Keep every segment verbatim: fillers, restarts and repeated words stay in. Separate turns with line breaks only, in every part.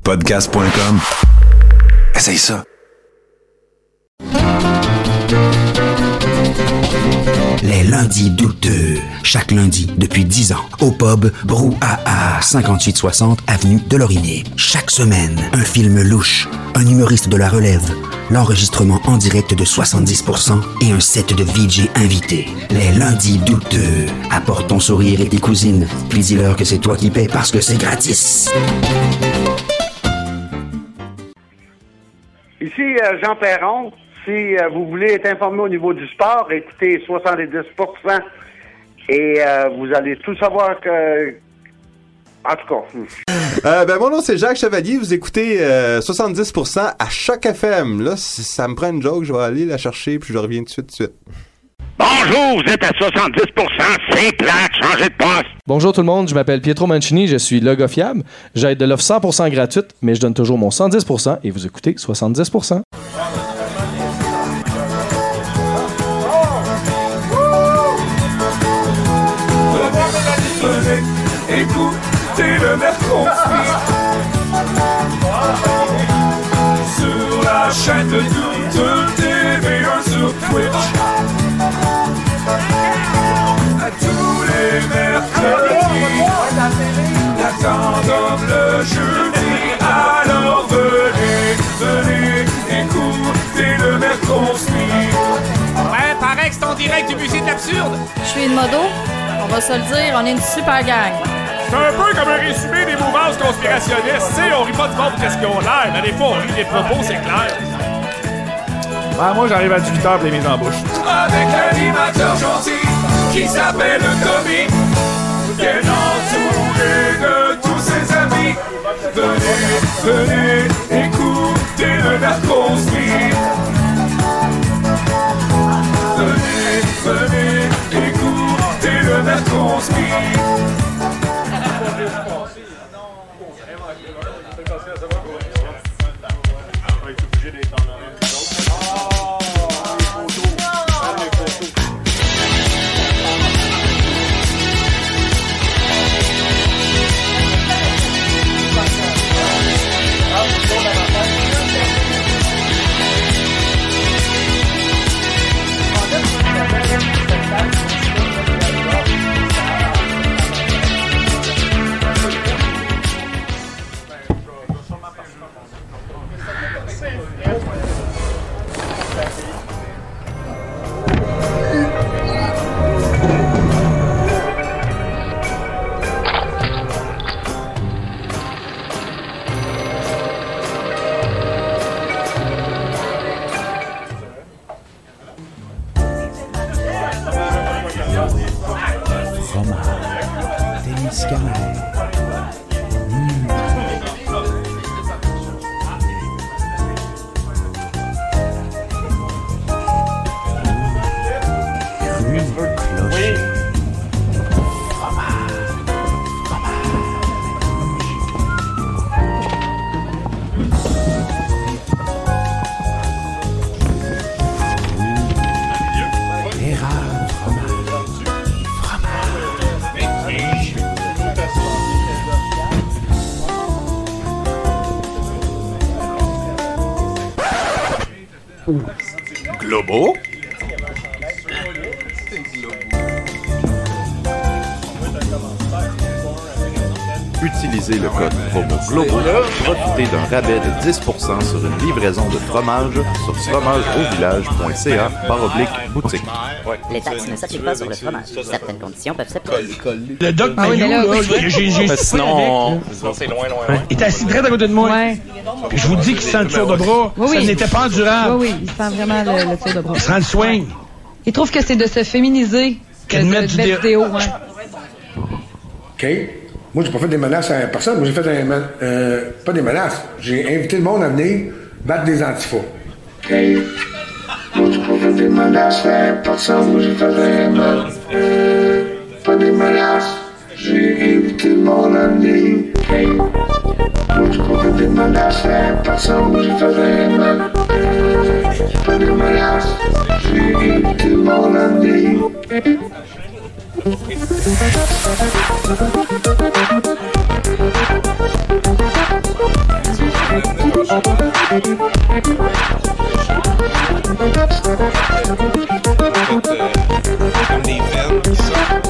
podcast point com. Essaye ça.
Les lundis douteux. Chaque lundi, depuis dix ans, au pub Brouhaha, cinquante-huit soixante avenue de Laurier. Chaque semaine, un film louche, un humoriste de la relève, l'enregistrement en direct de soixante-dix pour cent et un set de V J invités. Les lundis douteux. Apporte ton sourire et tes cousines, puis dis-leur que c'est toi qui paies parce que c'est gratis.
Ici euh, Jean Perron. Si euh, vous voulez être informé au niveau du sport, écoutez soixante-dix pour cent et euh, vous allez tout savoir que... En tout cas.
Euh, ben, mon nom, c'est Jacques Chevalier. Vous écoutez euh, soixante-dix pour cent à Choc F M. Là, si ça me prend une joke, je vais aller la chercher puis je reviens tout de suite, tout de suite.
Bonjour, vous êtes à soixante-dix pour cent, c'est plate, changez de poste.
Bonjour tout le monde, je m'appelle Pietro Mancini, je suis logofiable. J'aide de l'offre cent pour cent gratuite, mais je donne toujours mon cent dix pour cent et vous écoutez soixante-dix pour cent.
Écoutez le Mercredi sur la chaîne de toute T V un sur Twitch. À tous les mercredis, la tendance le jeudi. Alors venez, venez écouter le Mercredi.
Ouais, paraît que c'est en direct du musée de l'absurde.
Je suis une modo, on va se le dire, on est une super gang.
C'est un peu comme un résumé des mouvances conspirationnistes. Tu sais, on rit pas du monde qu'est-ce qu'ils ont l'air, mais des fois, on rit des propos, c'est clair.
Ben, moi, j'arrive à dix-huit heures pour les mises en bouche.
Avec l'animateur gentil qui s'appelle Tommy, bien entouré de tous ses amis. Venez, venez, écoutez le Mercredi. Venez, venez, écoutez le Mercredi.
Globo.
Utilisez le code promo Globo pour profiter d'un rabais de dix pour cent sur une livraison de fromage sur fromageauvillage.ca barre oblique boutique.
Les taxes ne s'appliquent pas sur le fromage. Certaines conditions peuvent s'appliquer.
Le Doc
Ah oui,
Mayou,
mais là,
là,
oui.
j'ai- j'ai j'ai
Mais
soupé
sinon,
avec,
sinon, c'est loin, loin,
là.
loin.
Il est assis très à côté de moi.
Ouais.
Puis je vous dis qu'il sent le tour de bras.
Oui,
Ça
oui.
n'était pas endurable.
Oui, oui, il sent vraiment le, le tour de bras.
Il se rend le swing.
Il trouve que c'est de se féminiser que
Que de
de
mettre du
mettre
dé-
des hauts. Hein.
OK. Moi, j'ai pas fait des menaces à personne. Moi, j'ai fait un, men- euh, pas des menaces. J'ai invité le monde à venir battre des antifas. OK. Moi, j'ai pas fait des menaces à personne. Moi, j'ai fait un men- euh, pas des menaces. J'ai invité le monde à venir. OK. Moi, j'ai pas fait des menaces à personne. Moi, j'ai fait un men- euh, pas des menaces. J'ai invité le monde à venir.
Comme des veines qui sortent.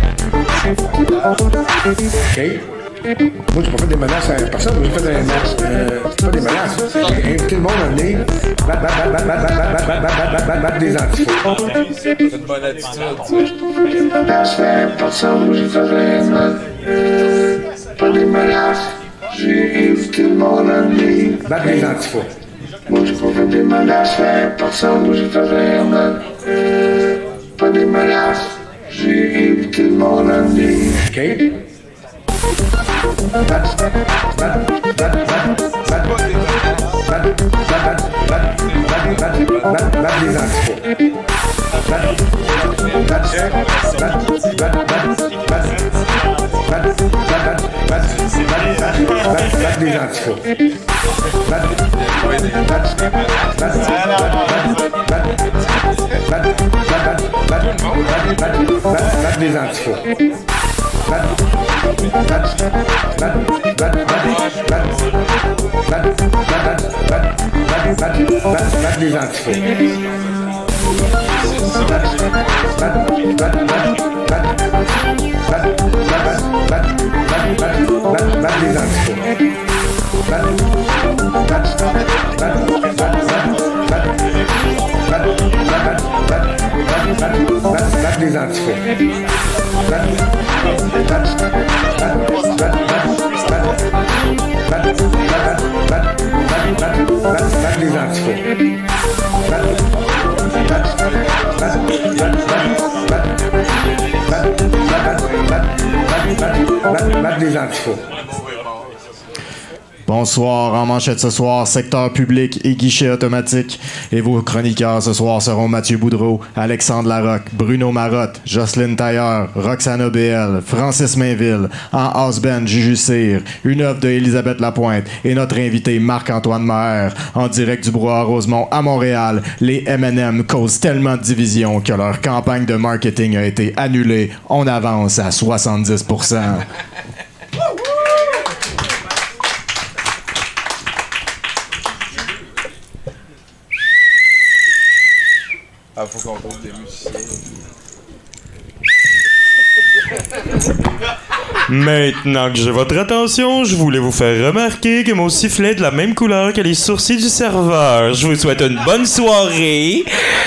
OK? Moi, j'ai pas fait des menaces à personne. Moi, j'ai fait des menaces. Euh, c'est pas des menaces. J'ai invité le monde à venir battre, battre, battre, battre, battre, battre, battre, battre, battre, battre, battre des antifas.
C'est une bonne attitude, ça.
Menaces à personne. J'ai fait des menaces. Pas des menaces. J'ai invité le monde à venir battre des antifas. Moi, j'ai pas fait des menaces à personne. J'ai fait des menaces. Pas des menaces. J'ai invité le monde à venir. OK? des antifas. Battre des antifas. Battre des antifas.
Bonsoir, en manchette ce soir, secteur public et guichet automatique. Et vos chroniqueurs ce soir seront Mathieu Boudreau, Alexandre Larocque, Bruno Marotte, Jocelyne Tailleur, Roxana B L, Francis Mainville, en house band Juju Cyr, une œuvre de Elisabeth Lapointe et notre invité Marc-Antoine Maher, en direct du Brouhaha Rosemont à Montréal. Les M and M causent tellement de division que leur campagne de marketing a été annulée. On avance à soixante-dix pour cent.
Ah, faut qu'on trouve des musiciens.
Maintenant que j'ai votre attention, je voulais vous faire remarquer que mon sifflet est de la même couleur que les sourcils du serveur. Je vous souhaite une bonne soirée.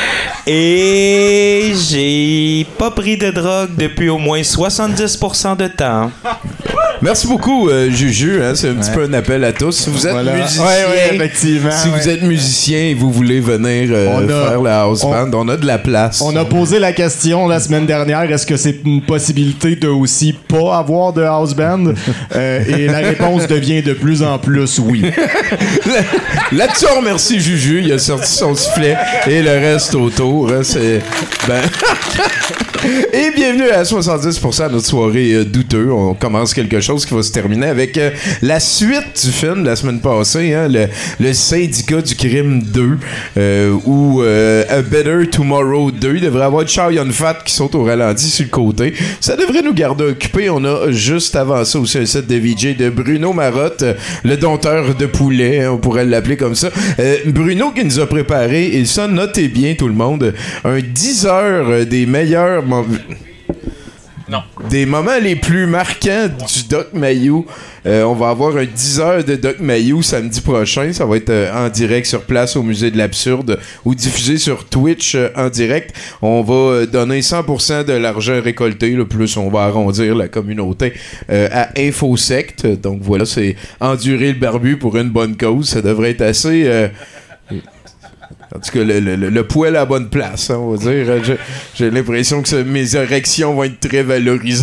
Et j'ai pas pris de drogue depuis au moins soixante-dix pour cent de temps.
Merci beaucoup, euh, Juju. Hein, c'est un petit
ouais.
peu un appel à tous. Si vous êtes
voilà.
musicien,
ouais, ouais, effectivement,
si
ouais.
vous êtes musicien et vous voulez venir euh,
on a,
faire la house
on,
band, on a de la place.
On a posé la question la semaine dernière, est-ce que c'est une possibilité de aussi pas avoir de house band? euh, et la réponse devient de plus en plus oui.
Là-dessus, on remercie Juju. Il a sorti son sifflet et le reste autour. Hein, c'est... Ben... Et bienvenue à soixante-dix pour cent de notre soirée euh, douteux. On commence quelque chose qui va se terminer avec euh, la suite du film de la semaine passée, hein, le, le Syndicat du crime deux, euh, ou euh, A Better Tomorrow deux. Il devrait y avoir Chow Yun-Fat qui saute au ralenti sur le côté. Ça devrait nous garder occupés. On a juste avant ça aussi un set de V J de Bruno Marotte, euh, le dompteur de poulet, hein, on pourrait l'appeler comme ça. Euh, Bruno qui nous a préparé, et ça, notez bien tout le monde, un dix heures des meilleurs mom-
Non.
Des moments les plus marquants du Doc Mayou. Euh, on va avoir un dix heures de Doc Mayou samedi prochain. Ça va être euh, en direct sur place au Musée de l'Absurde ou diffusé sur Twitch euh, en direct. On va euh, donner cent pour cent de l'argent récolté. Le plus, on va arrondir la communauté euh, à Infosect. Donc voilà, c'est endurer le barbu pour une bonne cause. Ça devrait être assez... Euh, En tout cas, le, le, le poil à la bonne place, hein, on va dire. J'ai, j'ai l'impression que ça, mes érections vont être très valorisées.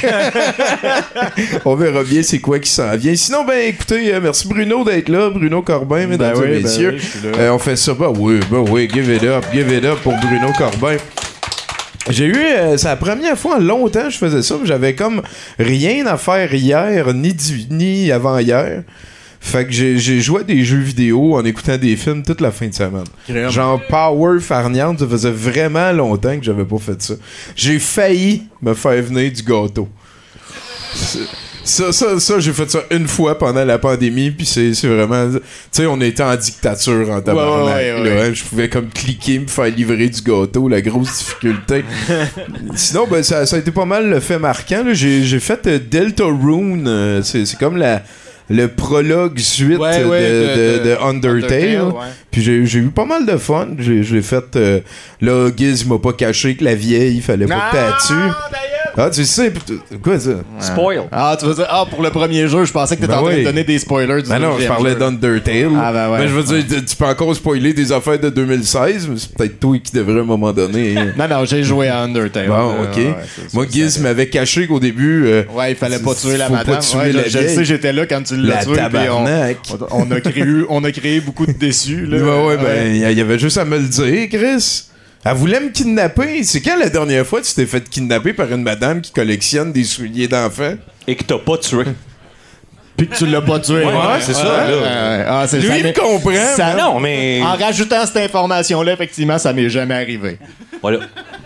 On verra bien c'est quoi qui s'en vient. Sinon, ben écoutez, euh, merci Bruno d'être là. Bruno Corbin, mesdames
ben
et
oui,
messieurs.
Ben oui,
euh, on fait ça. Ben oui, ben oui, give it up, give it up pour Bruno Corbin. J'ai eu, euh, c'est la première fois en longtemps que je faisais ça, mais j'avais comme rien à faire hier, ni, du, ni avant-hier. Fait que j'ai, j'ai joué à des jeux vidéo en écoutant des films toute la fin de semaine. Vraiment. Genre Power Farniente, ça faisait vraiment longtemps que j'avais pas fait ça. J'ai failli me faire venir du gâteau. C'est... Ça, ça, ça, j'ai fait ça une fois pendant la pandémie, puis c'est, c'est vraiment... Tu sais, on était en dictature en tabarnak.
Ouais, ouais, ouais,
là,
ouais.
hein, je pouvais comme cliquer, me faire livrer du gâteau, la grosse difficulté. Sinon, ben, ça, ça a été pas mal le fait marquant. Là. J'ai, j'ai fait euh, Deltarune. Euh, c'est, c'est comme la... le prologue suite
ouais, ouais,
de,
de,
de, de Undertale.
Undertale, ouais.
Puis j'ai, j'ai eu pas mal de fun. J'ai, j'ai fait... Euh, là, Giz m'a pas caché que la vieille, il fallait pas que t'as dessus. Ah, tu sais... Quoi, ça?
Spoil. Ah, tu veux dire... Ah, pour le premier jeu, je pensais que t'étais
ben
en train
oui.
de donner des spoilers du
ben non, je parlais
jeu.
d'Undertale.
Ah, ben ouais.
Mais je veux dire, tu- tu peux encore spoiler des affaires de deux mille seize, mais c'est peut-être toi qui devrais à un moment donné...
Non, non, j'ai joué à Undertale.
Bon,
Euh,
ok.
ouais, c'est
Moi,
ça,
Giz
ça-
m'avait caché qu'au début... euh,
Ouais, il fallait pas tuer la
faut
madame.
pas tuer
Ouais,
la
je, je le
vieille.
sais, j'étais là quand tu l'as
La
tué. puis
tabarnak.
On, on, a créé, on a créé beaucoup de déçus. Là.
Ouais, ouais, ben, il y avait juste à me le dire, Chris. Elle voulait me kidnapper. C'est quand la dernière fois tu t'es fait kidnapper par une madame qui collectionne des souliers d'enfants?
Et que t'as pas tué.
Puis que tu l'as pas tué.
Ouais, ouais, c'est ça, là.
ouais. Ah, c'est
Lui,
ça,
il
mais-
comprend.
ça-
Non, mais-
En rajoutant cette information-là, effectivement, ça m'est jamais arrivé.
Voilà.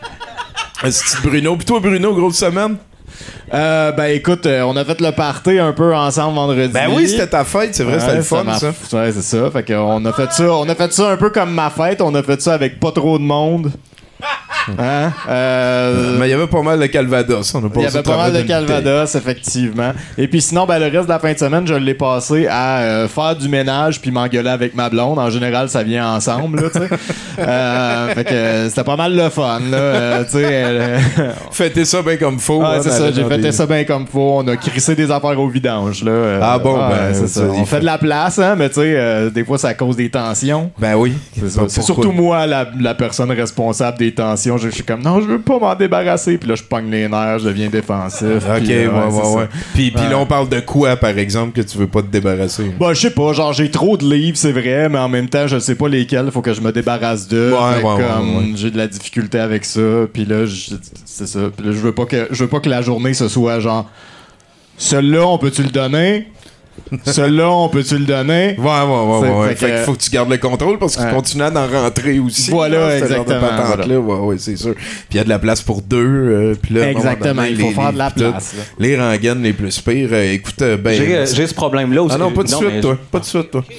C'est Bruno. Puis toi, Bruno, grosse semaine?
Euh, ben écoute, euh, on a fait le party un peu ensemble vendredi.
Ben oui, c'était ta fête, c'est vrai, c'était le fun,
m'a-
ça.
Ouais, c'est ça. Fait qu'on a fait ça, on a fait ça un peu comme ma fête. On a fait ça avec pas trop de monde. Hein? Euh,
Mais il y avait pas mal de Calvados. On a
Il y
passé
avait pas mal de Calvados, effectivement. Et puis sinon, ben, le reste de la fin de semaine, je l'ai passé à euh, faire du ménage puis m'engueuler avec ma blonde. En général, ça vient ensemble, là, tu sais. euh, fait que euh, c'était pas mal le fun, là. Euh, tu sais, euh,
Fêter ça bien comme faut.
Ah,
hein,
c'est
dans-
ça, j'ai
dans
fêté
des-
ça bien comme faut. On a crissé des affaires au vidange, là. Euh,
Ah bon,
ouais,
ben,
c'est
ça,
ça.
il
On
faut-
fait de la place, hein, mais tu sais, euh, des fois, ça cause des tensions.
Ben oui.
C'est ça.
Pas
C'est
pourquoi.
surtout moi, la, la personne responsable des tensions. Je je suis comme, non, je veux pas m'en débarrasser. Puis là, je pogne les nerfs, je deviens défensif.
Ok,
puis,
ouais,
euh,
ouais,
c'est ça.
ouais. Puis, puis
Ouais.
là, on parle de quoi, par exemple, que tu veux pas te débarrasser?
Bah, je sais pas, genre, j'ai trop de livres, c'est vrai, mais en même temps, je sais pas lesquels, faut que je me débarrasse d'eux.
Ouais,
Fait que,
ouais, ouais,
comme,
ouais.
j'ai de la difficulté avec ça, puis là, je- c'est ça. Puis là, je veux pas que, je veux pas que la journée, ce soit genre, celui-là, on peut-tu le donner? Celui-là, on peut-tu le donner?
Ouais, ouais, ouais,
C'est-
ouais. ouais.
fait
Fait
que-
qu'il faut que tu gardes le contrôle parce qu'il
Ouais.
continue à en rentrer aussi.
Voilà,
là, ce genre de
exactement,
patente-là. Ouais, ouais, c'est sûr. Puis il y a de la place pour deux. euh, puis là, à un moment
Exactement,
donné,
il faut
les
faire de la
livres, puis tout.
place, là.
Les rengaines les plus pires. euh, écoute, euh, ben.
J'ai, euh, j'ai ce problème-là aussi.
Ah non, pas de
Non,
suite,
mais-
toi. Pas de suite, toi.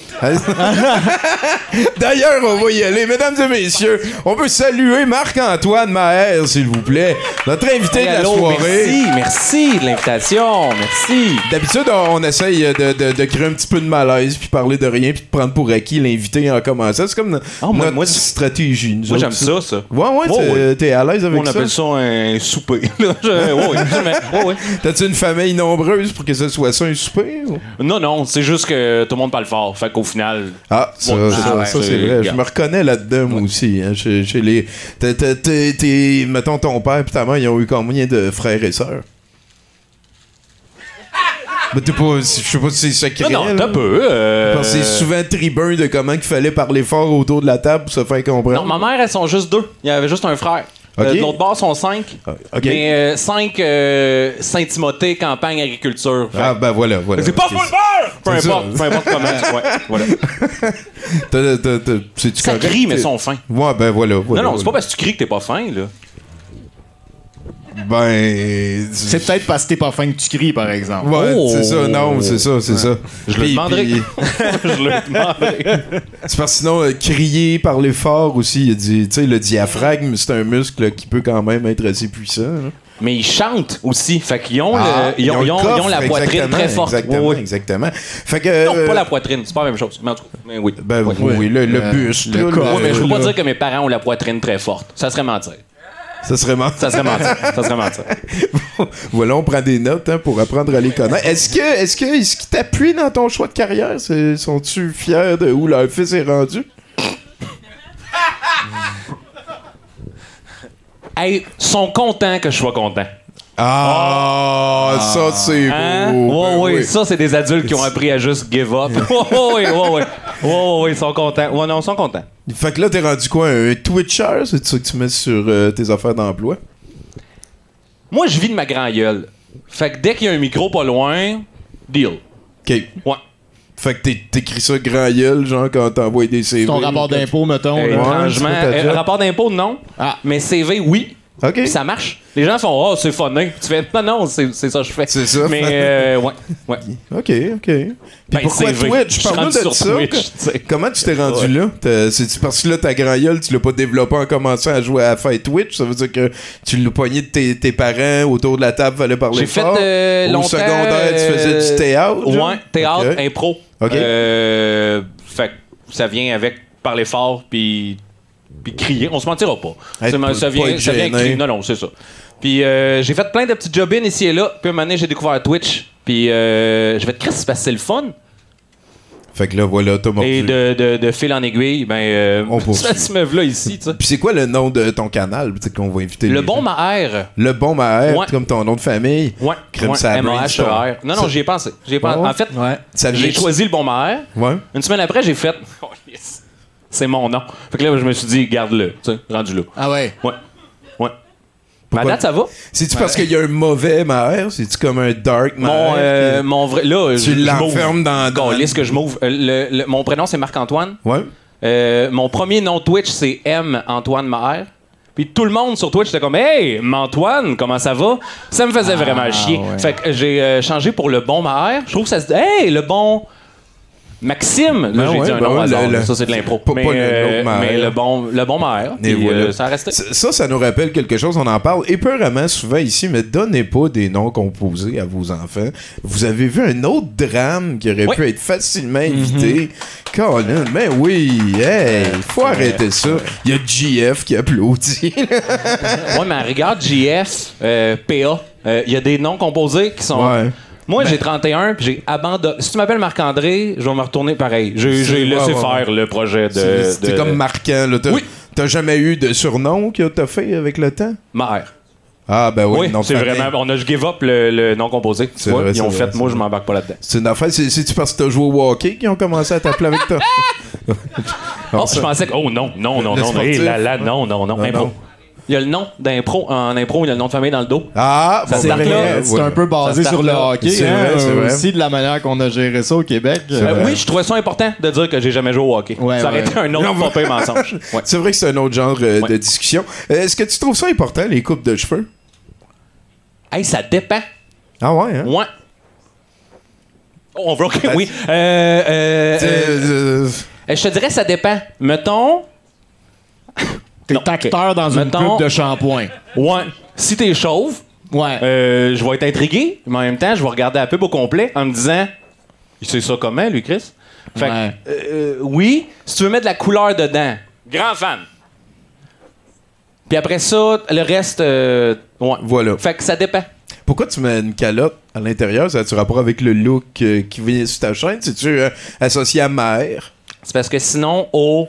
D'ailleurs, on va y aller. Mesdames et messieurs, on peut saluer Marc-Antoine Maher, s'il vous plaît. Notre invité
Hey,
de la
allô,
soirée.
Merci, merci de l'invitation. Merci.
D'habitude, on, on essaye de, de, de créer un petit peu de malaise, puis parler de rien, puis de prendre pour acquis l'invité en commençant. C'est comme no-
Ah, moi-
notre
moi,
stratégie. nous
Moi,
autres,
j'aime ça, ça.
Ouais, ouais,
Oh,
t'es,
oui.
t'es à l'aise avec
On
ça?
appelle ça un souper. là. Je- ouais, ouais, mais- ouais, ouais.
T'as-tu une famille nombreuse pour que ce soit ça un souper? Ou?
Non, non, c'est juste que tout le monde parle fort. Fait qu'au final.
Ah, ça,
Ouais,
ça,
ah, ouais,
ça, c'est
c'est-
vrai. Je
regarde.
me reconnais là-dedans, moi aussi. Hein, chez, chez les... t'es, t'es, t'es, t'es- mettons, ton père et ta mère, ils ont eu combien de frères et sœurs? Mais t'es pas... Je sais pas si c'est secret.
Non, non,
là.
t'as peu. euh,
Parce que c'est souvent tribun de comment qu'il fallait parler fort autour de la table pour se faire comprendre.
Non, ma mère, elles sont juste deux. Il y avait juste un frère.
Ok.
Euh, de l'autre bord, sont cinq.
ok.
Mais euh, cinq euh, Saint-Timothée, campagne, agriculture. Fait-
Ah, ben voilà, voilà.
c'est pas
Ok.
full beurre! Peu
C'est ça.
importe, peu importe comment. Ouais, voilà.
T'as- t'as- t'as- C'est-tu
Ça
correct?
crie, mais ils sont fins.
Ouais, ben voilà. voilà
non, non, c'est pas
voilà.
parce que tu cries que t'es pas fin, là.
Ben.
C'est peut-être parce que t'es pas fin que tu cries, par exemple.
Ouais,
Oh.
c'est ça, non, c'est ça, c'est ça.
Je le
Puis-
demanderai.
puis-
Je le demanderai.
C'est parce que sinon, euh, crier, parler fort aussi, il y a du- tu sais, le diaphragme, c'est un muscle là, qui peut quand même être assez puissant. là.
Mais ils chantent aussi. Fait qu'ils ont,
Ah,
le, ils ont,
le
ils ont- ils
coffre,
ont la poitrine
exactement,
très forte.
Exactement,
Ouais, ouais.
exactement. Fait que.
Non,
euh,
pas la poitrine, c'est pas la même chose. Mais en tout cas, mais oui.
Ben
Ouais.
oui, oui, le, le
Le-
buste.
le
là,
corps.
Ouais, mais je veux pas
là.
dire que mes parents ont la poitrine très forte. Ça serait mentir.
Ça serait mentir.
Ça serait mentir. Ça serait mentir.
Voilà, on prend des notes hein, pour apprendre à les connaître. Est-ce que, est-ce que, est-ce qu'ils t'appuient dans ton choix de carrière? C'est- sont-tu fiers de où leur fils est rendu?
Hey, sont contents que je sois content.
Ah, ça c'est
Hein?
beau.
Ouais,
Ben
ouais,
oui.
ça, c'est des adultes qui ont appris à juste give up. ouais, ouais, ouais, ouais. Ouais, ouais, ils sont contents. Ouais, non, ils sont contents.
Fait que là, t'es rendu quoi? Un Twitcher? C'est ça que tu mets sur euh, tes affaires d'emploi?
Moi, je vis de ma grand gueule. Fait que dès qu'il y a un micro pas loin, deal.
OK.
Ouais.
Fait que t'é- t'écris ça grand gueule, genre, quand t'envoies des C V.
Ton rapport
ou quand-
d'impôt, mettons. là.
Étrangement,
c'est pas ta
euh,
job.
rapport d'impôt, non.
Ah.
Mais C V, oui.
OK.
Puis ça marche. Les gens font « Oh, c'est funny. » Tu fais « Non, non, c'est, c'est ça que je fais. »
C'est ça.
Mais, euh, ouais. ouais.
OK, OK. Puis
Ben,
pourquoi
c'est vrai.
Twitch?
Je suis
Parle-nous
rendu
de
sur
ça.
Twitch,
que-
tu sais.
Comment tu t'es rendu
Ouais.
là? T'as- C'est-tu parce que là, ta grand gueule, tu l'as pas développé en commençant à jouer à faire Twitch? Ça veut dire que tu l'as pogné de tes, tes parents autour de la table, fallait parler
J'ai fait
fort?
euh,
Au
longtemps...
secondaire, tu faisais du théâtre? genre?
Ouais, théâtre,
OK.
impro.
OK.
Euh, fait que ça vient avec parler fort puis puis crier. On se mentira pas.
Être
Ça,
pas-
ça
pas
vient,
être
ça vient
gêné.
crier. Non, non, c'est ça. Puis euh, j'ai fait plein de petits job-ins ici et là. Puis à un moment donné, j'ai découvert Twitch. Puis euh, j'ai fait Chris, c'est parce que c'est le fun.
Fait que là, voilà, t'as mordu.
Et de, de, de fil en aiguille, ben, euh,
On poursuit.
ce meuf-là ici, tu sais.
Puis c'est quoi le nom de ton canal? Tu sais qu'on va inviter
Le
les
bon
gens.
Maher.
Le bon Maher,
Ouais.
comme ton nom de famille.
Ouais.
Crème
ouais,
ça
M A H E R. Non, non,
Ça-
j'y ai pensé. J'y ai pensé.
Ouais.
En fait,
Ça
j'ai
vient-
choisi le bon Maher.
Ouais.
Une semaine après, j'ai fait. Oh, yes. C'est mon nom. Fait que là, je me suis dit, garde-le. Tu sais, rendu là.
Ah ouais?
Ouais. Ouais. Ma date, ça va?
C'est-tu parce qu'il y a un mauvais Maher? C'est-tu comme un dark Maher?
Mon, euh,
qui-
mon vrai. Là,
Tu
je- je
l'enfermes
m'ouvre.
dans- dans-
Calisse que je m'ouvre. Euh, le- le- mon prénom, c'est Marc-Antoine.
Ouais.
Euh, mon premier nom Twitch, c'est M. Antoine Maher. Puis tout le monde sur Twitch était comme Hey, Antoine, comment ça va? Ça me faisait vraiment chier.
ouais.
Fait que j'ai euh, changé pour le bon Maher. Je trouve que ça se dit Hey, le bon. Maxime, là
Ben
j'ai
ouais,
dit un
ben
nom au
ouais,
hasard,
le-
là.
le-
Ça c'est de l'impro.
pas-
Mais,
pas le-
euh,
l'autre Maher.
mais le bon, le bon Maher.
Et
Puis,
voilà.
euh, ça a resté.
Ça, ça nous rappelle quelque chose, on en parle épeurement souvent ici, mais donnez pas des noms composés à vos enfants. Vous avez vu un autre drame qui aurait
Oui.
pu être facilement évité. Colin, mais oui, hey, faut arrêter ça. Il y a G F qui applaudit.
Ouais, mais regarde J F, euh, P A. Il y a des noms composés qui sont.
Ouais.
Moi, j'ai trente et un, puis j'ai abandonné. Si tu m'appelles Marc-André, je vais me retourner pareil. J'ai,
C'est-
j'ai laissé
ouais, ouais,
faire le projet de.
C'est- C'était
de-
comme marquant. Là. T'as,
Oui.
t'as jamais eu de surnom que t'as fait avec le temps?
Maher.
Ah, ben oui,
Oui,
non,
c'est
famille.
vraiment. On a give up le, le nom composé. Tu
C'est
vois,
vrai,
ils ont
c'est
fait,
vrai,
moi,
c'est
je m'embarque pas là-dedans.
C'est une affaire, c'est, c'est-tu parce que t'as joué au hockey qu'ils ont commencé à t'appeler avec toi?
Oh, je pensais que. Oh non, non, non,
Le
non, non.
sportif.
Hé là là, non, non, non.
Non,
Impro.
non.
Il y a le nom d'impro. En impro, il y a le nom de famille dans le dos.
Ah,
Ça
bon,
se starte
ben,
là.
euh,
C'est
ouais.
un peu basé
Ça
sur le
start là.
hockey,
C'est
hein,
vrai, c'est
euh,
vrai.
aussi de la manière qu'on a géré ça au Québec.
C'est
Euh,
vrai.
Oui, je trouvais ça important de dire que j'ai jamais joué au hockey.
Ouais,
ça aurait
ouais.
été un autre pas pire mensonge. Ouais.
C'est vrai que c'est un autre genre euh,
Ouais.
de discussion. Euh, Est-ce que tu trouves ça important, les coupes de cheveux?
Hey, ça dépend.
Ah ouais, hein?
Ouais. Oh, on va. OK, oui. Euh, euh,
T'sais,
euh,
euh,
euh, je te dirais, ça dépend. Mettons.
T'es
Non,
acteur
ok.
dans une
Mettons-
pub de shampoing.
Ouais. Si t'es chauve,
Ouais.
euh, je vais être intrigué, mais en même temps, je vais regarder la pub au complet en me disant il sait ça comment, lui, Chris? Fait que,
Ouais.
euh, oui, si tu veux mettre de la couleur dedans, grand fan. Puis après ça, le reste, euh, ouais.
Voilà.
Fait que ça dépend.
Pourquoi tu mets une calotte à l'intérieur? Ça a-tu rapport avec le look euh, qui vient sur ta chaîne? C'est-tu euh, associé à Maher?
C'est parce que sinon, au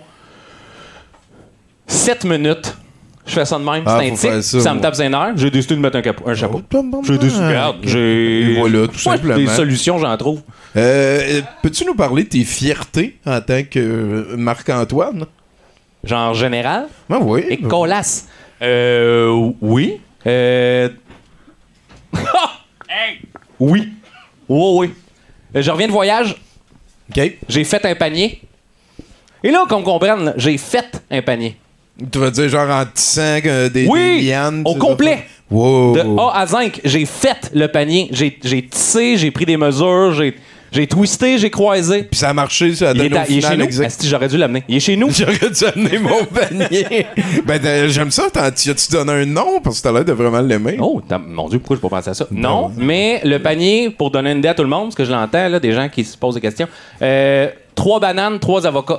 sept minutes, je fais ça de même,
Ah,
c'est un
faut
tic,
faire ça,
ça, me
moi.
tape ses nerfs, j'ai décidé de mettre un, capo- un chapeau. J'ai décidé,
Ah,
regarde,
ok.
j'ai...
Et voilà, tout
Ouais,
simplement.
des solutions, j'en trouve.
Euh, peux-tu nous parler de tes fiertés en tant que euh, Marc-Antoine?
Genre général?
Ah oui.
Et colasse. Euh, oui. Euh... hey! Oui. Oui, oui. Euh, Je reviens de voyage,
OK.
j'ai fait un panier. Et là, qu'on me comprenne, là, j'ai fait un panier.
Tu vas dire genre en tissant euh, des,
Oui,
des lianes?
au
tu sais,
complet.
ça? Wow.
De A à Z, j'ai fait le panier. J'ai j'ai tissé, j'ai pris des mesures, j'ai j'ai twisté, j'ai croisé.
Puis ça a marché, ça a
Il
donné
est, à-
au
il est
final
chez nous.
exact.
Asti, j'aurais dû l'amener. Il est chez nous.
J'aurais dû amener mon panier. Ben, t'as- j'aime ça. T'en- tu as-tu donné un nom? Parce que t'as l'air de vraiment l'aimer.
Oh, t'as- mon Dieu, pourquoi je pas pensé à ça? Non, mais le panier, pour donner une idée à tout le monde, parce que je l'entends, là, des gens qui se posent des questions. Euh, trois bananes, trois avocats.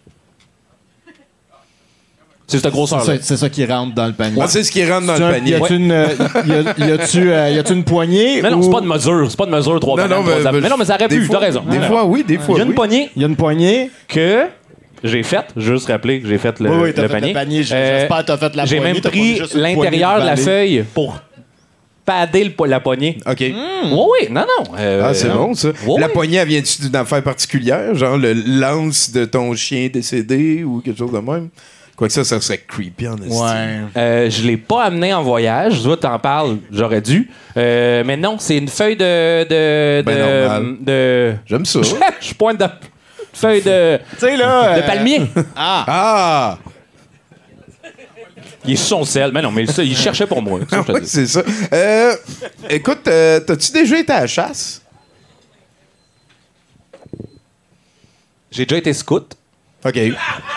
C'est cette
C'est
grosseur-là.
ça, c'est ça qui rentre dans le panier.
Moi, c'est ce qui rentre dans
Tu
le
as-
panier.
Y a-tu une, euh, y a- y a-tu euh, y a-tu une poignée?
Mais non,
ou-
c'est pas de mesure. C'est pas de mesure, trois
Non,
bananes,
non,
trois
mais-
avocats.
mais
Mais non, mais ça aurait
des
pu,
fois-
t'as raison.
Des
Ouais.
fois, oui, des fois,
Il y a une
oui.
poignée
Il y a une poignée.
que j'ai faite, juste rappeler que j'ai fait le,
Oui, oui, t'as
le
fait
panier.
le panier. J-
Euh,
J'espère que t'as fait la
J'ai
poignée.
même
t'as pas
pris
mis juste une
l'intérieur
poignée
de la
vallée.
feuille pour padder le po- la poignée.
OK.
Oui, oui, non, non. euh,
Ah, c'est
non.
bon, ça.
Oui,
La
oui.
poignée, elle vient-tu d'une affaire particulière? Genre le lance de ton chien décédé ou quelque chose de même? Quoique ça, ça serait creepy en esti.
Ouais.
Euh, je l'ai pas amené en voyage. Tu vois, t'en parles, j'aurais dû. Euh, mais non, c'est une feuille de. de,
Ben
de,
normal.
de-
J'aime ça.
je pointe de. Feuille de.
Tu sais, là.
de
euh,
palmier.
Ah!
Ah!
Il est sur son sel. Mais non, mais ça, il cherchait pour moi. Ça, je te
Ouais,
dis.
c'est ça. Euh, écoute, euh, t'as-tu déjà été à la chasse?
J'ai déjà été scout.
OK. Moi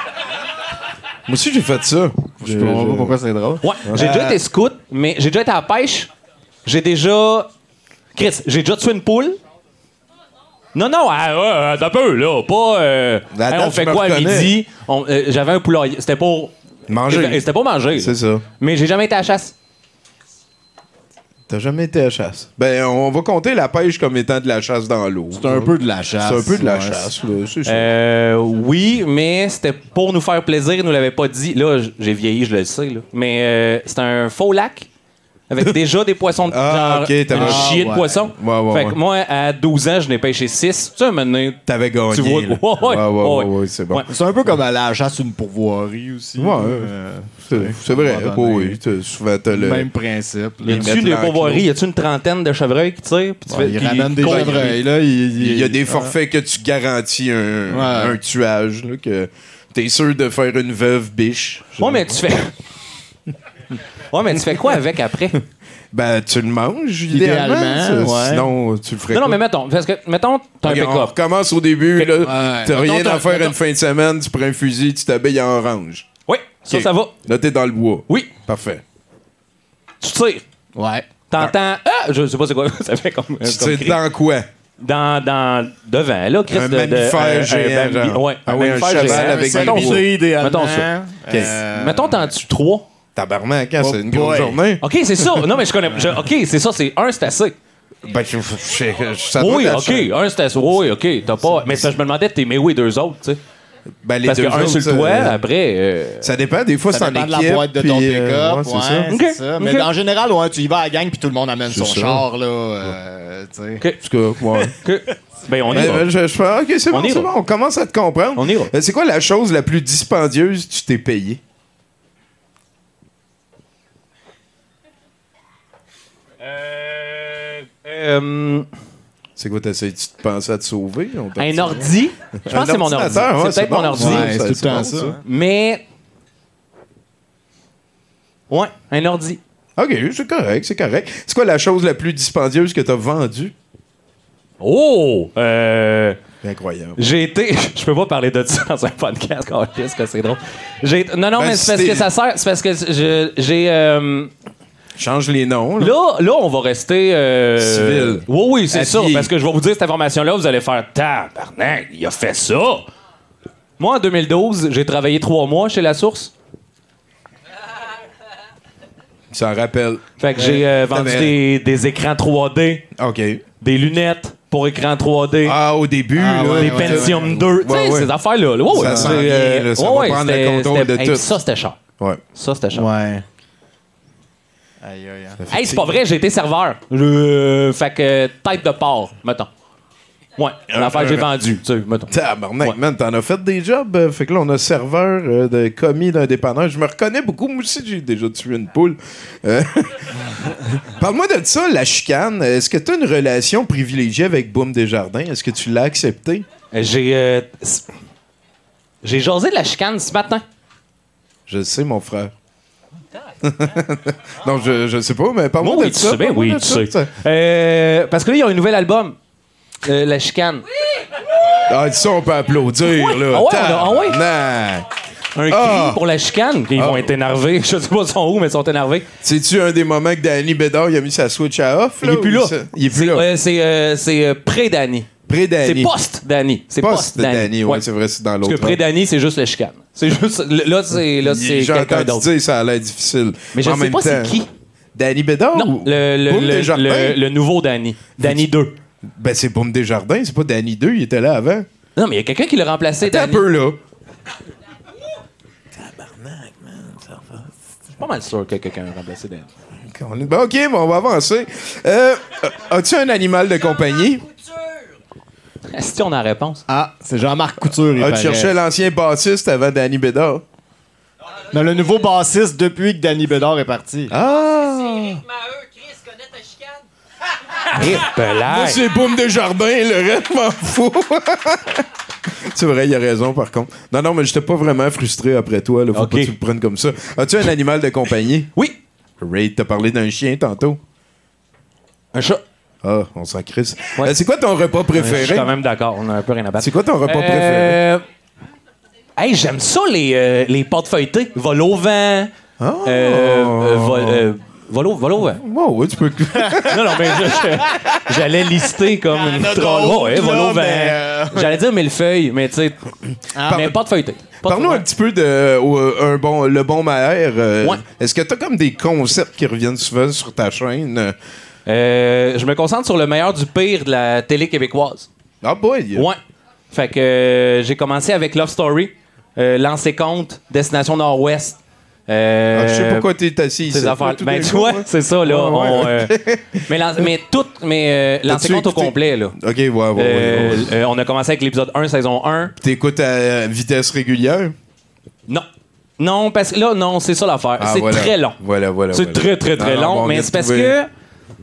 aussi, j'ai fait ça.
Je comprends pas pourquoi c'est drôle.
Ouais, j'ai
Euh,
déjà été scout, mais j'ai déjà été à la pêche. J'ai déjà... Chris, j'ai déjà tué une poule. Non, non, ah, ouais, attends un peu, là. Pas... euh,
La
hey,
date,
on fait
je me
quoi à
reconnais.
midi? On- euh, J'avais un poulailler. C'était pour...
Manger.
C'était pour manger.
C'est ça.
Mais j'ai jamais été à la chasse.
T'as jamais été à la chasse? Ben, on va compter la pêche comme étant de la chasse dans l'eau.
C'est un peu de la chasse.
C'est un peu de la
ouais.
chasse, là. C'est ça.
Euh, oui, mais c'était pour nous faire plaisir. Ils nous l'avaient pas dit. Là, j- j'ai vieilli, je le sais. Là. Mais euh, c'était un faux lac avec déjà des poissons de
Ah,
genre,
ok,
une
t'avais-
chier
Ah,
de
ouais.
poissons.
Ouais, ouais,
fait
ouais.
que moi, à douze ans, je n'ai pêché six. Tu sais, maintenant,
T'avais gagné.
tu vois.
là.
Ouais, ouais,
ouais, ouais,
ouais.
ouais, c'est bon.
Ouais.
C'est un peu comme à la chasse une pourvoirie aussi.
Ouais,
Euh,
c'est, c'est vrai.
à un moment
Oh,
donné.
oui, t'as- souvent, t'as le...
Même principe.
Y
là.
a-tu
mettre
des
l'enclos.
pourvoiries? Y a-tu une trentaine de chevreuils qui tirent? Puis tu
Ouais,
fais-
ils
qui-
ramènent des
qui-
chevreuils, là. ils-
Il y a
ils-
des forfaits que tu garantis un,
Ouais.
un tuage, là, que t'es sûr de faire une veuve biche.
Ouais, mais tu fais. Ouais, mais tu fais quoi avec après?
Ben, tu le manges, idéalement.
Idéalement,
ça.
ouais.
Sinon, tu le ferais
Non, non,
quoi?
mais mettons, parce que, mettons, t'as un
Ok, on
pick-up.
recommence au début, là.
Ouais.
T'as rien
Mettons,
à
t'as-
faire
mettons-
une fin de semaine, tu prends un fusil, tu t'habilles en orange.
Oui, ça,
Ok.
ça va.
Là, t'es dans le bois.
Oui.
Parfait.
Tu tires.
Ouais.
T'entends. Ah, je sais pas c'est quoi. Ça fait comme.
Tu
comme
sais
cri.
dans quoi?
Dans, dans, devant, là, Chris.
Un
de, de-
mammifère
un- un
géant,
bambi-
genre.
Ouais,
Ah
un
ouais, un
mammifère
cheval
géant.
avec
Mettons
des
ça.
C'est idéalement.
Mettons ça.
Euh,
Mettons, t'en tues trois.
Tabarnak, hein,
Oh
c'est une grosse
boy.
journée.
OK, c'est ça. Non, mais je connais. je- OK, c'est ça, c'est un, c'est assez.
Ben, je, je, je- ça doit
Oui,
être
OK,
assez.
un, c'est assez. Oui, OK, t'as pas. Mais ça, je me demandais, t'es mais oui, deux autres, tu sais.
Ben, les
Parce
deux
que un
autres,
sur le toit,
euh,
après. euh,
Ça dépend, des fois,
Ça
c'est en
dépend de
équipe.
la boîte de
puis,
ton
euh,
pick-up.
ouais, c'est
ouais,
ça.
c'est
Ok,
ça.
ok.
Mais en général, ouais, tu y vas à la gang puis tout le monde amène
C'est
son
ça.
char, là. euh, tu sais.
OK.
En tout cas, ouais.
OK. Ben, on y
Ben,
va.
ben, je, je fais, ok, c'est
On
bon,
ira.
c'est bon, on commence à te comprendre.
On ira.
Euh, C'est quoi la chose la plus dispendieuse que tu t'es payée?
Euh. euh,
C'est quoi, t'essayes tu te penses à te sauver? On t'a
un
dit-
ordi. Je pense que c'est mon ordi.
ordinateur, ouais,
C'est peut-être
bon,
mon ordi.
ça,
Ouais, c'est tout le
c'est
temps
bon,
ça. hein.
Mais. Ouais, un ordi.
Ok, c'est correct, c'est correct. C'est quoi la chose la plus dispendieuse que t'as vendue?
Oh! Euh.
Incroyable.
J'ai été. Je peux pas parler de ça dans un podcast, quand qu'est-ce que c'est drôle. J'ai. Non, non,
Ben,
mais c'est parce
c'est-
que ça sert. C'est parce que je- j'ai. euh,
Change les noms, là.
Là, là, on va rester. euh,
Civil.
Oui, oui, c'est ça.
Habillé.
Parce que je vais vous dire cette information-là, vous allez faire tabarnak, il a fait ça. Moi, en deux mille douze, j'ai travaillé trois mois chez La Source.
Ça rappelle.
Fait que j'ai euh, vendu
T'avais-
des, des écrans trois D,
OK.
des lunettes pour écran trois D,
Ah, au début,
Ah,
là.
ouais,
des
ouais,
Pentium
ouais.
deux. Tu sais,
Ouais, ouais.
ces affaires-là. là. Ouais, ouais,
Ça
c'est,
s'en vient,
euh,
là, ça
ouais,
va
ouais,
prendre le
c'était-
contrôle
c'était-
de
hey,
tout.
Ça, c'était cher.
Ouais.
Ça, c'était cher.
Ouais. Aïe, aïe, aïe.
Hey, c'est pas vrai, j'ai été serveur. Je... Fait que tête de porc, mettons. Ouais, l'affaire que j'ai vendue, tu sais, mettons.
Tabarnak,
Ouais.
man, t'en as fait des jobs. euh, fait que là, on a serveur euh, de commis d'un dépanneur. Je me reconnais beaucoup. Moi aussi, j'ai déjà tué une poule. Euh, Parle-moi de ça, la chicane. Est-ce que t'as une relation privilégiée avec Boom Desjardins? Est-ce que tu l'as accepté?
J'ai. euh, s- J'ai jasé de la chicane ce matin.
Je le sais, mon frère. non, je, je sais pas, mais parle-moi
Moi,
de
oui, tu
ça.
sais bien,
parle-moi
oui,
de
tu
ça,
sais.
ça.
Euh, parce que là, il y a un nouvel album. Euh, la chicane.
Ah, ça, on peut applaudir,
Oui.
là.
Ah ouais, on a- ah ouais?
Tabarnak.
Un cri
Ah.
pour la chicane. Ils vont
Ah.
être énervés. Je sais pas ils sont où, mais ils sont énervés.
C'est-tu un des moments que Danny Bédard il a mis sa Switch à off?
Il
Là,
est plus
ou
là.
ça- Il est plus là.
Euh, c'est euh, c'est euh, pré-Danny.
Pré-Danny.
C'est post-Danny. C'est
Post-Danny,
post-Danny.
ouais, c'est vrai, c'est dans
Parce
l'autre.
que pré-Danny, c'est juste la chicane. C'est juste. Là, c'est là, c'est
J'ai
quelqu'un
entendu
d'autre.
dire ça a l'air difficile.
Mais je
En
sais
même
pas c'est
temps-
qui.
Danny Bédard?
Non,
ou
le, le,
Boom
le,
Desjardins?
le, le nouveau Danny. Danny deux.
Ben, c'est Boom Desjardins, c'est pas Danny deux, il était là avant.
Non, mais il y a quelqu'un qui l'a remplacé.
Attends un
Danny.
peu, là.
Je suis pas mal sûr que quelqu'un a remplacé Danny.
On est- ben, OK, bon, on va avancer. Euh, as-tu un animal de compagnie?
Est-ce qu'on a la réponse?
Ah, c'est Jean-Marc Couture. il
Ah, tu
paraît.
cherchais l'ancien bassiste avant Danny Bédard?
Non, le nouveau bassiste depuis que Danny Bédard est parti.
Ah!
Eh,
Moi, c'est Boom Desjardins, le reste m'en fout. C'est vrai, il a raison, par contre. Non, non, mais j'étais pas vraiment frustré après toi. Là. Faut
Ok.
pas que tu le prennes comme ça. As-tu un animal de compagnie?
Oui.
Ray, t'as parlé d'un chien tantôt.
Un chat.
Ah, on s'en crisse.
Ouais.
Euh, c'est quoi ton repas préféré?
Je suis quand même d'accord, on a un peu rien à battre.
C'est quoi ton repas
Euh,
préféré?
Hey, j'aime ça, les, euh, les pâtes feuilletées. Vol au vent.
Oh.
Euh, euh, vol, euh, vol au, vol au vent.
Wow, ouais, tu peux...
non, non, mais je- je- j'allais lister comme une
en a
troll.
d'autres,
Ouais, vol
là,
au vent.
mais, euh,
J'allais dire millefeuille, mais tu sais. Mais pâtes feuilletées. Pâtes
Parle-nous un
feuilletées.
petit peu de euh, un bon, le bon Maher. euh,
Ouais.
Est-ce que t'as comme des concepts qui reviennent souvent sur ta chaîne?
Euh, je me concentre sur le meilleur du pire de la télé québécoise.
Ah boy!
Ouais. Fait que euh, j'ai commencé avec Love Story, euh, Lancer compte, Destination Nord-Ouest. Euh,
Ah, je sais pas pourquoi t'es assis ici.
ces affaires.
tout
Ben,
d'un
tu
coup,
vois,
hein.
c'est ça, là.
Ouais,
on,
ouais.
euh, mais, lan- mais tout, mais euh, Lancer
T'as-tu
compte au
écouté?
complet, là.
Ok, ouais, ouais, ouais,
Euh,
ouais.
euh, on a commencé avec l'épisode un, saison un.
T'écoutes à vitesse régulière?
Non. Non, parce que là, non, c'est ça l'affaire.
Ah,
c'est
voilà.
très long.
Voilà, voilà.
C'est
voilà.
très, très, très
Ah,
long.
bon, on
mais
vient
c'est
de
parce
trouver-
que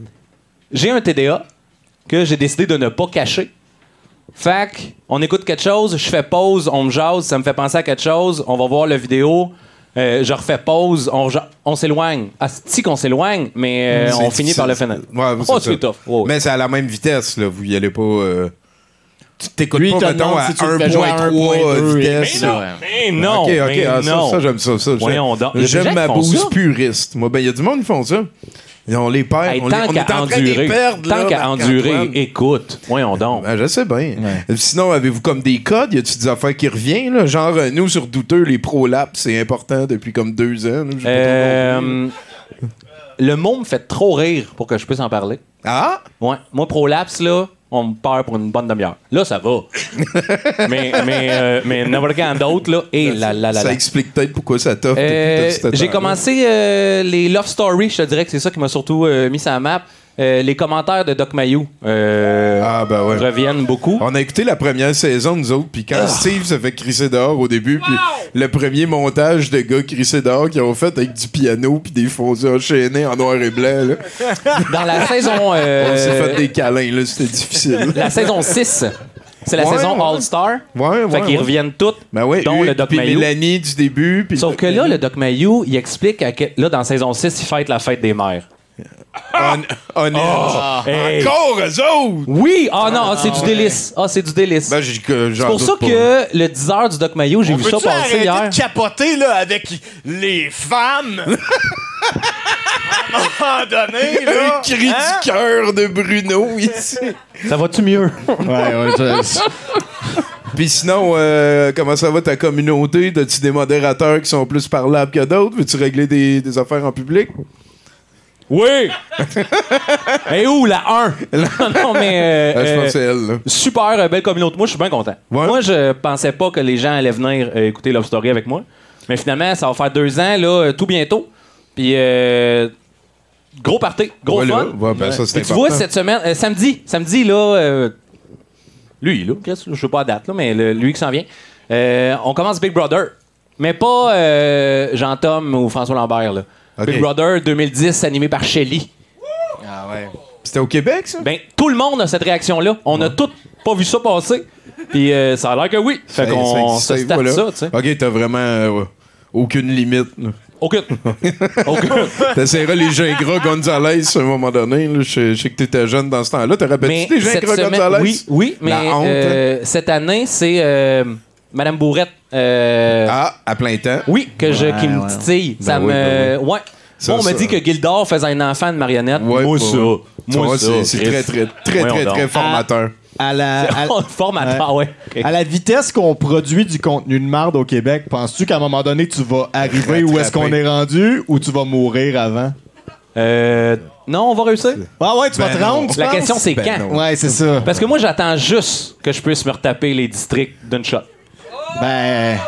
j'ai un T D A que j'ai décidé de ne pas cacher. Fait que, on écoute quelque chose, je fais pause, on me jase, ça me fait penser à quelque chose, on va voir la vidéo, euh, je refais pause, on, ja- on s'éloigne. Ah, c'est qu'on s'éloigne, mais euh,
C'est
on finit par le finir.
Ouais, c'est
Oh,
ça.
c'est tough. Ouais, ouais.
Mais c'est à la même vitesse, là. Vous y allez pas. euh, Tu t'écoutes
Lui, il
pas,
te
mettons,
demande
à
si tu le fais jouer à
un virgule trois
un virgule deux,
vitesse.
Mais non,
là.
mais non,
Ok, ok,
mais
ah, ça,
non.
ça, j'aime ça. ça
Voyons donc. Il y a des gens
J'aime
qui
ma
font
bouse
ça.
puriste. Moi, ben, il y a du monde qui font ça. Et on les perd.
Hey,
on, les,
tant
on est
qu'à
en train de les
endurer,
perdre.
tant
là,
qu'à endurer,
Marc-Antoine.
écoute, voyons donc.
Ben, je sais bien. Sinon, avez-vous comme des codes? Y a-tu des affaires qui reviennent? Là? Genre, euh, nous, sur Douteux, les prolapses, c'est important depuis comme deux ans. là. J'ai pas trop compris.
Euh, le mot me fait trop rire pour que je puisse en parler.
Ah?
Ouais. Moi, prolapse, là, on me perd pour une bonne demi-heure. Là, ça va. mais mais, euh, mais n'importe quand d'autre, là, et là, là, là,
Ça
là.
explique peut-être pourquoi ça t'offre.
Euh,
depuis tout ce
j'ai
temps-là.
commencé euh, les Love Story, je te dirais que c'est ça qui m'a surtout euh, mis sur la map. Euh, les commentaires de Doc Mayou euh,
Ah, ben ouais.
reviennent beaucoup.
On a écouté la première saison, nous autres, puis quand Steve se fait crisser dehors au début, puis le premier montage de gars crissés dehors qu'ils ont fait avec du piano puis des fondus enchaînés en noir et blanc, là.
Dans la saison... euh,
On s'est fait des câlins, là, c'était difficile.
La saison six, c'est la
Ouais,
saison
ouais.
All-Star.
Ouais, ouais,
Fait qu'ils
ouais.
reviennent toutes,
Ben ouais,
dont
lui,
le Doc
puis
Mayou.
Mélanie du début, puis
Sauf que là, le Doc Mayou, il explique à quel- là, dans saison six, il fête la fête des mères.
On, on est...
Hey.
Encore eux autres!
Oui! Ah non, c'est du délice. Ah, c'est du délice.
Ben, j'ai que
c'est pour ça que le dix heures du Doc Mayou, j'ai
On
vu ça
peut-tu
passer
arrêter
hier.
de capoter là, avec les femmes? À un moment donné, là.
Un cri
hein?
du cœur de Bruno, ici.
Ça va-tu mieux?
Ouais, ouais, ça-
Puis sinon, euh, comment ça va ta communauté? As-tu des modérateurs qui sont plus parlables que d'autres? Veux-tu régler des, des affaires en public?
Oui! Et où, la un? non, mais... euh,
Ah, je pense
euh,
que c'est elle, là.
Super euh, belle communauté. Moi, je suis bien content. Moi, je pensais pas que les gens allaient venir euh, écouter Love Story avec moi. Mais finalement, ça va faire deux ans, là, euh, tout bientôt. Puis, euh, gros party, gros
Voilà.
fun.
Ouais, ben, ça, c'est
Puis tu vois,
important.
cette semaine, euh, samedi, samedi, là, euh, lui, là, Chris, je sais pas la date, là, mais le- lui qui s'en vient, euh, on commence Big Brother. Mais pas euh, Jean-Tom ou François Lambert, là.
Ok.
Big Brother deux mille dix, animé par Shelly.
Ah ouais.
C'était au Québec, ça?
Ben, tout le monde a cette réaction-là. On a tous pas vu ça passer. Puis euh, ça a l'air que oui. Fait
Ça-
qu'on
ça-
se
ça-
state
voilà.
ça, tu sais.
OK, t'as vraiment euh, aucune limite. là.
Aucune. Aucune.
T'essaieras les Gingras Gonzalez à un moment donné. Là. Je, je sais que t'étais jeune dans ce temps-là. Te rappelles-tu
Mais
des
cette
Gingras
semaine,
Gonzalez?
oui, oui, mais
La honte, hein?
euh, cette année, c'est euh, Madame Bourrette. euh,
Ah, à plein temps.
Oui, que je, qui me
ouais.
titille. Ça
Ben
me.
oui, ben
Ouais.
Ça,
Moi, on m'a
ça.
dit que Gildor faisait un enfant de marionnette.
Ouais,
moi,
ouais.
ça.
Tu
Moi,
vois,
ça.
c'est c'est
Chris.
très, très, très,
Voyons
très,
donc.
très formateur.
À la, à,
Formateur, ouais. Ok.
à la vitesse qu'on produit du contenu de marde au Québec, penses-tu qu'à un moment donné, tu vas arriver où est-ce qu'on est rendu ou tu vas mourir avant?
Euh, non, on va réussir.
Ah ouais, tu vas
Ben
te rendre,
non.
tu
La
penses?
question, c'est
Ben
quand?
non.
Ouais, c'est ça.
Parce que moi, j'attends juste que je puisse me retaper les districts d'une shot.
Ben,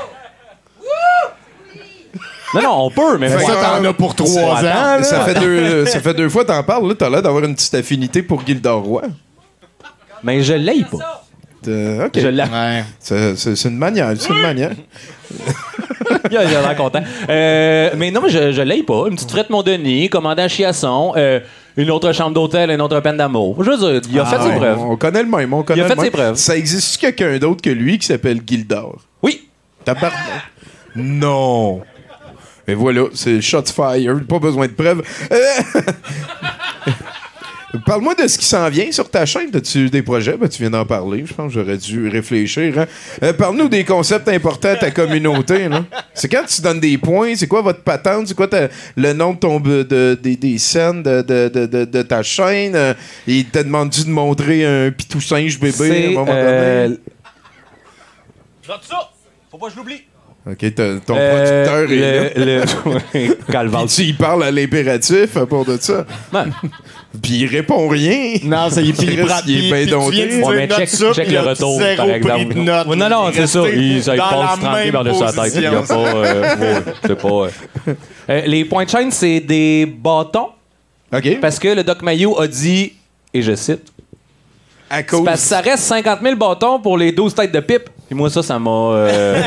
Non, non, on peut, mais
ben
moi,
ça, t'en as pour trois
Faut
ans.
attendre.
là.
Ça fait, deux, ça fait deux fois que t'en parles. Là, t'as l'air d'avoir une petite affinité pour Gildor Roy.
mais je l'ai pas.
Euh, OK.
Je l'ai.
Ouais.
C'est c'est- c'est une manière. C'est une manière.
Il a l'air content. Euh, mais non, mais je, je l'ai pas. Une petite frette Montdenis, commandant Chiasson, euh, une autre chambre d'hôtel, une autre peine d'amour. Je veux dire, il a
Ah,
fait ses
ouais,
preuves.
On connaît le même. On connaît
Il a
le
fait ses
même.
preuves.
Ça existe quelqu'un d'autre que lui qui s'appelle Gildor?
Oui.
Tabarnak. Non. Et voilà, c'est shots fired. Pas besoin de preuves. Euh... Parle-moi de ce qui s'en vient sur ta chaîne. As-tu des projets? Ben, tu viens d'en parler. Je pense que j'aurais dû réfléchir. Hein? Euh, parle-nous des concepts importants à ta communauté. Là. C'est quand tu donnes des points? C'est quoi votre patente? C'est quoi ta- le nom de ton, de, de- des, des scènes de, de, de, de, de ta chaîne? Euh, il t'a demandé de montrer un pitou singe bébé à un
C'est,
moment
euh,
donné?
Je note ça! Faut pas que je l'oublie!
OK, t'as- ton
Euh,
producteur est
le-
là.
le- Calvaire.
Puis tu y parles à l'impératif à part de ça. Puis il répond rien.
Non, ça y est, puis il
Reste-
prend-
il est
puis-
bien
puis tu
dompté.
viens de dire
Ouais, mais
note
check,
ça,
check
puis
le
là,
retour,
zéro
par
prix
exemple.
de note.
Ouais, non, non, c'est ça.
Resté
Il, ça, il
dans
passe
la
tranquille
même
par-dessus la tête. Il y a
position.
pas... euh, ouais, c'est pas... euh. Euh, les points de chaîne, c'est des bâtons.
OK.
Parce que le Doc Mayou a dit, et je cite,
à cause...
parce que ça reste cinquante mille bâtons pour les douze têtes de pipe. Puis moi, ça, ça m'a... euh,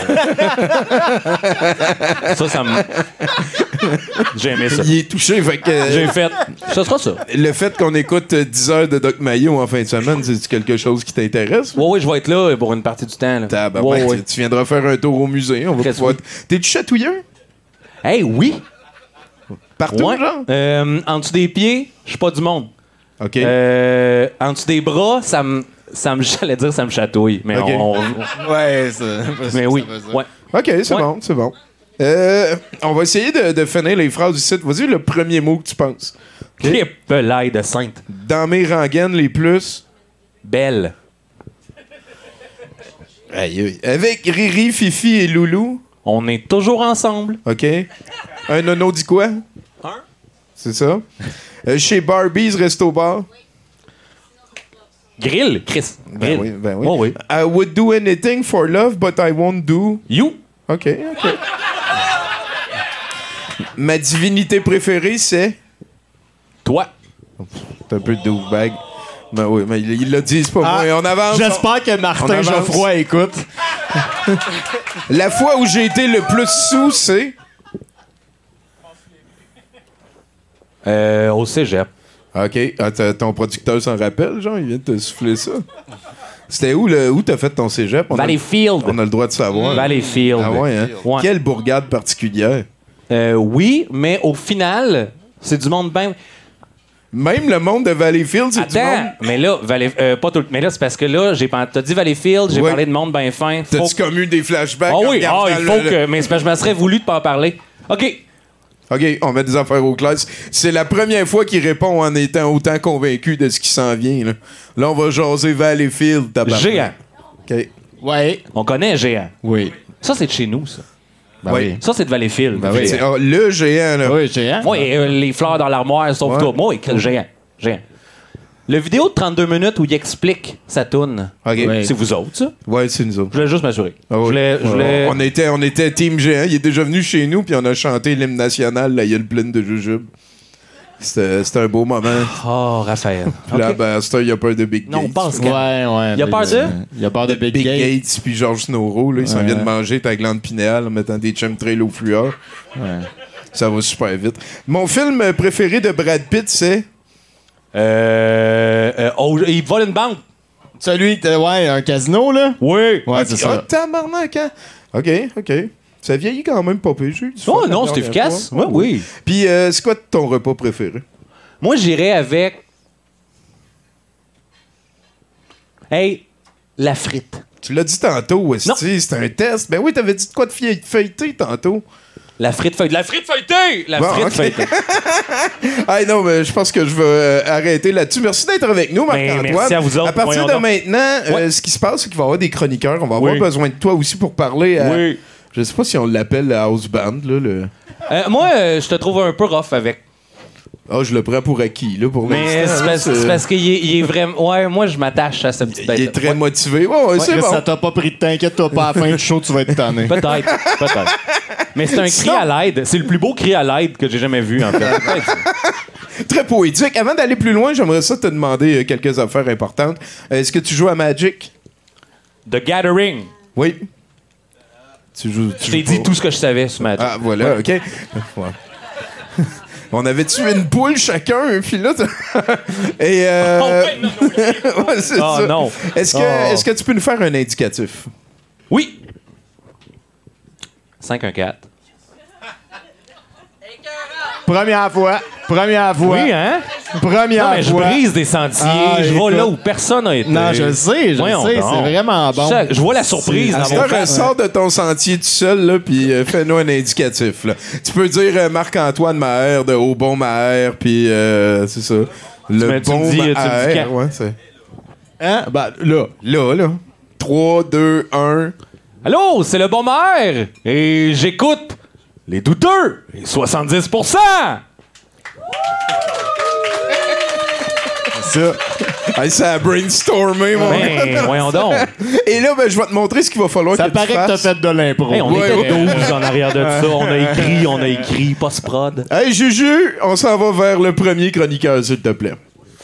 ça, ça m'a... J'ai aimé ça.
Il est touché, fait que...
J'ai fait. Ça sera ça.
Le fait qu'on écoute euh, dix heures de Doc Mayo en fin de semaine, c'est quelque chose qui t'intéresse?
Oui, oui, je vais être là pour une partie du temps. Là.
Ah, ben,
Ouais,
ben,
ouais.
tu, tu viendras faire un tour au musée. On va
Qu'est-ce
pouvoir...
que-
T'es-tu chatouilleux?
Hey, oui!
Partout,
Ouais.
genre?
Euh, en dessous des pieds, je suis pas du monde.
OK.
Euh, en dessous des bras, ça me... Ça me, j'allais dire ça me chatouille, mais
Ok.
on, on-
Ouais, ça.
mais oui, ouais.
OK, c'est
Ouais.
bon, c'est bon. Euh, on va essayer de, de finir les phrases du site. Vas-y, le premier mot que tu penses.
Tripelaille de sainte.
Dans mes rengaines les plus...
Belle.
Aïe, aïe. Avec Riri, Fifi et Loulou.
On est toujours ensemble.
OK. Un nono dit quoi?
Un.
C'est ça. Euh, chez Barbie's Resto Bar.
Grill, Chris.
Ben
Grill.
oui, ben oui.
Oh oui.
I would do anything for love, but I won't do...
You.
OK, OK. Ma divinité préférée, c'est...
Toi.
C'est un peu de douchebag. Ben oui, mais il il l'a dit, c'est pas
Ah,
moi. On avance.
J'espère que
On
Martin
avance.
Geoffroy écoute.
La fois où j'ai été le plus sous, c'est...
Euh, au cégep.
OK. Ah, t'as- ton producteur s'en rappelle, genre? Il vient de te souffler ça. C'était où, le, où t'as fait ton cégep? On a-
Valleyfield.
On a le droit de savoir.
Valleyfield.
Ah ouais, hein?
Ouais.
Quelle bourgade particulière.
Euh, oui, mais au final, c'est du monde bien...
Même le monde de Valleyfield, c'est du monde...
Attends, mais là, Valley- euh, pas tout le- mais là, c'est parce que là, j'ai pas- t'as dit Valleyfield, j'ai
Ouais.
parlé de monde bien fin. Faut
T'as-tu comme eu des flashbacks?
Ah
en
oui, ah,
regardant
il faut
le-
que. Mais c'est parce que je me serais voulu de pas en parler. OK.
OK, on met des affaires au clair. C'est la première fois qu'il répond en étant autant convaincu de ce qui s'en vient. Là, là on va jaser Valleyfield, tabarnak.
Géant.
OK.
Ouais.
On connaît Géant.
Oui.
Ça, c'est de chez nous, ça.
Ben
Ouais.
oui.
Ça, c'est de Valleyfield.
Ben oui.
C'est- ah, le géant, là.
Oui, géant.
Moi, et, euh, les fleurs dans l'armoire, sauf
Ouais.
toi. Moi, écrit Géant. Géant. Le vidéo de trente-deux minutes où il explique sa toune,
OK.
Ouais.
c'est vous autres, ça?
Ouais, c'est nous autres.
Je voulais juste m'assurer.
Ah oui.
Je voulais. Je voulais...
On, était, on était Team Géant. Il est déjà venu chez nous, puis on a chanté l'hymne national, la gueule pleine de jujubes. C'était c'était un beau moment.
Oh, Raphaël.
Puis là,
OK.
ben, c'est il y a peur de Big
Non, on
Gates.
pense
Ouais, ouais.
Il y a
mais,
peur de?
euh, Il y a peur de Big,
Big
Gate.
Gates puis George Snowro, là, ils s'en
Ouais.
viennent manger ta glande pinéale en mettant des chemtrails au fluor.
Ouais.
Ça va super vite. Mon film préféré de Brad Pitt, c'est...
Euh. euh, oh, il vole une banque.
Celui, de- ouais, un casino, là?
Oui.
Ouais, c'est
Ah,
ça.
tabarnak, hein? OK, OK. Ça vieillit quand même pas pire. J'ai eu du
Oh
fun la
non, c'est
dernière
efficace.
fois.
Oui, oui.
Puis, euh, c'est quoi ton repas préféré?
Moi, j'irais avec. Hey, la frite.
Tu l'as dit tantôt, esti, c'était un test. Ben oui, t'avais dit de quoi de feuille- feuilleté tantôt.
La frite feuilletée. La frite feuilletée! La
Bon,
frite
ok.
feuilletée.
Ah non, mais je pense que je vais euh, arrêter là-dessus. Merci d'être avec nous,
Ben,
Marc-Antoine.
merci à vous autres.
À partir
Voyons
de
donc.
maintenant, euh,
Ouais.
ce qui se passe, c'est qu'il va y avoir des chroniqueurs. On va avoir
Oui.
besoin de toi aussi pour parler à...
Oui.
Je sais pas si on l'appelle la house band, là. Le...
Euh, moi, euh, je te trouve un peu rough avec.
Ah, je le prends pour acquis, là, pour
Mais
l'instant.
c'est parce,
C'est-
c'est parce qu'il est, il est vraiment. Ouais, moi, je m'attache à ce petit
Il
bête.
est très motivé. Ouais, ouais, c'est
Chris,
bon.
ça t'a pas pris de t'inquiète, toi, pas à la fin du show, tu vas être tanné.
Peut-être. Peut-être. Mais c'est un cri
Sinon-
à l'aide. C'est le plus beau cri à l'aide que j'ai jamais vu, en fait.
Très poétique. Avant d'aller plus loin, j'aimerais ça te demander euh, quelques affaires importantes. Euh, Est-ce que tu joues à Magic?
The Gathering.
Oui. Tu joues. tu
Je t'ai
joues
dit
pas.
tout ce que je savais sur Magic.
Ah, voilà, OK. Ouais. On avait tué une poule chacun, puis là... Et euh...
Oh, ouais, non, non,
ouais, c'est
oh,
ça.
non.
Est-ce que,
Oh.
est-ce que tu peux nous faire un indicatif?
Oui. cinq un quatre.
Première fois. Première fois.
Oui, hein?
Première
non, mais je
fois.
brise des sentiers.
Ah,
je
écoute.
vais là où personne n'a été.
Non, je le sais, je le
Voyons
sais.
donc.
C'est vraiment bon.
Je, je vois la surprise dans mon
Astor,
face.
sors de ton sentier tout seul, là, puis euh, fais-nous un indicatif. Là. Tu peux dire euh, Marc-Antoine Maher de Au Bon Maher, puis euh, c'est ça. Le
mais tu
bon
me dis- tu me dis
Maher.
quand?
Ouais, c'est...
Hein? Ben, là.
Là, là. trois, deux, un.
Allô, c'est le bon maire. Et j'écoute les douteux. Et soixante-dix pour cent.
Ça. Hey, ça a brainstormé, mon
Ben,
gars.
voyons donc.
Et là, ben, je vais te montrer ce qu'il va falloir
Ça
que tu
paraît que t'as
fasses.
fait de l'impro.
Hey, on
Ouais,
était
ouais.
douze en arrière de ça. On a écrit, on a écrit, post-prod.
Hey, Juju, on s'en va vers le premier chroniqueur, s'il te plaît.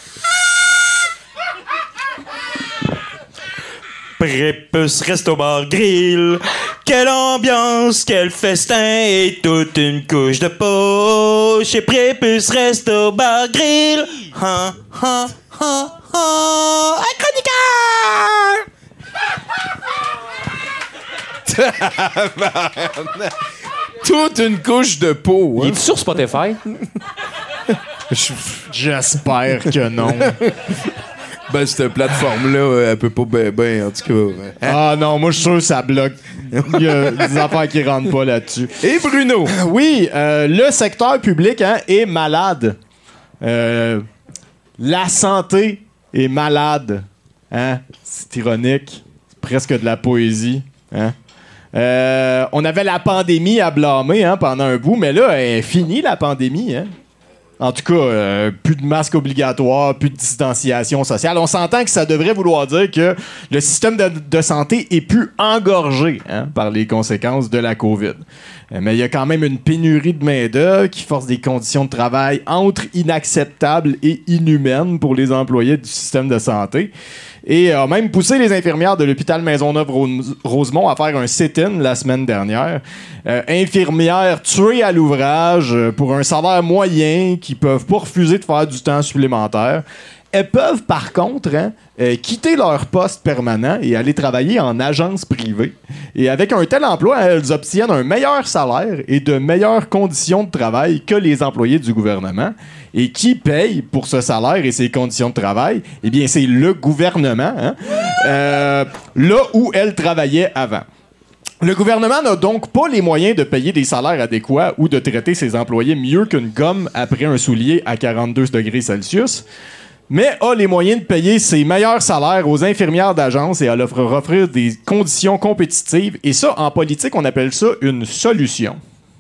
Prépuce Resto Bar Grill. Quelle ambiance, quel festin et toute une couche de peau. Chez Prépuce Resto Bar Grill. Ha, ha, ha, ha. Un chroniqueur!
Toute une couche de peau.
Il
Hein?
est sur Spotify?
J'espère que non.
Ben, cette plateforme-là, euh, elle peut pas ben, ben, en tout cas. ouais.
Ah non, moi je suis sûr que ça bloque. Il y a des affaires qui rentrent pas là-dessus.
Et Bruno?
Oui, euh, le secteur public hein, est malade. Euh, la santé est malade. Hein? C'est ironique. C'est presque de la poésie. Hein? Euh, on avait la pandémie à blâmer hein, pendant un bout, mais là, elle est finie la pandémie. Hein? En tout cas, euh, plus de masques obligatoires, plus de distanciation sociale. On s'entend que ça devrait vouloir dire que le système de, de santé est plus engorgé hein, par les conséquences de la COVID. Euh, mais il y a quand même une pénurie de main-d'œuvre qui force des conditions de travail entre inacceptables et inhumaines pour les employés du système de santé. Et a même poussé les infirmières de l'hôpital Maisonneuve-Rosemont à faire un sit-in la semaine dernière. Euh, infirmières tuées à l'ouvrage euh, pour un salaire moyen qui peuvent pas refuser de faire du temps supplémentaire. Elles peuvent, par contre, hein, euh, quitter leur poste permanent et aller travailler en agence privée. Et avec un tel emploi, elles obtiennent un meilleur salaire et de meilleures conditions de travail que les employés du gouvernement. Et qui paye pour ce salaire et ces conditions de travail? Eh bien, c'est le gouvernement, hein? euh, là où elles travaillaient avant. Le gouvernement n'a donc pas les moyens de payer des salaires adéquats ou de traiter ses employés mieux qu'une gomme après un soulier à quarante-deux degrés Celsius, mais a les moyens de payer ses meilleurs salaires aux infirmières d'agence et à leur offrir des conditions compétitives. Et ça, en politique, on appelle ça une solution.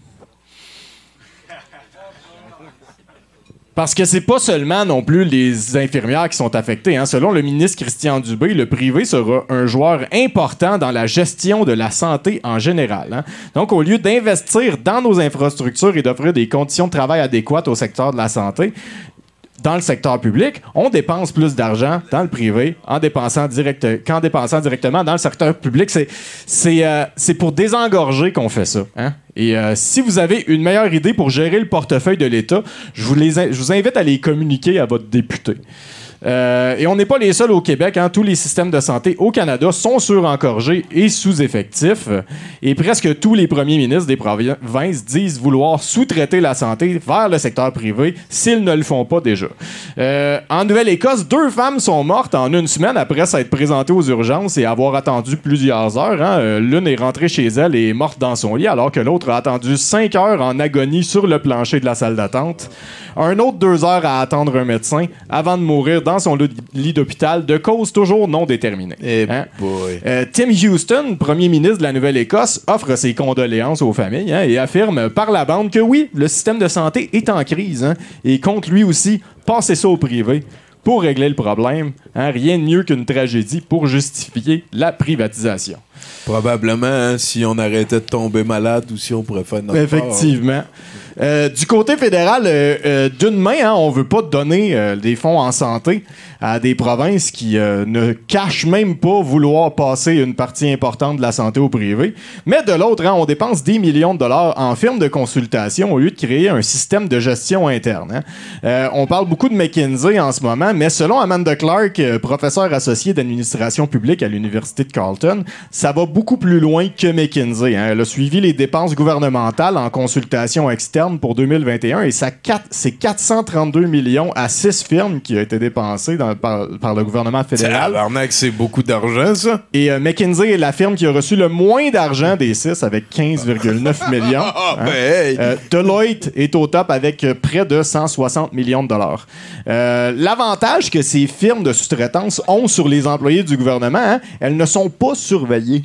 Parce que c'est pas seulement non plus les infirmières qui sont affectées. Hein. Selon le ministre Christian Dubé, le privé sera un joueur important dans la gestion de la santé en général. Hein. Donc, au lieu d'investir dans nos infrastructures et d'offrir des conditions de travail adéquates au secteur de la santé, dans le secteur public, on dépense plus d'argent dans le privé en dépensant direct, qu'en dépensant directement dans le secteur public. C'est, c'est, euh, c'est pour désengorger qu'on fait ça. Hein? Et euh, si vous avez une meilleure idée pour gérer le portefeuille de l'État, je vous, les, je vous invite à les communiquer à votre député. Euh, et on n'est pas les seuls au Québec. Hein. Tous les systèmes de santé au Canada sont surengorgés et sous-effectifs. Et presque tous les premiers ministres des provinces disent vouloir sous-traiter la santé vers le secteur privé s'ils ne le font pas déjà. Euh, en Nouvelle-Écosse, deux femmes sont mortes en une semaine après s'être présentées aux urgences et avoir attendu plusieurs heures. Hein. Euh, l'une est rentrée chez elle et est morte dans son lit, alors que l'autre a attendu cinq heures en agonie sur le plancher de la salle d'attente. Un autre deux heures à attendre un médecin avant de mourir dans son lit d'hôpital de cause toujours non déterminée. Hein? Euh, Tim Houston, premier ministre de la Nouvelle-Écosse, offre ses condoléances aux familles hein, et affirme par la bande que oui, le système de santé est en crise hein, et compte lui aussi passer ça au privé pour régler le problème. Hein, rien de mieux qu'une tragédie pour justifier la privatisation.
Probablement, hein, si on arrêtait de tomber malade ou si on pourrait faire notre
Effectivement. Euh, du côté fédéral, euh, euh, d'une main, hein, on veut pas donner euh, des fonds en santé à des provinces qui euh, ne cachent même pas vouloir passer une partie importante de la santé au privé. Mais de l'autre, hein, on dépense des millions de dollars en firmes de consultation au lieu de créer un système de gestion interne. Hein. Euh, on parle beaucoup de McKinsey en ce moment, mais selon Amanda Clark, euh, professeure associée d'administration publique à l'Université de Carleton, ça va beaucoup plus loin que McKinsey. Hein. Elle a suivi les dépenses gouvernementales en consultation externe pour deux mille vingt et un et ça quatre, c'est quatre cent trente-deux millions à six firmes qui ont été dépensées dans, par, par le gouvernement fédéral.
Tabarnak, c'est beaucoup d'argent, ça.
Et euh, McKinsey est la firme qui a reçu le moins d'argent des six avec quinze virgule neuf millions.
Ah,
hein.
ben, hey.
euh, Deloitte est au top avec euh, près de cent soixante millions de dollars. Euh, l'avantage que ces firmes de sous-traitance ont sur les employés du gouvernement, hein, elles ne sont pas surveillées.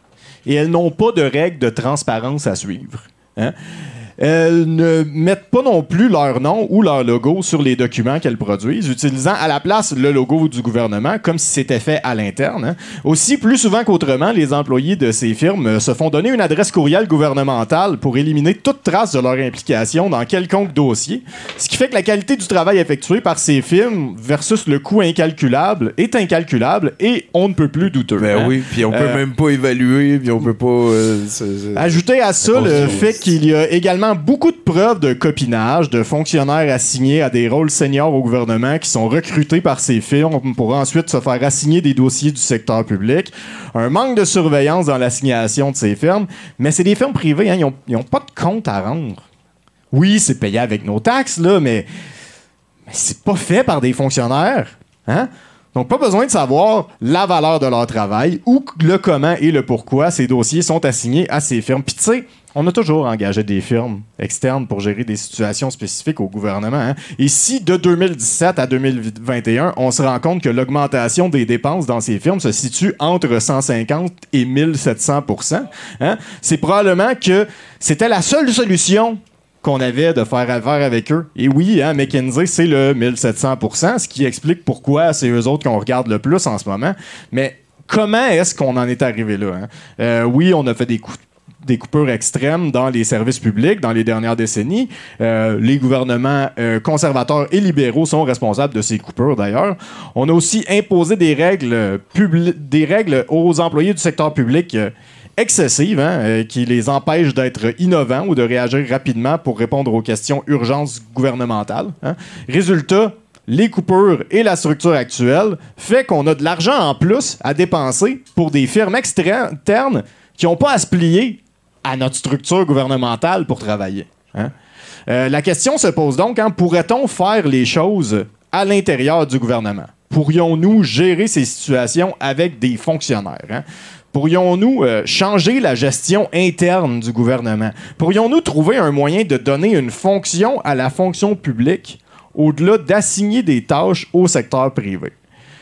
Et elles n'ont pas de règles de transparence à suivre. Hein? Elles ne mettent pas non plus leur nom ou leur logo sur les documents qu'elles produisent, utilisant à la place le logo du gouvernement, comme si c'était fait à l'interne. Hein. Aussi, plus souvent qu'autrement, les employés de ces firmes se font donner une adresse courriel gouvernementale pour éliminer toute trace de leur implication dans quelconque dossier, ce qui fait que la qualité du travail effectué par ces firmes versus le coût incalculable est incalculable et on ne peut plus douteux.
Ben
hein.
oui, puis on peut
Euh,
même pas évaluer, puis on peut pas... Euh, c'est, c'est...
Ajouter à ça le fait qu'il y a également beaucoup de preuves de copinage de fonctionnaires assignés à des rôles seniors au gouvernement qui sont recrutés par ces firmes pour ensuite se faire assigner des dossiers du secteur public. Un manque de surveillance dans l'assignation de ces firmes. Mais c'est des firmes privées, hein, ils n'ont ils ont pas de compte à rendre. Oui, c'est payé avec nos taxes, là, mais, mais c'est pas fait par des fonctionnaires. Hein? Donc, pas besoin de savoir la valeur de leur travail ou le comment et le pourquoi ces dossiers sont assignés à ces firmes. Puis, tu sais, on a toujours engagé des firmes externes pour gérer des situations spécifiques au gouvernement. Hein? Et si, de deux mille dix-sept à deux mille vingt et un, on se rend compte que l'augmentation des dépenses dans ces firmes se situe entre cent cinquante et mille sept cents pour cent, hein? C'est probablement que c'était la seule solution qu'on avait de faire affaire avec eux. Et oui, hein, McKinsey, c'est le mille sept cents pour cent, ce qui explique pourquoi c'est eux autres qu'on regarde le plus en ce moment. Mais comment est-ce qu'on en est arrivé là? Hein? Euh, oui, on a fait des coups des coupures extrêmes dans les services publics dans les dernières décennies. Euh, les gouvernements euh, conservateurs et libéraux sont responsables de ces coupures, d'ailleurs. On a aussi imposé des règles, publi- des règles aux employés du secteur public euh, excessives, hein, euh, qui les empêchent d'être innovants ou de réagir rapidement pour répondre aux questions urgences gouvernementales. Hein. Résultat, les coupures et la structure actuelle fait qu'on a de l'argent en plus à dépenser pour des firmes externes qui n'ont pas à se plier à notre structure gouvernementale pour travailler. Hein? Euh, la question se pose donc, hein, pourrait-on faire les choses à l'intérieur du gouvernement? Pourrions-nous gérer ces situations avec des fonctionnaires? Hein? Pourrions-nous euh, changer la gestion interne du gouvernement? Pourrions-nous trouver un moyen de donner une fonction à la fonction publique au-delà d'assigner des tâches au secteur privé?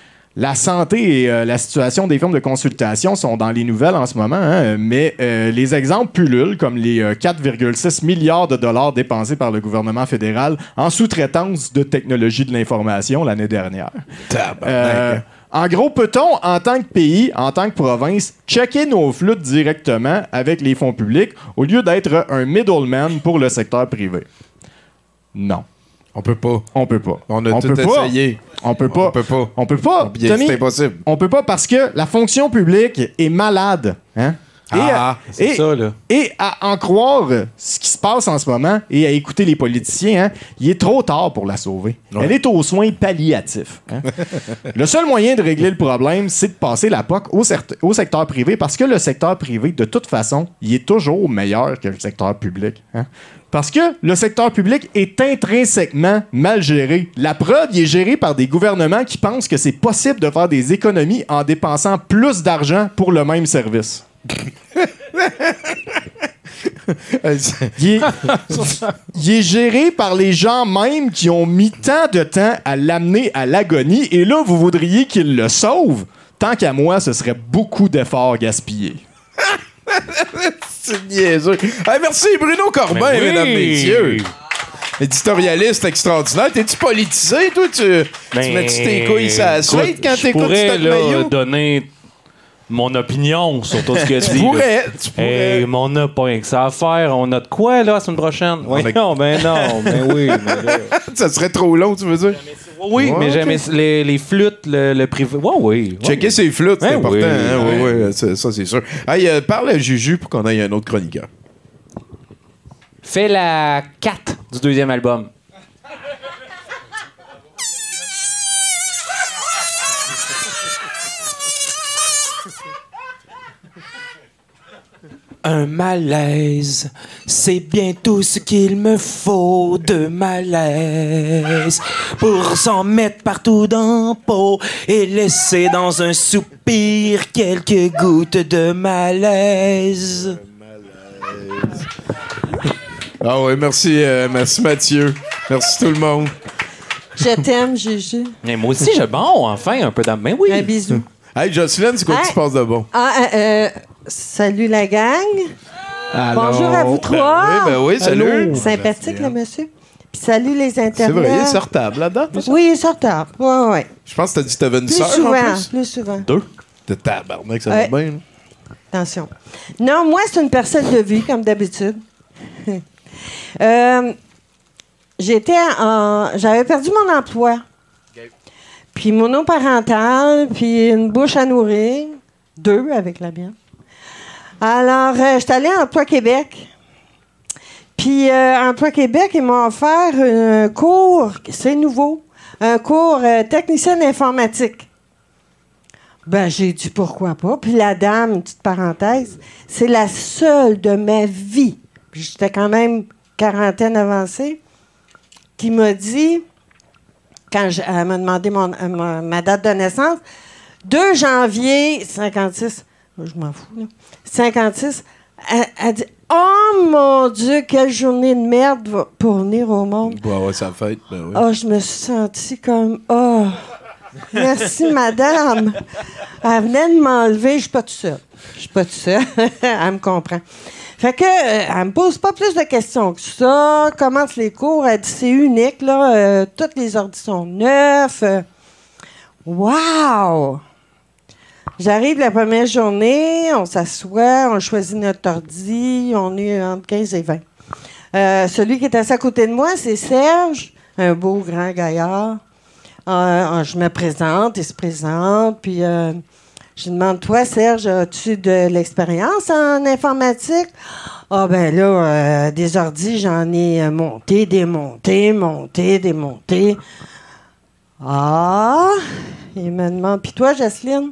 La santé et euh, la situation des firmes de consultation sont dans les nouvelles en ce moment, hein, mais euh, les exemples pullulent, comme les euh, quatre virgule six milliards de dollars dépensés par le gouvernement fédéral en sous-traitance de technologie de l'information l'année dernière. Euh, en gros, peut-on, en tant que pays, en tant que province, checker nos flûtes directement avec les fonds publics au lieu d'être un middleman pour le secteur privé? Non.
On peut pas.
On peut pas.
On a
on
tout
peut pas.
essayé.
On peut pas.
On peut pas.
On peut pas.
Bien,
Tommy,
c'est impossible.
On peut pas parce que la fonction publique est malade. Hein? Et
Ah,
à,
c'est
et,
ça, là.
Et à en croire ce qui se passe en ce moment et à écouter les politiciens, hein, il est trop tard pour la sauver.
Ouais.
Elle est aux soins palliatifs. Hein? Le seul moyen de régler le problème, c'est de passer la P O C au, cer- au secteur privé parce que le secteur privé, de toute façon, il est toujours meilleur que le secteur public. Hein? Parce que le secteur public est intrinsèquement mal géré. La preuve, il est géré par des gouvernements qui pensent que c'est possible de faire des économies en dépensant plus d'argent pour le même service. il, est, il est géré par les gens même qui ont mis tant de temps à l'amener à l'agonie et là, vous voudriez qu'il le sauve? Tant qu'à moi, ce serait beaucoup d'efforts gaspillés.
C'est niaiseux. Hey, merci Bruno Corbin,
Mais oui.
mesdames, messieurs. Éditorialiste extraordinaire. T'es-tu politisé, toi? Tu,
Ben,
tu mets-tu tes couilles sur la suite quand
je
t'écoutes
pourrais,
Stock
là,
Mayo?
donner mon opinion sur tout ce qu'il a dit.
Tu pourrais, tu pourrais.
Hey, mais on n'a pas rien que ça à faire. On a de quoi, là, la semaine prochaine? Oui,
mais-
non, ben non, ben oui. Mais là-
Ça serait trop long, tu veux dire?
Oui,
Ouais,
mais
ok.
j'aimais les, les flûtes, le, le privé. Ouais, oui. ouais,
Checker
oui.
ses flûtes, c'est
Ben
important.
oui,
hein?
ouais.
Ouais, ouais, ça, ça, c'est sûr. Hey, euh, parle à Juju pour qu'on aille un autre chroniqueur.
Fais la quatre du deuxième album. Un malaise, c'est bien tout ce qu'il me faut de malaise pour s'en mettre partout dans la peau et laisser dans un soupir quelques gouttes de malaise.
Ah ouais, merci, euh, merci Mathieu. Merci tout le monde.
Je t'aime, Juju.
Mais moi aussi, j'ai bon, enfin, un peu d'âme. Mais oui.
Un bisou.
Hey, Jocelyne, c'est quoi
Hey.
qui se passe de bon?
Ah, euh, euh, salut la gang. Bonjour à vous trois.
Ben oui, ben oui, salut.
Allô. Sympathique, le monsieur. Puis salut les internautes.
C'est vrai, il est sortable là-dedans.
Oui, il est sortable. Ouais, ouais.
Je pense que t'as dit que t'avais une
Plus
sœur en
souvent,
plus.
plus souvent.
Deux. De tabarnak, ça
Ouais.
va bien. là.
Attention. Non, moi, c'est une personne de vie, comme d'habitude. Euh, j'étais en... J'avais perdu mon emploi. Puis monoparental, puis une bouche à nourrir. Deux avec la mienne. Alors, euh, j'étais allée à Emploi Québec. Puis, euh, Emploi Québec, ils m'ont offert un cours, c'est nouveau, un cours euh, technicienne informatique. Ben, j'ai dit pourquoi pas. Puis la dame, une petite parenthèse, c'est la seule de ma vie, puis j'étais quand même quarantaine avancée, qui m'a dit, quand je- elle m'a demandé mon, euh, ma, ma date de naissance, deux janvier cinquante-six, je m'en fous, là, cinquante-six, elle, elle dit « Oh mon Dieu, quelle journée de merde va- pour venir au monde! »
Ouais, ouais, ça fête. Ben oui.
Oh, je me suis sentie comme « Oh, merci madame! » Elle venait de m'enlever, je suis pas toute seule. Je suis pas toute seule. Elle me comprend. Fait que, euh, elle me pose pas plus de questions que ça. Commence les cours, elle dit c'est unique, là. euh, toutes les ordi sont neufs. euh. Wow! J'arrive la première journée, on s'assoit, on choisit notre ordi, on est entre quinze et vingt. Euh, celui qui est assis à côté de moi, c'est Serge, un beau grand gaillard. Euh, je me présente, il se présente, puis euh, je demande, toi, Serge, as-tu de l'expérience en informatique? Ah, ben là, euh, des ordis, j'en ai euh, monté, démonté, monté, démonté. Ah, il me demande, puis toi, Jocelyne?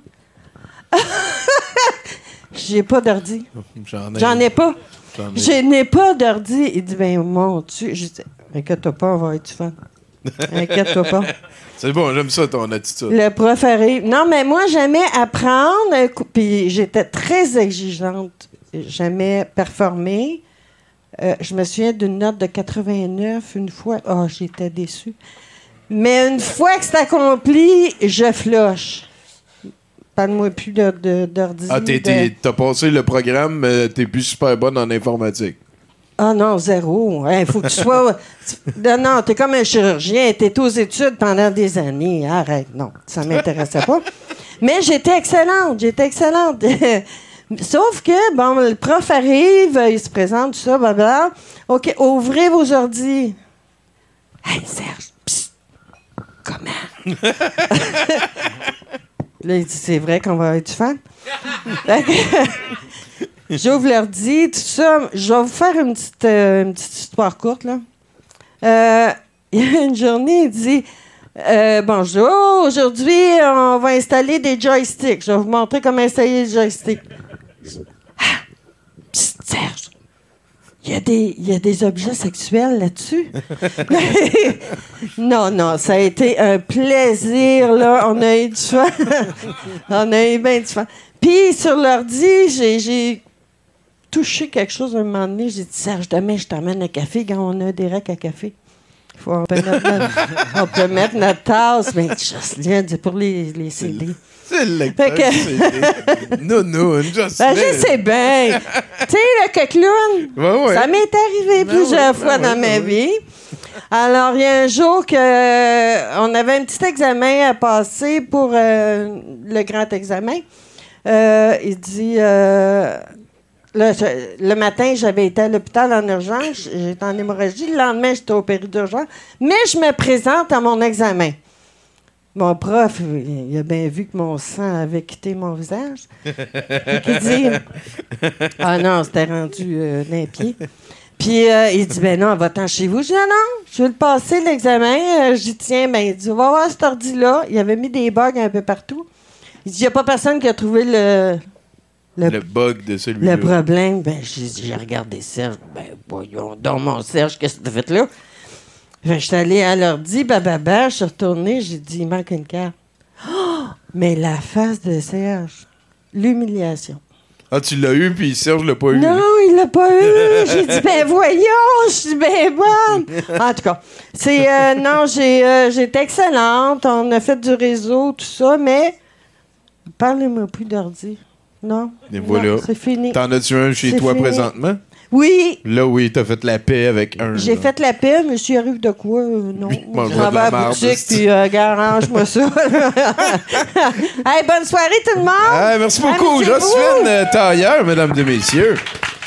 J'ai pas d'ordi.
J'en ai,
J'en ai pas.
J'en ai.
Je n'ai pas d'ordi. Il dit, ben mon Dieu. Je dis, inquiète-toi pas, on va être fun. Inquiète-toi pas.
C'est bon, j'aime ça ton attitude.
Le prof arrive. Non, mais moi, j'aimais apprendre. un coup- Puis j'étais très exigeante. J'aimais performer. Euh, je me souviens d'une note de quatre-vingt-neuf une fois. Oh, j'étais déçue. Mais une fois que c'est accompli, je floche. Parle-moi plus de- de- d'ordi.
Ah, t'es-
de-
t'es- t'as passé le programme, mais t'es plus super bonne en informatique.
Ah non, zéro. Il faut que tu sois... Non, non, t'es comme un chirurgien. T'es aux études pendant des années. Arrête, non, ça m'intéressait pas. Mais j'étais excellente, j'étais excellente. Sauf que, bon, le prof arrive, il se présente, tout ça, blablabla. OK, ouvrez vos ordis. Hey, Serge, psst, comment? Là, il dit, c'est vrai qu'on va être fan? Fait que- J'ouvre l'ordi, tout ça. Je vais vous faire une petite, euh, une petite histoire courte, là. Euh, il y a une journée, il dit euh, bonjour, aujourd'hui, on va installer des joysticks. Je vais vous montrer comment installer les joysticks. Ah! Psst, Serge, il y a des, il y a des objets sexuels là-dessus. Non, non, ça a été un plaisir, là. On a eu du fun. On a eu bien du fun. Puis, sur l'ordi, j'ai, j'ai touché quelque chose à un moment donné. J'ai dit, Serge, demain, je t'emmène un café quand on a des racks à café. Faut, on, peut mettre notre, on peut mettre notre tasse. Mais Jocelyne, c'est pour les, les C D.
C'est le lecteur
Fait que-
C D. Non, non, une Jocelyne.
Ben, je sais bien. Tu sais, le coqueloun,
Ouais, ouais.
ça m'est arrivé
Ben
plusieurs
oui,
fois
ben
dans
oui,
ma
ben oui.
vie. Alors, il y a un jour que euh, on avait un petit examen à passer pour euh, le grand examen. Euh, il dit... Euh, là, je- le matin, j'avais été à l'hôpital en urgence. J'étais en hémorragie. Le lendemain, j'étais opérée d'urgence. Mais je me présente à mon examen. Mon prof, il a bien vu que mon sang avait quitté mon visage. Il dit... Ah non, c'était rendu euh, d'un pied. Puis euh, il dit, ben non, va-t'en chez vous. Je dis, non, non, je vais le passer, l'examen. Euh, J'y tiens. Ben, il dit, va voir cet ordi-là. Il avait mis des bugs un peu partout. Il dit, il n'y a pas personne qui a trouvé le...
Le, le bug de celui-là.
Le problème. Ben, j'ai j'ai regardé Serge. Ben, voyons donc, mon Serge, qu'est-ce que tu as fait là? Je suis allée à l'ordi, bababa, je suis retournée, j'ai dit, il manque une carte. Oh! Mais la face de Serge, l'humiliation.
Ah, tu l'as eu, puis Serge l'a pas eu.
Non, il l'a pas eu. J'ai dit, ben voyons, je suis bien bonne. En tout cas, c'est. Euh, non, j'ai euh, j'étais excellente. On a fait du réseau, tout ça, mais parlez-moi plus d'ordi. Non.
Et voilà.
Non, c'est fini.
T'en as-tu un chez
C'est
toi
fini.
présentement?
Oui.
Là, oui, t'as fait la paix avec un.
J'ai
là.
fait la paix, monsieur arrive de quoi? Euh, non.
Mange-moi
Je m'en
de
vais
la
à la
marde,
boutique,
c'est-
puis euh, gars, arrange-moi ça. Hey, bonne soirée, tout le monde!
Ah, merci beaucoup,
Amusez-vous.
Jocelyne euh, Tailleur, mesdames et messieurs.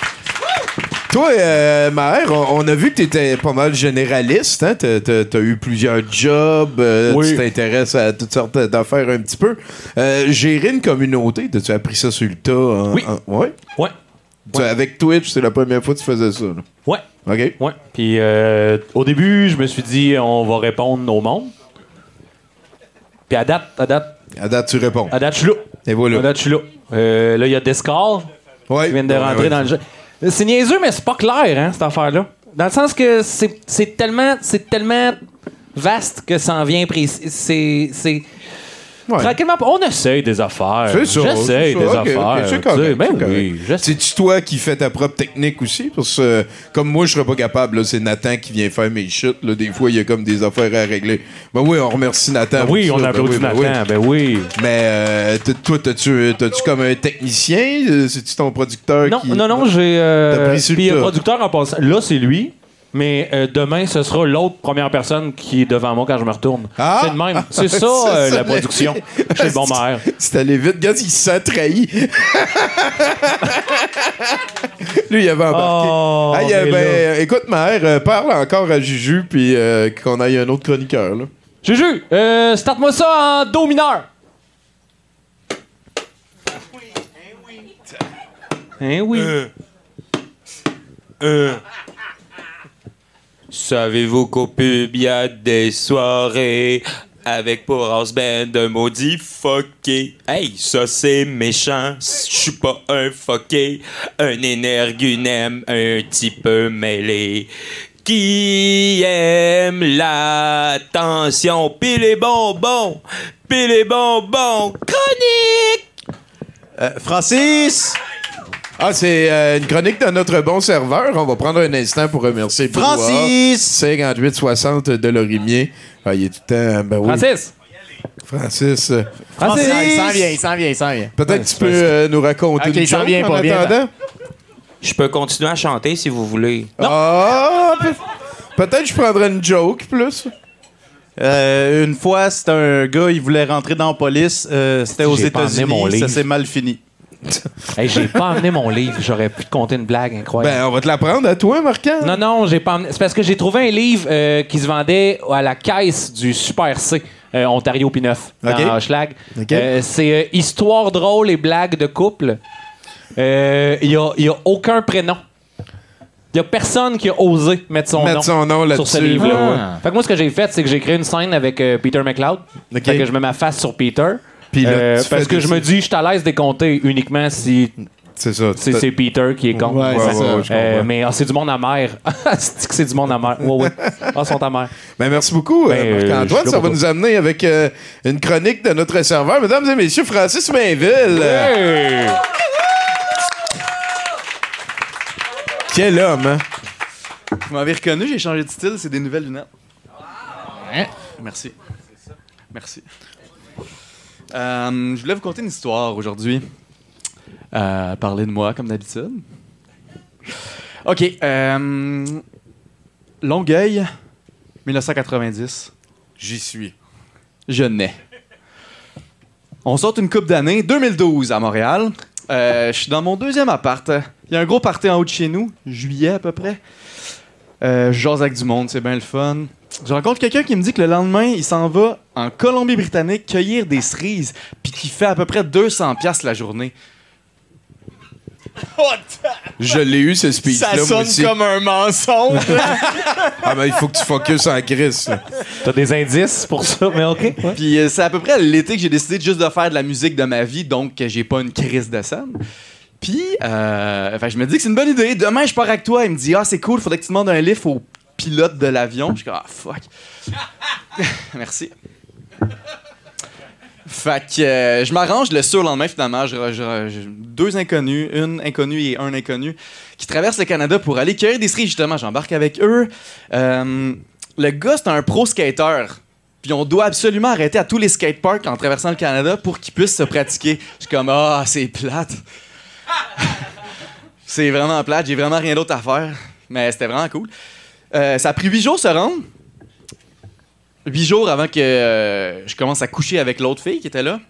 Toi, euh, Maher, on, on a vu que tu étais pas mal généraliste. Hein? Tu as eu plusieurs jobs. euh,
Oui.
Tu t'intéresses à toutes sortes d'affaires un petit peu. Euh, gérer une communauté, as-tu appris ça sur le tas? En,
Oui.
en- ouais?
Ouais.
Tu- Avec Twitch, c'est la première fois que tu faisais ça. Là.
Ouais.
OK.
Ouais. Puis euh, au début, je me suis dit, on va répondre au monde. Puis à date, à date.
À date, tu réponds.
À date, je suis là.
Et voilà.
À date, je suis là. Euh, là, il y a Discord
ouais.
qui vient de
Ouais,
rentrer
ouais.
dans le jeu. C'est niaiseux, mais c'est pas clair, hein, cette affaire-là. Dans le sens que c'est c'est tellement, c'est tellement vaste que ça en vient précis. C'est. c'est
Ouais.
Tranquillement, on essaye des affaires.
C'est ça.
J'essaye
c'est ça.
des
Ok,
affaires.
ok, c'est
tu
correct,
sais. Ben
c'est correct.
oui, je sais.
C'est-tu toi qui fais ta propre technique aussi? Parce que, euh, comme moi, je serais pas capable, là, c'est Nathan qui vient faire mes chutes. Là. Des fois, il y a comme des affaires à régler. Ben oui, on remercie Nathan.
Ben
pour
oui,
ça.
on
Ben
applaudit
oui, ben
Nathan. Ben oui.
Mais euh, t- toi, t'as-tu, t'as-tu comme un technicien? Euh, C'est-tu ton producteur
Non,
qui...
non, non, j'ai. euh,
T'as pris sur le
Puis le
tas.
producteur en passant. Là, c'est lui. Mais euh, demain, ce sera l'autre première personne qui est devant moi quand je me retourne.
Ah!
C'est le même. C'est ça,
C'est
euh,
ça,
la production. Chez le bon maire.
C'est allé vite. Gars, il se sent trahi. Lui, il avait embarqué.
Oh,
Hey, euh,
mais
ben,
là.
écoute, Maher, euh, parle encore à Juju, puis euh, qu'on aille un autre chroniqueur. Là.
Juju, euh, starte-moi ça en Do mineur. Hein oui.
Euh. Euh. Savez-vous qu'au pub, y a des soirées avec pour house band un maudit fucké? Hey, ça c'est méchant, je suis pas un fucké, un énergunème un petit peu mêlé. Qui aime l'attention, pis les bonbons, pis les bonbons, chronique!
Euh, Francis! Ah, c'est euh, une chronique de notre bon serveur. On va prendre un instant pour remercier
Francis!
cinquante-huit soixante de Lorimier. Ah, il est tout le temps... Ben oui.
Francis!
Francis. euh,
Francis!
Il s'en vient, il s'en vient, il s'en vient.
Peut-être que tu peux euh, nous raconter
Ok,
une
il s'en
joke
vient
en
pas bien.
attendant?
Je peux continuer à chanter si vous voulez.
Ah, peut- peut-être que je prendrais une joke plus.
Euh, une fois, c'était un gars, il voulait rentrer dans la police. euh, c'était aux
J'ai pas emmené mon
États-Unis. Ça
livre.
s'est mal fini.
Hey, j'ai pas emmené mon livre. J'aurais pu te conter une blague incroyable.
Ben, on va te l'apprendre à toi, Marquand.
Non, non, j'ai pas emmené. C'est parce que j'ai trouvé un livre euh, qui se vendait à la caisse du Super C, euh, Ontario P neuf, dans
Ok.
Hochelag.
Ok.
Euh, c'est euh, Histoire drôle et blagues de couple. Euh, Il y, a, il y a aucun prénom. Il y a personne qui a osé mettre son
Mettre
nom,
son nom
sur ce
là-dessus.
livre-là.
Ah.
Fait que moi, ce que j'ai fait, c'est que j'ai créé une scène avec euh, Peter McLeod.
Ok.
Fait que je mets ma face sur Peter.
Puis là,
Euh,
tu
parce
fais
que
des-
je me dis, je suis à l'aise de compter uniquement si
C'est ça.
c'est c'est Peter qui est con.
Ouais, c'est ça.
ouais, je
Euh,
comprends.
mais ah, c'est du monde amer. C'est que c'est du monde amer. Ouais, ouais. Ah, ils sont amers.
Ben, merci beaucoup, euh,
Ben, euh,
Marc-Antoine.
je suis là
Ça va
pour
nous amener avec euh, une chronique de notre serveur. Mesdames et messieurs, Francis Mainville.
Hey!
Quel homme, hein?
Vous m'avez reconnu, j'ai changé de style, c'est des nouvelles lunettes. Merci. Merci. Euh, je voulais vous conter une histoire aujourd'hui. Euh, parler de moi, comme d'habitude. OK. Euh, Longueuil, dix-neuf cent quatre-vingt-dix.
J'y suis.
Je nais. On sort une coupe d'année, deux mille douze à Montréal. Euh, je suis dans mon deuxième appart. Il y a un gros party en haut de chez nous, juillet à peu près. Euh, je jase avec du monde, c'est bien le fun. Je rencontre quelqu'un qui me dit que le lendemain, il s'en va en Colombie-Britannique cueillir des cerises, puis qui fait à peu près deux cents piastres la journée.
Je l'ai eu, ce speech-là,
Ça
moi
sonne
aussi.
comme un mensonge.
Ah, ben, il faut que tu focuses en Chris. là.
T'as des indices pour ça, mais OK. Ouais.
Puis euh, c'est à peu près l'été que j'ai décidé de juste de faire de la musique de ma vie, donc que j'ai pas une crise de scène. Puis, euh, enfin, je me dis que c'est une bonne idée. Demain, je pars avec toi. Il me dit, ah, c'est cool, faudrait que tu demandes un lift au pilote de l'avion. Je suis comme, ah, fuck. Merci. Fait que euh, je m'arrange le surlendemain, finalement. Je, je, je- deux inconnus, une inconnue et un inconnu, qui traversent le Canada pour aller cueillir des cerises, justement. J'embarque avec eux. Euh, le gars, c'est un pro skater. Puis on doit absolument arrêter à tous les skateparks en traversant le Canada pour qu'ils puissent se pratiquer. Je suis comme, ah, c'est plate. C'est vraiment plate. J'ai vraiment rien d'autre à faire. Mais c'était vraiment cool. Euh, ça a pris huit jours se rendre. Huit jours avant que euh, je commence à coucher avec l'autre fille qui était là.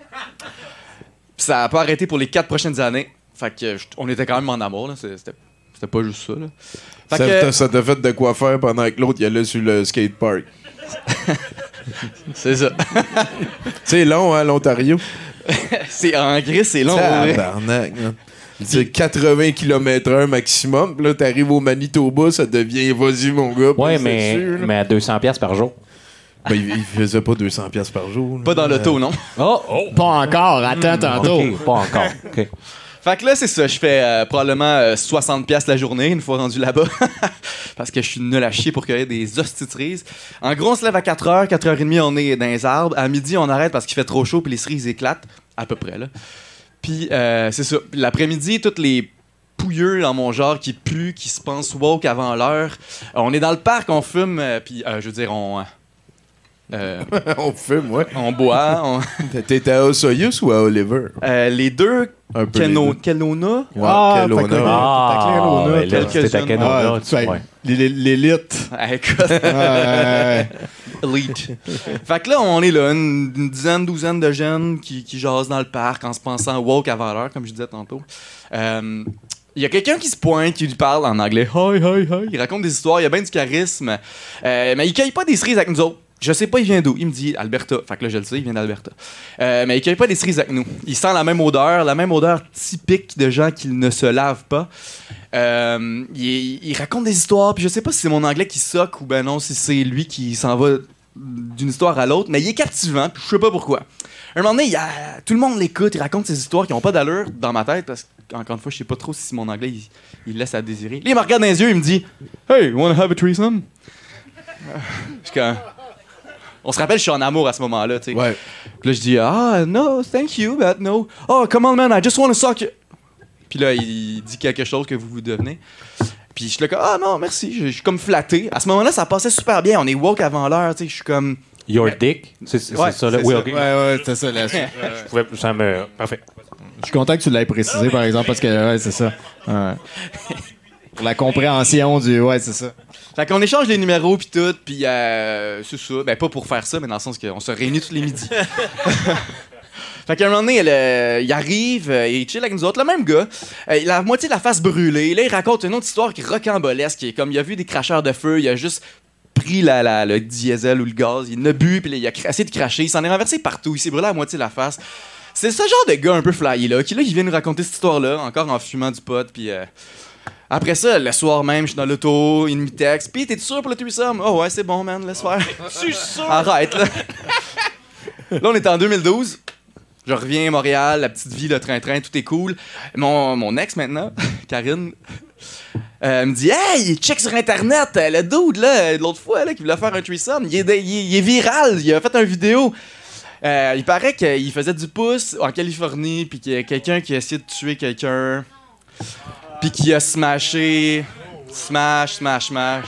Puis ça n'a pas arrêté pour les quatre prochaines années. Fait que je- on était quand même en amour. Là. C'est- C'était, c'était pas juste ça. Là. Fait
Ça
que-
t'a- ça t'a fait de quoi faire pendant que l'autre y allait sur le skatepark.
C'est ça.
C'est long, hein, l'Ontario?
c'est, en gris, c'est long. ouais.
Tabarnak, man. C'est quatre-vingts kilomètres heure maximum. Puis là, t'arrives au Manitoba, ça devient vas-y, mon gars.
Ouais,
puis
mais,
c'est sûr, là.
mais à deux cents piastres par jour.
Ben, il, il faisait pas deux cents piastres par jour. là.
Pas dans l'auto, non?
Oh!
Hmm.
Pas encore, attends tantôt.
OK, pas encore. OK.
Fait que là, c'est ça. Je fais euh, probablement euh, soixante piastres la journée une fois rendu là-bas. Parce que je suis nul à chier pour cueillir des hosties de cerises. En gros, on se lève à quatre heures. quatre heures trente, on est dans les arbres. À midi, on arrête parce qu'il fait trop chaud puis les cerises éclatent. À peu près, là. Puis, euh, c'est ça. Puis l'après-midi, toutes les pouilleux dans mon genre qui puent, qui se pensent woke avant l'heure. Euh, on est dans le parc, on fume. euh, puis, euh, je veux dire, on... euh, euh,
on fume, ouais.
On boit. On...
T'étais à Osoyoos ou à Oliver?
Euh, les deux.
Un peu les
Keno-
deux.
Kenona.
Ouais,
Ah,
Kelowna.
fait que-
Ah,
t'as Kelowna,
ouais, là,
quelques
c'était à
jeunes.
Kenona,
Ah,
tu-
ben,
ouais.
l'é- L'élite.
Ah, écoute.
Ouais, ouais,
Elite. Fait que là, on est là, une, une dizaine, douzaine de jeunes qui, qui jasent dans le parc en se pensant woke avant l'heure, comme je disais tantôt. Euh, Il y a quelqu'un qui se pointe, qui lui parle en anglais. Hi, hi, hi. Il raconte des histoires, il y a bien du charisme. Euh, mais il cueille pas des cerises avec nous autres. Je sais pas, il vient d'où. Il me dit Alberta. Fait que là, je le sais, il vient d'Alberta. Euh, mais il cueille pas des cerises avec nous. Il sent la même odeur, la même odeur typique de gens qui ne se lavent pas. Euh, il, il raconte des histoires, puis je sais pas si c'est mon anglais qui soque ou ben non, si c'est lui qui s'en va d'une histoire à l'autre, mais il est captivant, puis je sais pas pourquoi. Un moment donné, il y a, tout le monde l'écoute, il raconte ses histoires qui ont pas d'allure dans ma tête, parce qu'encore une fois, je sais pas trop si mon anglais, il, il laisse à désirer. Là, il me regarde dans les yeux, il me dit « Hey, you wanna have a threesome? » Je suis comme... On se rappelle, je suis en amour à ce moment-là, tu sais.
Ouais.
Puis là, je dis « Ah, no, thank you, but no. Oh, come on, man, I just wanna suck you. » Puis là, il dit quelque chose que vous vous devenez. Puis je suis là comme « Ah non, merci. » Je je suis comme flatté. À ce moment-là, ça passait super bien. On est woke avant l'heure, tu sais. Je suis comme...
Your dick? C'est c'est
Ouais,
ça, là?
c'est
Oui,
ça.
OK.
ouais, ouais, c'était ça la suite.
Je pouvais- ça me... Parfait.
Je suis content que tu l'aies précisé, par exemple, parce que, ouais, c'est ça. Ouais. Pour la compréhension du. Ouais, c'est ça.
Fait qu'on échange les numéros puis tout, puis euh, c'est ça. Ben pas pour faire ça, mais dans le sens qu'on se réunit tous les midis. Fait qu'à un moment donné, elle, euh, il arrive, euh, il chill avec nous autres, le même gars. Euh, il a la moitié de la face brûlée. Là, il raconte une autre histoire qui est rocambolesque, qui est comme il a vu des cracheurs de feu, il a juste pris la, la- le diesel ou le gaz, il en a bu, puis là, il a cra- essayé de cracher, il s'en est renversé partout, il s'est brûlé à la moitié de la face. C'est ce genre de gars un peu flyé là, qui là, il vient nous raconter cette histoire-là, encore en fumant du pot, puis... euh, Après ça, le soir même, je suis dans l'auto, il me texte. Pis, t'es sûr pour le threesome? Oh ouais, c'est bon, man, laisse faire.
Je suis sûr.
Arrête, là. Là, on est en deux mille douze. Je reviens à Montréal, la petite vie, le train-train, tout est cool. Mon, mon ex, maintenant, Karine, euh, me dit « Hey, check sur Internet, euh, le dude, là, de l'autre fois, là, qui voulait faire un threesome, il est, de- il est- il est viral, il a fait une vidéo. Euh, il paraît qu'il faisait du pouce en Californie, puis qu'il y a quelqu'un qui a essayé de tuer quelqu'un, puis qui a smashé, smash, smash, smash.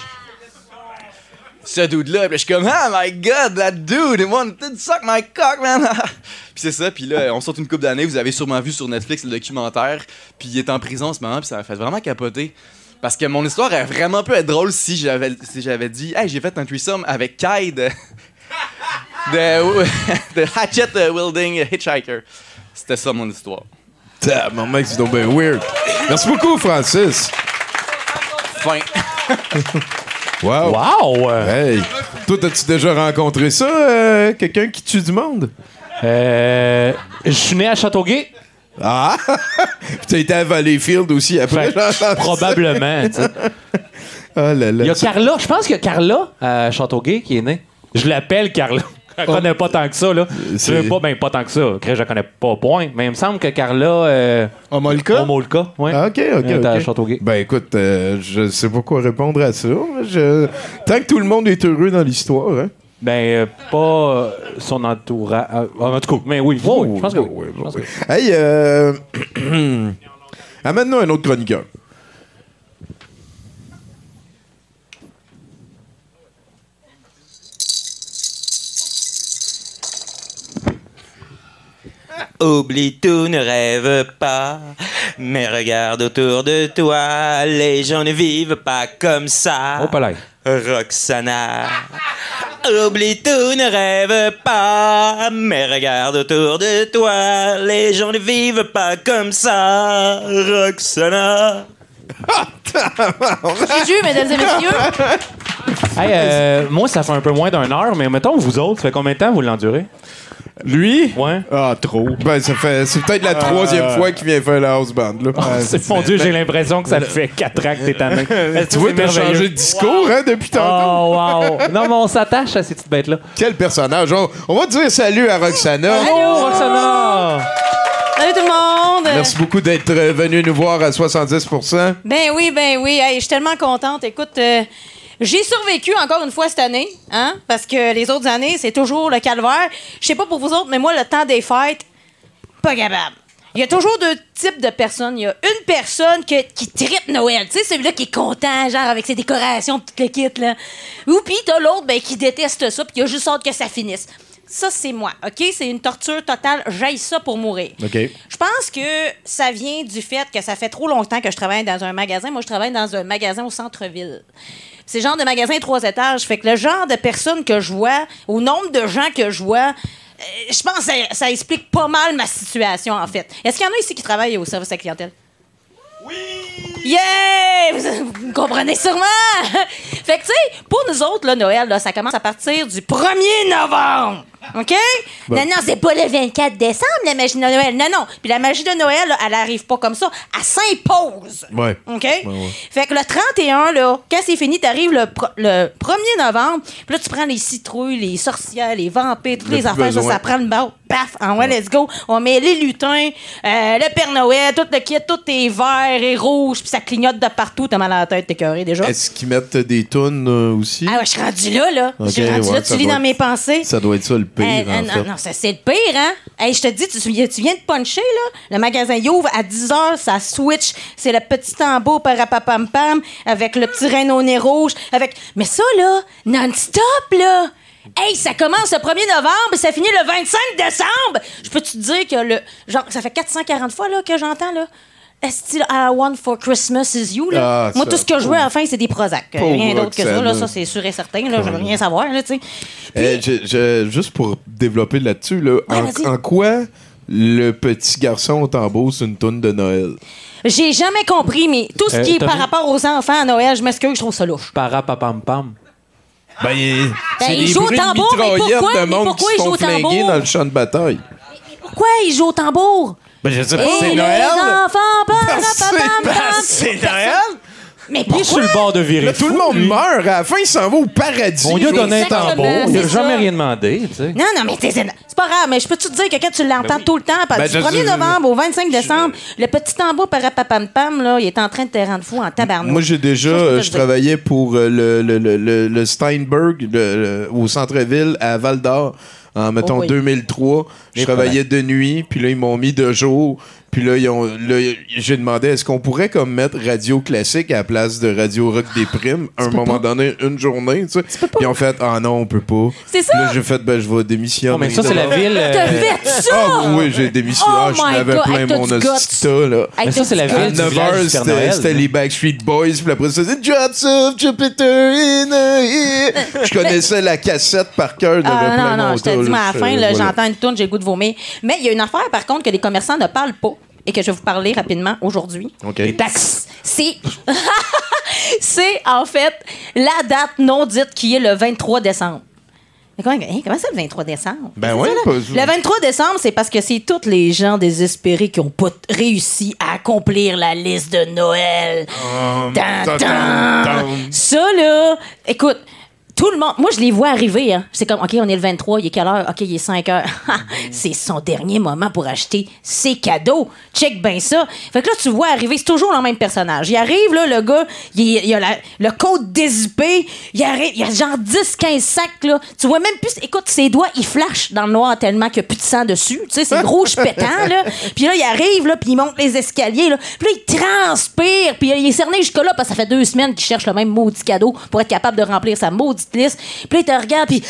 Ce dude-là, puis je suis comme « Oh my God, that dude, he wanted to suck my cock, man! » Puis c'est ça, puis là, on sort une couple d'années, vous avez sûrement vu sur Netflix le documentaire, puis il est en prison en ce moment, puis ça m'a fait vraiment capoter. Parce que mon histoire aurait vraiment pu être drôle si j'avais si j'avais dit « Hey, j'ai fait un threesome avec Kide! » de, de Hatchet uh, Wielding Hitchhiker. C'était ça mon histoire.
Ah, mon mec, c'est donc bien weird. Merci beaucoup, Francis.
Fin.
Wow.
Wow!
Hey. Toi, as-tu déjà rencontré ça, euh, quelqu'un qui tue du monde?
Euh. Je suis né à Châteauguay.
Ah! Tu as été à Valleyfield aussi après.
Fait, probablement, tu sais.
Oh là là.
Il y a Carla, je pense qu'il y a Carla à Châteauguay qui est née. Je l'appelle Carla. Je la connais pas tant que ça, là. C'est pas, ben, pas tant que ça. Je la connais pas, point. Mais il me semble que Carla. Euh,
Homolka?
Homolka, oui.
Ah, ok, ok.
Elle est à
okay.
Châteauguay.
Ben écoute, euh, je sais pas quoi répondre à ça. Je... Tant que tout le monde est heureux dans l'histoire, hein.
Ben, euh, pas euh, son entourage. Euh, en tout cas, mais oui. Oh, oui, je pense que oui.
oui,
Je pense
oui.
que...
Hey, euh... amène-nous un autre chroniqueur.
Oublie tout, ne rêve pas, mais regarde autour de toi, les gens ne vivent pas comme ça.
Oh, pas là.
Roxana. Oublie tout, ne rêve pas, mais regarde autour de toi, les gens ne vivent pas comme ça. Roxana.
Juju, mesdames et messieurs.
Hey, euh, moi, ça fait un peu moins d'une heure, mais mettons, vous autres, ça fait combien de temps vous l'endurez?
Lui?
Ouais.
Ah, trop.
Ben, ça fait... C'est peut-être la troisième
Euh...
fois qu'il vient faire la house band, là.
Oh, c'est mon Dieu, j'ai l'impression que ça fait quatre ans que t'es tanné.
Tu vois, t'as changé de discours, hein, depuis tantôt.
Oh, wow. Non, mais on s'attache à ces petites bêtes-là.
Quel personnage. On, on va dire salut à Roxana.
Allô, Roxana!
Salut tout le monde!
Merci beaucoup d'être euh, venu nous voir à soixante-dix pour cent.
Ben oui, ben oui. Hey, je suis tellement contente. Écoute, euh, j'ai survécu encore une fois cette année, hein? Parce que les autres années, c'est toujours le calvaire. Je sais pas pour vous autres, mais moi, le temps des fêtes, pas capable. Il y a toujours deux types de personnes. Il y a une personne que, qui tripe Noël. Tu sais, celui-là qui est content, genre avec ses décorations, tout le kit, là. Ou puis t'as l'autre, ben, qui déteste ça, puis qui a juste hâte que ça finisse. Ça, c'est moi, OK? C'est une torture totale. J'haïs ça pour mourir.
OK.
Je pense que ça vient du fait que ça fait trop longtemps que je travaille dans un magasin. Moi, je travaille dans un magasin au centre-ville. C'est le genre de magasin trois étages. Fait que le genre de personnes que je vois, au nombre de gens que je vois, euh, je pense que ça, ça explique pas mal ma situation, en fait. Est-ce qu'il y en a ici qui travaillent au service à la clientèle? Oui! Yeah! Vous, vous me comprenez sûrement! Fait que, tu sais, pour nous autres, là, Noël, là, ça commence à partir du premier novembre. OK?
Bon.
Non, non, c'est pas le vingt-quatre décembre, la magie de Noël. Non, non. Puis la magie de Noël, là, elle arrive pas comme ça. Elle s'impose.
Ouais.
OK?
Ouais, ouais.
Fait que le trente et un, là, quand c'est fini, t'arrives le, pro- le premier novembre. Puis là, tu prends les citrouilles, les sorcières, les vampires, toutes
Le
les
plus
affaires. Ça,
besoin.
ça prend le bord. Paf! En ouais, let's go. On met les lutins, euh, le Père Noël, tout le kit, tout est vert et rouge. Puis ça clignote de partout. T'as mal à la tête, t'es écœuré déjà.
Est-ce qu'ils mettent des tunes euh, aussi?
Ah ouais, je suis rendu là, là. Je suis
Ok,
rendu
ouais,
là, tu
ça
lis
doit
dans
être-
mes pensées.
Ça doit être ça le pire,
Euh, euh,
en
non,
fait.
non, ça, c'est le pire, hein? Hey, je te dis, tu, tu viens de puncher, là. Le magasin, il ouvre à dix heures, ça switch. C'est le petit tambour parapapam-pam avec le petit reine au nez rouge. Avec... Mais ça, là, non-stop, là. Hey, ça commence le premier novembre et ça finit le vingt-cinq décembre. Je peux te dire que le... Genre, ça fait quatre cent quarante fois, là, que j'entends, là. Est-ce I want for Christmas is you, là?
Ah,
Moi,
ça,
tout ce que je veux
pauvre-
à la fin, c'est des Prozac.
pauvre
Rien d'autre que ça, là.
Roxane.
Ça, c'est sûr et certain, là. Je veux rien savoir, là, tu sais.
Euh, je- je- juste pour développer là-dessus, là,
Ouais,
en,
vas-y.
en quoi le petit garçon au tambour, c'est une toune de Noël?
J'ai jamais compris, mais tout ce
Euh,
qui est
t'as
par
vu?
rapport aux enfants à Noël, je m'excuse, je trouve ça louche.
Parapapam-pam.
Ben,
Ben,
c'est
il
des
joue au
bruits de
tambour, mais
mitraillettes
pourquoi-
de
mais
monde
pourquoi
qui
il
se
joue
font
au tambour?
flinguer dans le champ de bataille.
Pourquoi il joue au tambour?
Ben, je sais pas,
Et
c'est
les
Noël!
enfants, pam, pam,
Parce-
pam, pam,
parce-
pam.
c'est Noël?
Mais
Il est sur
pourquoi?
le bord de virer
Là, tout le
fou,
monde
lui.
meurt. À la fin, il s'en va au paradis.
On lui a donné un
Exactement,
tambour. Il a
c'est
jamais
ça.
rien demandé, tu sais.
Non, non, mais t'es- c'est pas grave, mais je peux te dire que quand tu l'entends tout le temps, parce
Ben,
que
je-
du premier
je-
novembre au vingt-cinq décembre, le petit tambour parapapam-pam, là, il est en train de te rendre fou en tabarnak.
Moi, j'ai déjà,
Ça, je peux te
euh,
le
je
dire.
travaillais pour euh, le, le, le, le, le Steinberg le- le- au centre-ville à Val-d'Or en, mettons,
Oh oui.
deux mille trois. Je
Et
travaillais de nuit, puis là, ils m'ont mis de jour. Puis là, ils ont, là, j'ai demandé, est-ce qu'on pourrait comme mettre radio classique à la place de radio rock des primes, à un moment donné, une journée, tu sais. Puis ils ont fait, ah non, on peut pas.
C'est ça.
Puis là, j'ai fait, ben, je vais démissionner.
Oh, mais ça, c'est la ville. euh,
T'as fait ça!
Ah oui, j'ai démissionné.
Oh
Ah, je
my
l'avais
God,
plein
hey, t'as
mon
du
hostie de tas, là.
Hey,
Mais ça, c'est la
À
ville du
neuf
village
heures,
du Père
c'était
Noël.
c'était les Backstreet Boys, puis après ça, c'était Drops of Jupiter in a Year. Je connaissais la cassette par cœur de
Ah,
plein
non, non,
mon
je te
tas,
dis, mais à
là,
la fin,
je-
là,
voilà.
j'entends une tourne, j'ai le goût de vomir. Mais il y a une affaire, par contre, que les commerçants ne parlent pas et que je vais vous parler rapidement aujourd'hui.
OK.
Les taxes.
C'est... c'est, en fait, la date non dite qui est le vingt-trois décembre. Mais comment, hein, comment ça, le vingt-trois décembre?
Ben
C'est
ouais,
ça, là?
pas-
Le vingt-trois décembre, c'est parce que c'est tous les gens désespérés qui n'ont pas t- réussi à accomplir la liste de Noël.
Um,
Tan,
tan,
tan.
tan, tan.
Ça, là, écoute, tout le monde... Moi, je les vois arriver. Hein. C'est comme, OK, on est le vingt-trois, il est quelle heure? OK, il est cinq heures. C'est son dernier moment pour acheter ses cadeaux. Check bien ça. Fait que là, tu vois arriver, c'est toujours le même personnage. Il arrive, là, le gars, il, il a la- le code dézippé, il arrive, il y a genre dix quinze sacs, là. Tu vois même plus... Écoute, ses doigts, ils flashent dans le noir tellement qu'il n'y a plus de sang dessus. Tu sais, c'est rouge pétant, là. Puis là, il arrive, là, puis il monte les escaliers, là. Puis là, il transpire, puis il est cerné jusque-là, parce que ça fait deux semaines qu'il cherche le même maudit cadeau pour être capable de remplir sa maudite liste. Puis là, il te regarde, puis...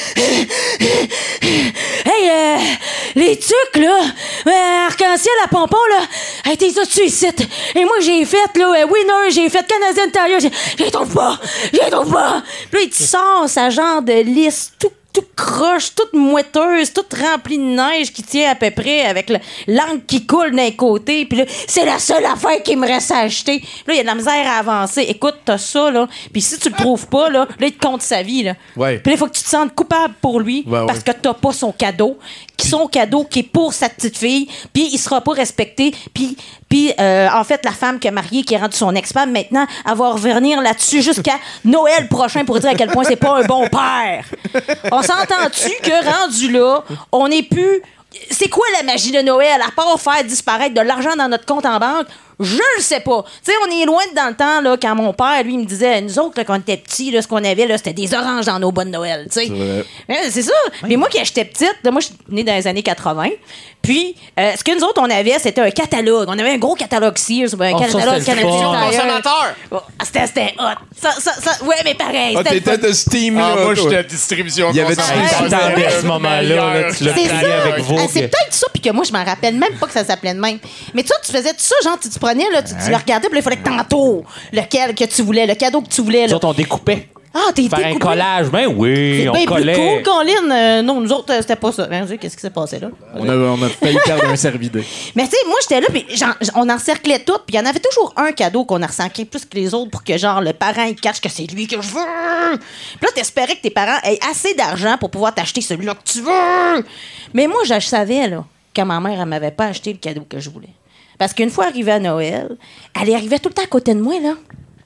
Hey, euh, les tucs, là, euh, arc-en-ciel à pompon, là, hey, t'es ça-tu ici? Et moi, j'ai fait, là, euh, Winner, j'ai fait Canadian Tire, j'ai j'ai trouve pas, j'ai trouve pas. Puis là, il te sort sa genre de liste tout tout croche, toute moitteuse, toute remplie de neige qui tient à peu près avec le- l'encre qui coule d'un côté. Puis là, c'est la seule affaire qui me reste à acheter. Puis là, il y a de la misère à avancer. Écoute, t'as ça, là. Puis si tu le trouves pas, là, là, il te compte sa vie, là.
Ouais.
Puis là, il faut que tu te sentes coupable pour lui
Ouais,
parce
ouais.
que t'as pas son cadeau. Qui son cadeau qui est pour sa petite fille. Puis il sera pas respecté. Puis, puis euh, en fait, la femme qui est mariée, qui est rendue son ex-femme, maintenant, elle va revenir là-dessus jusqu'à Noël prochain pour dire à quel point c'est pas un bon père. On s'entend-tu que rendu là, on n'est plus... C'est quoi la magie de Noël, à part faire disparaître de l'argent dans notre compte en banque? Je le sais pas. Tu sais, on est loin de dans le temps, là, quand mon père, lui, me disait, nous autres, là, quand on était petits, là, ce qu'on avait, là, c'était des oranges dans nos bonnes Noël, tu sais.
C'est vrai.
Mais c'est ça. Mais moi, quand j'étais petite, là, moi, je suis née dans les années quatre-vingts. Puis, euh, ce que nous autres, on avait, c'était un catalogue. On avait un gros catalogue Sears, un
Oh, ça,
catalogue
c'était le
Canadian
fun.
Tire.
Consommateur.
Oh, c'était, c'était hot. Ça, ça, ça, ouais, mais pareil.
Ah,
c'était le
t'étais
fun.
de Steam,
Ah,
là.
moi,
toi.
j'étais à distribution.
Il y avait
consommateur.
Tu t'attendais à ce moment-là, là, tu l'as
C'est
créé
ça.
avec vous.
Ah, c'est peut-être ça, puis que moi, je m'en rappelle même pas que ça s'appelait de même. Mais toi, tu faisais tout ça, genre, tu, tu prenais, là, tu, tu le regardais, puis là, il fallait que t'entoures lequel que tu voulais, le cadeau que tu voulais.
Nous
Là.
autres, on découpait.
Ah, t'es
Faire un
découpé.
collage, ben oui,
C'est
on
bien plus
collait.
cool, Colin. Euh, non, nous autres, euh, c'était pas ça. Hein, qu'est-ce qui s'est passé là?
On a, on a failli perdre un cervidé.
Mais tu sais, moi, j'étais là, puis genre, on encerclait tout, puis il y en avait toujours un cadeau qu'on a recentré plus que les autres pour que, genre, le parent, il cache que c'est lui que je veux. Puis là, t'espérais que tes parents aient assez d'argent pour pouvoir t'acheter celui-là que tu veux. Mais moi, je savais, là, que ma mère, elle m'avait pas acheté le cadeau que je voulais. Parce qu'une fois arrivée à Noël, elle arrivait tout le temps à côté de moi, là.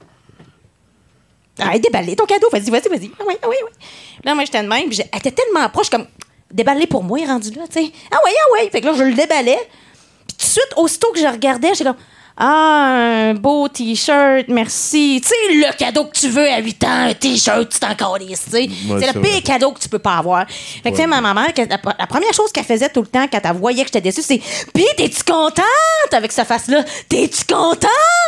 Ah, déballer ton cadeau, vas-y, vas-y, vas-y. Ah oui, ah oui, oui. Là, moi, j'étais de même, puis j'ai- elle était tellement proche, comme, déballer pour moi, rendu là, tu sais. Ah oui, ah oui. Fait que là, je le déballais. Puis tout de suite, aussitôt que je regardais, j'étais comme, ah, un beau T-shirt, merci. Tu sais, le cadeau que tu veux à huit ans, un T-shirt, tu t'en calisses, tu sais.
Ouais,
c'est
c'est
le
vrai.
pire cadeau que tu peux pas avoir. Fait que, tu sais, ma maman, que- la, la première chose qu'elle faisait tout le temps quand elle voyait que j'étais déçue, c'est, pis t'es-tu contente avec cette face-là? T'es-tu contente?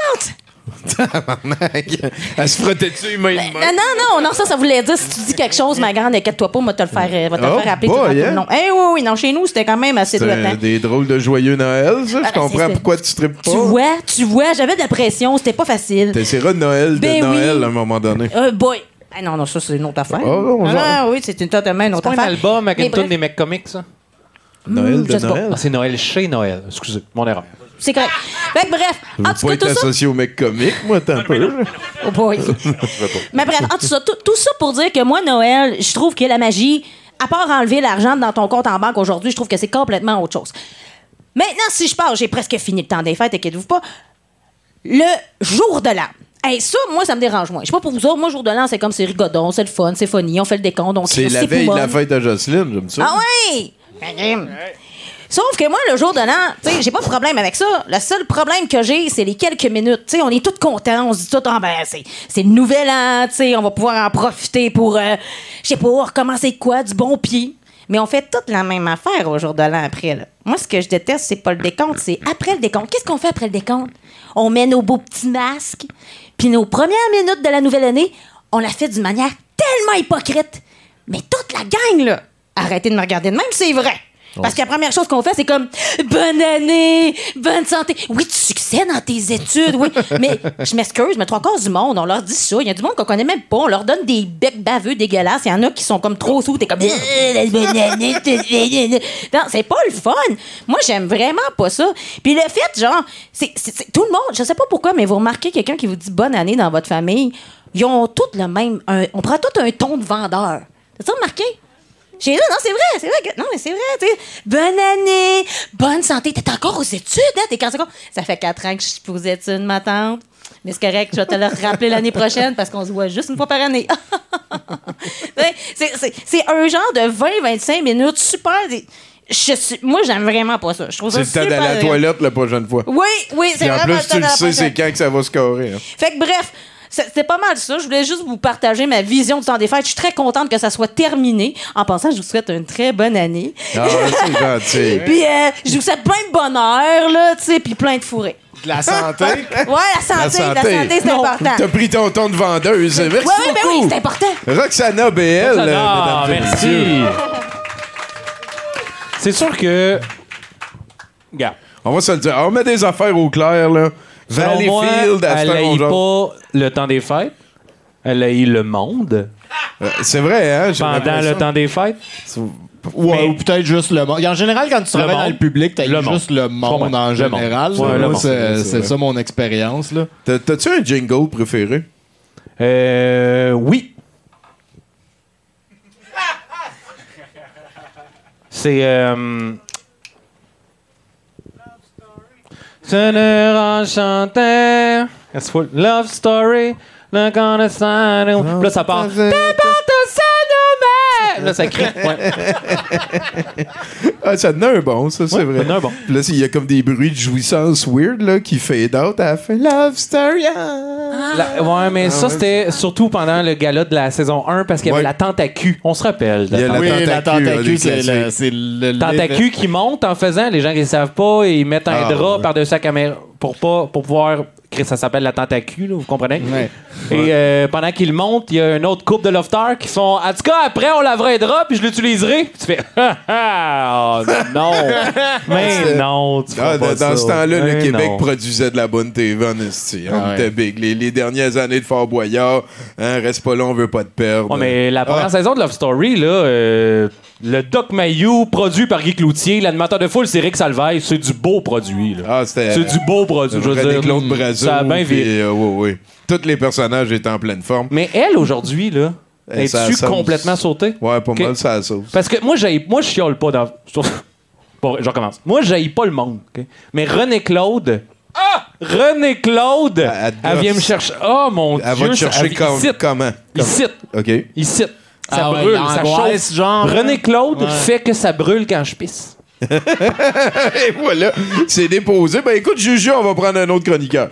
Elle se frottait-tu les mains de
Non,
main?
non, non, non, ça, ça voulait dire si tu dis quelque chose, ma grande, inquiète-toi pas, moi, te le faire, euh, va te le
Oh
faire rappeler
boy,
tout le temps,
hein?
tout le long. Eh oui, oui, non, chez nous, c'était quand même assez
C'est
douettant.
des drôles de joyeux Noël, ça.
Ah,
Je comprends
c'est-
pourquoi tu tripes pas.
Tu vois, tu vois, j'avais de la pression, c'était pas facile.
T'essaieras de Noël de
Ben oui.
Noël à un moment donné.
Euh, boy. Ah non, non, ça, c'est une autre affaire.
Oh, on
ah,
s'en-
oui, c'est une totalement une
C'est
autre
pas un
affaire.
album avec
Mais
une toune
bref,
des mecs comiques, ça?
Noël
je
de
sais pas.
Noël.
Ah, c'est Noël chez Noël. Excusez, mon erreur.
C'est correct. Fait que bref,
Je
en
veux
tout
pas
cas,
être
tout ça...
associé au mec comique, moi, t'as un peu.
Oh boy. Mais bref, en tout, ça, tout, tout ça pour dire que moi, Noël, je trouve que la magie, à part enlever l'argent dans ton compte en banque aujourd'hui, je trouve que c'est complètement autre chose. Maintenant, si je pars, j'ai presque fini le temps des fêtes, inquiétez-vous pas. Le jour de l'an. Hey, ça, moi, ça me dérange moins. Je sais pas pour vous autres, moi, jour de l'an, c'est comme c'est rigodon, c'est le fun, c'est funny, on fait le décompte, on
C'est
crie,
la veille de la
poumonne.
fête à Jocelyne, j'aime ça.
Ah oui! Sauf que moi, le jour de l'an, tu sais, j'ai pas de problème avec ça. Le seul problème que j'ai, c'est les quelques minutes. Tu sais, on est tous contents, on se dit tout, ah ben, c'est, c'est le nouvel an, tu sais, on va pouvoir en profiter pour, euh, je sais pas, recommencer quoi, du bon pied. Mais on fait toute la même affaire au jour de l'an après. Là. Moi, ce que je déteste, c'est pas le décompte, c'est après le décompte. Qu'est-ce qu'on fait après le décompte? On met nos beaux petits masques, puis nos premières minutes de la nouvelle année, on la fait d'une manière tellement hypocrite. Mais toute la gang, là, arrêtez de me regarder de même, c'est vrai. Parce que la première chose qu'on fait, c'est comme « Bonne année! Bonne santé! » Oui, tu succès dans tes études, oui. Mais je m'excuse, mais trois quarts du monde, on leur dit ça. Il y a du monde qu'on connaît même pas. On leur donne des becs baveux dégueulasses. Il y en a qui sont comme trop sous. T'es comme euh, « Bonne année! » Non, c'est pas le fun. Moi, j'aime vraiment pas ça. Puis le fait, genre, c'est, c'est, c'est tout le monde, je sais pas pourquoi, mais vous remarquez quelqu'un qui vous dit « Bonne année » dans votre famille, ils ont tous le même... Un, on prend tout un ton de vendeur. T'as ça remarqué? J'ai dit, non, c'est vrai, c'est vrai. Que, non, mais c'est vrai, tu sais. Bonne année, bonne santé. T'es encore aux études, hein? T'es quand c'est quoi? Ça fait quatre ans que je suis aux études, ma tante. Mais c'est correct, je vais te le rappeler l'année prochaine parce qu'on se voit juste une fois par année. c'est, c'est, c'est un genre de vingt à vingt-cinq minutes super. Je suis, moi, j'aime vraiment pas ça. Je trouve
c'est
ça
le temps d'aller à la toilette la prochaine fois.
Oui, oui, c'est
Et en
vraiment
plus, tu le sais, c'est quand que ça va scorer. Hein.
Fait que bref. C'était pas mal ça. Je voulais juste vous partager ma vision du temps des fêtes. Je suis très contente que ça soit terminé. En passant, je vous souhaite une très bonne année.
Ah, c'est gentil.
Puis euh, je vous souhaite plein de bonheur, là, tu sais, puis plein de fourrés.
De la santé?
Ouais, la santé, la santé, la santé c'est
non,
important.
T'as pris ton ton de vendeuse. Merci
ouais, ouais,
beaucoup.
Ben oui, c'est important.
Roxana B L,
Roxana,
mesdames et
merci.
messieurs.
C'est sûr que... Regarde.
On va se le dire. On met des affaires au clair, là. Valleyfield, à
elle haït pas le temps des fêtes. Elle haït le monde.
Euh, c'est vrai, hein? J'ai
Pendant le temps des fêtes.
Ouais,
Mais-
ou peut-être juste le monde. En général, quand tu travailles dans le public, t'as
Le monde.
juste le monde
Bon,
en
le
général.
monde. Ouais,
Moi,
le monde.
c'est,
C'est
c'est
vrai.
ça mon expérience. Là.
T'as- T'as-tu un jingle préféré?
Euh... Oui. C'est... Euh... Sonneur enchanté. That's full. Love story. Look on the side. Là, ça part. Là, ça crie. Ouais.
Ah, ça donne un bon, ça, c'est
Ouais,
vrai.
ça donne un bon.
Puis là, il y a comme des bruits de jouissance weird, là, qui fade out à la fin. Love story. ah.
La- ouais, mais
Ah,
ça,
ouais.
c'était surtout pendant le gala de la saison un parce qu'il y avait
Ouais.
la tente à cul. On se rappelle. de
Il y a
la
la
oui,
tente à
la tente
cul,
à
hein,
cul,
des
c'est le,
classiques.
c'est le.
Tente à cul qui monte en faisant. Les gens qui ne savent pas, ils mettent un
Ah,
drap
ouais.
par-dessus la caméra pour, pas, pour pouvoir. Ça s'appelle la tente à cul, là, vous comprenez?
Ouais.
Et euh, pendant qu'ils montent, il y a un autre couple de lofters qui font en tout cas, après, on lavera un drap puis je l'utiliserai. Puis tu fais ah, ah, oh, non. Mais non, tu
Ah,
feras pas
dans
ça.
ce temps-là, le
Mais
Québec
non.
produisait de la bonne T V en esti.
Ah
On
ouais.
était big. Les, les dernières années de Fort Boyard, hein, reste pas là, on veut pas te perdre.
Ouais, mais la première
Ah.
saison de Love Story, là, euh, le Doc Mayou, produit par Guy Cloutier, l'animateur de foule, c'est Rick Salvaille, c'est du beau produit. Là.
Ah, c'était.
C'est du beau produit, je veux dire.
René-Claude
mm,
Brazeau.
Ça a bien
puis,
viré.
euh, oui, oui. Tous les personnages étaient en pleine forme.
Mais elle, aujourd'hui, là,
Eh, ça
es-tu
sauce.
complètement sautée?
Ouais, pas
Ok.
mal, ça sauce.
Parce que moi, j'haïs- moi je chiole pas dans... Bon, je recommence. Moi, j'haïs pas le monde. ok? Mais René-Claude... Ah! René-Claude!
Elle-
Elle,
elle
vient
gosse.
me chercher... Oh, mon
Elle
Dieu!
va te
ça-
chercher
elle-
com-
il cite.
comment?
Il
Comme-
cite.
OK.
Il cite. Ça
Ah ouais,
brûle,
il
ça
angoisse,
chauffe.
genre, là.
René-Claude
Ouais.
fait que ça brûle quand je pisse.
Et voilà, c'est déposé. Ben écoute, Juju, on va prendre un autre chroniqueur.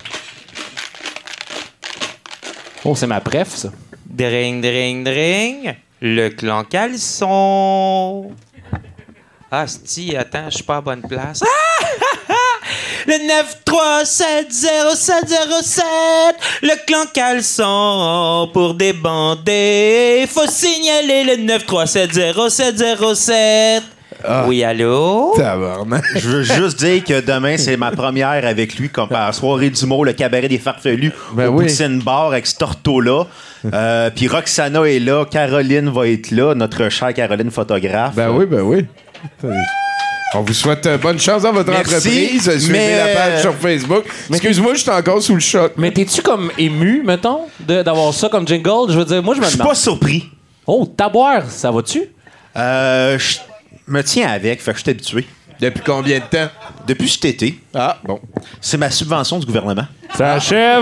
Oh, c'est ma préf, ça.
Dring, dring, dring. Le clan caleçon. Ah, sti, attends, je suis pas à bonne place. Ah! Le neuf trois sept zéro sept zéro sept. Le clan caleçon pour débander. Faut signaler le neuf trois sept zéro sept zéro sept.
Ah.
Oui, allô?
Tabarnak.
Je veux juste dire que demain, c'est ma première avec lui, comme à la soirée d'humour, le cabaret des farfelus,
Ben
au
oui.
Poutine Bar avec ce torto-là. Euh, Puis Roxana est là, Caroline va être là, notre chère Caroline photographe.
Ben oui, ben oui. On vous souhaite euh, bonne chance dans votre
Merci,
entreprise. Suivez
mais-
la page sur Facebook. Excuse-moi, je suis encore sous le choc.
Mais t'es-tu comme ému, mettons, de- d'avoir ça comme jingle? Je veux dire, moi, je me
Je suis
demande.
pas surpris.
Oh, taboire, ça va-tu?
Euh, je me tiens avec, fait que je suis habitué.
Depuis combien de temps?
Depuis cet été.
Ah, bon.
C'est ma subvention du gouvernement.
Ça achève!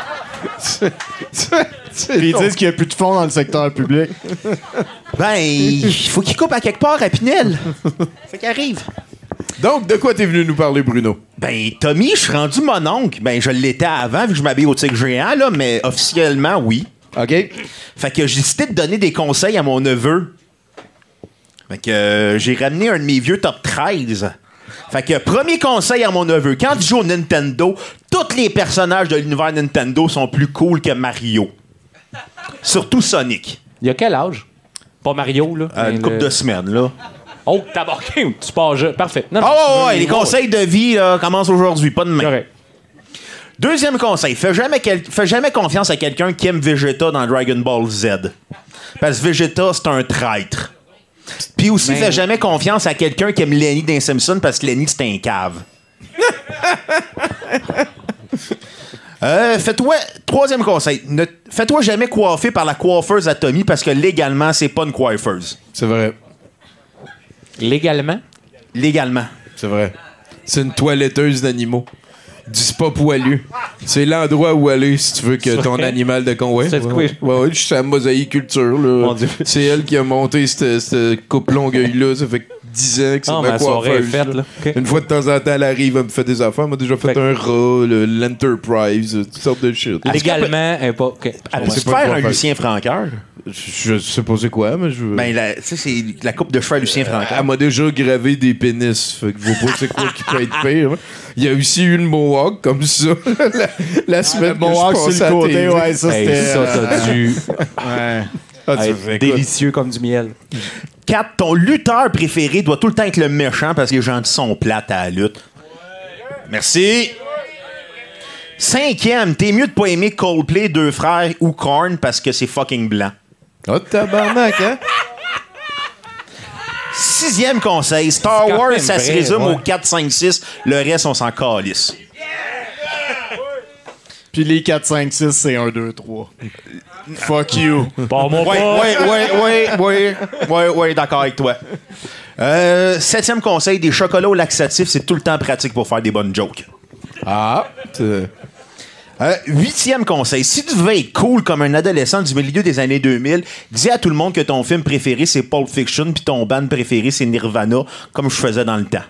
Puis ils disent qu'il n'y a plus de fonds dans le secteur public.
Ben, il faut qu'il coupe à quelque part à Pinel. Fait qu'il arrive.
Donc, de quoi t'es venu nous parler, Bruno?
Ben, Tommy, je suis rendu mon oncle. Ben, je l'étais avant, vu que je m'habille au tigre géant, là, mais officiellement, oui.
OK.
Fait que j'ai décidé de donner des conseils à mon neveu. Fait que euh, j'ai ramené un de mes vieux top treize. Fait que premier conseil à mon neveu, quand tu joues au Nintendo, tous les personnages de l'univers Nintendo sont plus cool que Mario. Surtout Sonic.
Il y a quel âge? Pas Mario, là.
Euh, une couple
le...
de semaines, là.
Oh, tabarqué, tu pars jeu. Parfait. Non, non.
Oh, ouais, ouais, les conseils de vie là, commencent aujourd'hui, pas demain.
Correct.
Deuxième conseil, fais jamais, quel... fais jamais confiance à quelqu'un qui aime Vegeta dans Dragon Ball Z. Parce que Vegeta, c'est un traître. Puis aussi,
Mais...
fais jamais confiance à quelqu'un qui aime Lenny dans Simpson parce que Lenny, c'est un cave. euh, fais-toi... Troisième conseil, ne... fais-toi jamais coiffer par la coiffeuse à Tommy parce que légalement, c'est pas une coiffeuse.
C'est vrai.
Légalement?
Légalement.
C'est vrai. C'est une toiletteuse d'animaux. Du spa poilu. C'est l'endroit où aller si tu veux que ton
vrai?
animal de con. Ouais,
C'est
ouais,
quoi?
ouais, ouais, ouais, je suis à Mosaïculture. Là. C'est elle qui a monté cette, cette coupe longueuil-là. Ça fait dix ans que c'est
Ah,
ma
ma soirée est
coiffeuse.
faite, là. Okay.
Une fois de temps en temps, elle arrive, elle me fait des affaires. Elle m'a déjà fait,
Fait-
un rat, le- l'Enterprise, toutes sortes de shit.
Légalement, elle est pas. OK.
Elle
C'est
peut
pas
faire
une
un
coiffeuse.
Lucien Francoeur.
Je, je sais pas c'est quoi, mais je...
Ben, la- tu sais, c'est la coupe de cheveux à Lucien Francoeur.
Elle m'a déjà gravé des pénis. Fait que je vois pas c'est quoi qui peut être pire. Il y a aussi eu le Mohawk comme ça. la, la semaine
Le Mohawk
que je
sur
passais
le
à
côté,
T V.
ouais, ça
Hey,
c'était.
ça, t'as
euh,
dû
Ouais.
Ah, tu
être
fais quoi?
délicieux comme du miel.
quatre. Ton lutteur préféré doit tout le temps être le méchant parce que les gentils sont plates à la lutte. Merci. Cinquième, t'es mieux de pas aimer Coldplay, Deux Frères ou Korn parce que c'est fucking blanc.
Oh, tabarnak, hein?
Sixième conseil, Star
C'est quand
Wars,
même
ça se
vrai,
résume
ouais.
aux quatre, cinq, six. Le reste, on s'en calisse.
Puis les quatre, cinq, six, c'est un, deux, trois. Fuck you.
Bon, mon
Ouais,
pas.
ouais, ouais, ouais, ouais, ouais, ouais, d'accord avec toi. Euh, septième conseil, des chocolats au laxatif, c'est tout le temps pratique pour faire des bonnes jokes.
Ah, c'est-
Euh, huitième conseil, si tu veux être cool comme un adolescent du milieu des années deux mille, dis à tout le monde que ton film préféré c'est Pulp Fiction puis ton band préféré c'est Nirvana, comme je faisais dans le temps.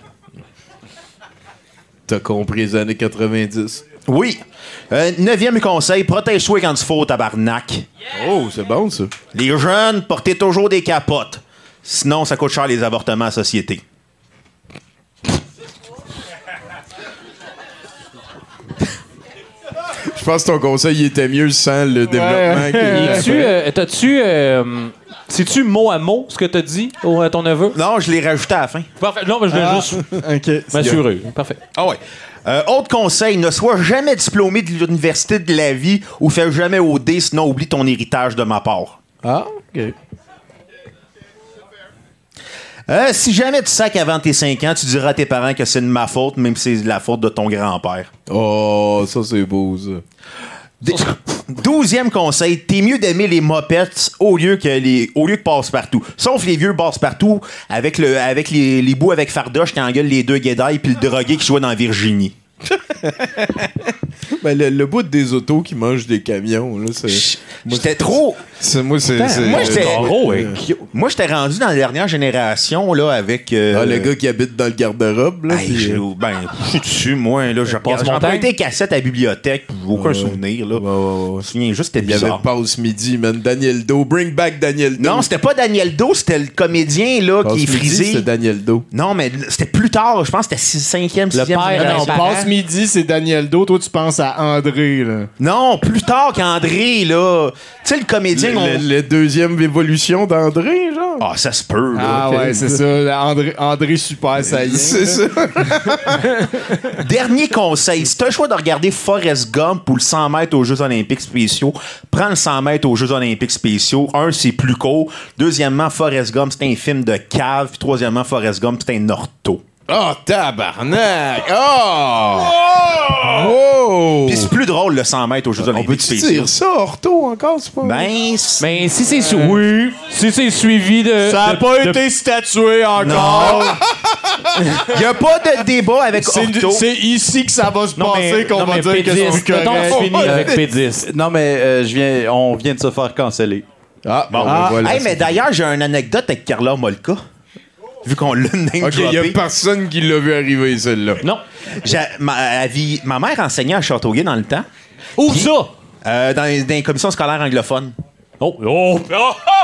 T'as compris les années quatre-vingt-dix.
Oui. Euh, neuvième conseil, protège-toi quand tu fous, tabarnak.
Oh, c'est bon, ça.
Les jeunes, portez toujours des capotes. Sinon, ça coûte cher les avortements à la société.
Je pense que ton conseil était mieux sans le développement. qu'il-
Es-tu, euh, T'as-tu. euh, C'est-tu mot à mot ce que t'as dit au, à ton neveu?
Non, je l'ai rajouté à la fin.
Parfait. Non, mais je voulais
Ah.
juste
OK.
m'assurer. Parfait.
Ah ouais. Euh, autre conseil, ne sois jamais diplômé de l'université de la vie ou fais jamais O D, sinon oublie ton héritage de ma part.
Ah, OK.
Euh, si jamais tu sacs avant tes cinq ans, tu diras à tes parents que c'est de ma faute, même si c'est la faute de ton grand-père.
Oh, ça, c'est beau, ça.
Dé- Douzième conseil, t'es mieux d'aimer les mopettes au lieu que les au lieu que passe-partout. Sauf les vieux passe-partout avec le avec les, les bouts avec Fardoche qui engueulent les deux guédailles puis le drogué qui jouait dans Virginie.
Ben, le, le bout des autos qui mangent des camions, là, c'est... moi,
J'étais trop.
c'est- moi, c'est...
Putain,
c'est-
moi, j'étais-
euh,
Gros,
euh,
hein.
Moi, j'étais rendu dans la dernière génération là avec. euh,
Ah, le gars qui habite dans le garde-robe, là.
Hey,
puis,
j'ai-
euh,
ben, je suis dessus, moi, là. J'ai
Passe-montagne?
emprunté cassette à la bibliothèque, puis j'ai aucun
Ouais.
souvenir, là.
ouais, ouais, ouais.
Je me souviens juste, c'était
Il y avait
bizarre.
Passe Midi, man. Daniel Do. Bring back Daniel Do.
Non, c'était pas Daniel Do, c'était le comédien, là,
Passe
qui est
Midi,
frisé.
c'était Daniel Do.
Non, mais c'était plus tard, je pense que c'était cinquième, sixième
père,
génération.
Non,
parents.
passe midi, c'est Daniel Do. Toi, tu penses à André, là.
Non, plus tard qu'André, là. Tu sais, le comédien.
Le,
on-
le- le deuxième évolution d'André, genre.
Ah, ça se peut, là.
Ah
ok.
ouais, c'est ça. André, André Super Saiyan.
C'est ça.
Dernier conseil, si tu as le choix de regarder Forrest Gump ou le cent mètres aux Jeux Olympiques spéciaux, prends le cent mètres aux Jeux Olympiques spéciaux. Un, c'est plus court. Deuxièmement, Forrest Gump, c'est un film de cave. Puis troisièmement, Forrest Gump, c'est un ortho.
Oh, tabarnak! Oh! Wow!
Puis c'est plus drôle, le cent mètres aux Jeux
On
Olympiques
peut-tu
spéciaux.
dire ça, ortho, encore? C'est pas...
Ben, c'est-
Mais si c'est su- oui, si c'est suivi de.
Ça a
de-
pas
de-
été statué encore.
il n'y a pas de débat avec
C'est
ortho.
c'est ici que ça va se
Non, mais-
passer qu'on
non,
va
mais
dire que
P dix,
c'est
mettons,
correct.
tu finis avec P dix.
Non, mais euh, je viens, on vient de se faire canceller.
Ah, bon,
Ah,
ben voilà.
hey, mais d'ailleurs, j'ai une anecdote avec Carla Molka. Vu qu'on l'a name
OK, il y a
droppé.
personne qui l'a vu arriver, celle-là.
Non.
J'ai- ma, elle vit- ma mère enseignait à Châteauguay dans le temps.
Où
Puis-
ça?
Euh, dans, dans les commissions scolaires anglophones.
Oh, oh, oh, oh,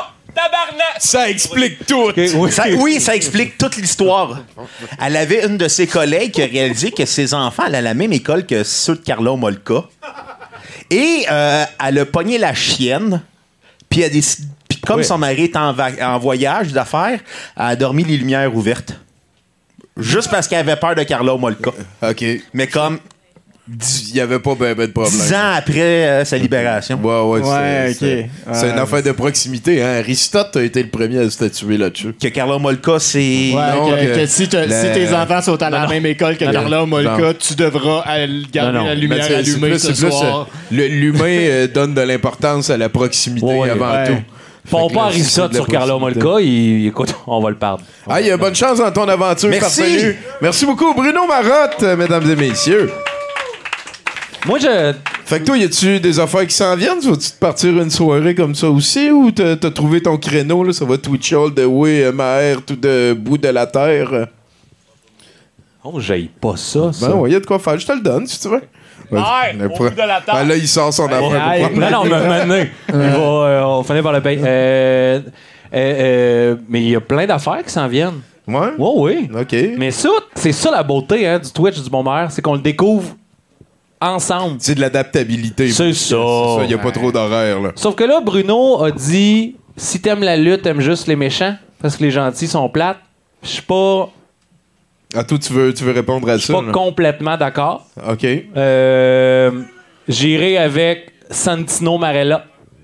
tabarnak!
Ça explique tout!
Okay, oui.
Ça- oui, ça explique toute l'histoire. Elle avait une de ses collègues qui a réalisé que ses enfants allaient à la même école que ceux de Carla Molka. Et euh, elle a pogné la chienne, puis elle a décidé- puis comme
Oui.
son mari est en, va- en voyage d'affaires, elle a dormi les lumières ouvertes. Juste parce qu'elle avait peur de Carla Molka.
OK.
Mais comme
Il n'y avait pas ben, ben de problème.
dix ans après euh, sa libération.
Ouais, ouais,
Ouais,
c'est,
ok.
c'est, c'est
Ouais,
une affaire de proximité. Hein? Aristote a été le premier à statuer là-dessus.
Que Carla Molka, c'est...
Ouais,
Non,
que,
que-
que si, te-
la-
si tes enfants sont à la même école que
Non,
Carla Molka,
non.
tu devras euh, garder
Non, non.
la
Mais
lumière
c'est- c'est
allumée
plus-
ce
c'est plus,
soir.
euh, le- l'humain euh, donne de l'importance à la proximité
Ouais, ouais.
avant
Ouais.
tout.
Pons
Fait que
pas
là, c'est
Aristote
de la
sur Carla
proximité.
Molka, il, écoute, on va le perdre.
Ah, il y a bonne chance dans ton aventure
Merci.
parvenue. Merci beaucoup, Bruno Marotte, euh, mesdames et messieurs.
Moi, je.
Fait que toi, y a-tu des affaires qui s'en viennent? Vas-tu te partir une soirée comme ça aussi? Ou t'as, t'as trouvé ton créneau, là? Ça va twitcher all the way, M A R, tout de bout de la terre?
Oh, j'aille pas ça, ça.
Ben ouais, y a de quoi faire. Je te le donne, si tu veux.
Ouais,
Ben,
au bout de la table.
ben là, il sort son affaire.
Hey,
pour prendre-
non, non, mais maintenant, il va, euh, on finit par le payer. Euh, euh, euh, mais il y a plein d'affaires qui s'en viennent.
Ouais?
Ouais, oui.
OK.
Mais ça, c'est ça la beauté hein, du Twitch du Bon Mère, c'est qu'on le découvre ensemble.
C'est de l'adaptabilité.
C'est ça.
Il n'y a pas trop d'horaire, là.
Sauf que là, Bruno a dit si t'aimes la lutte, t'aimes juste les méchants, parce que les gentils sont plates. Je suis pas,
Ah, toi, tu veux, tu veux répondre à
je suis
ça?
pas
là?
complètement d'accord.
OK.
Euh, J'irai avec Santino Marella.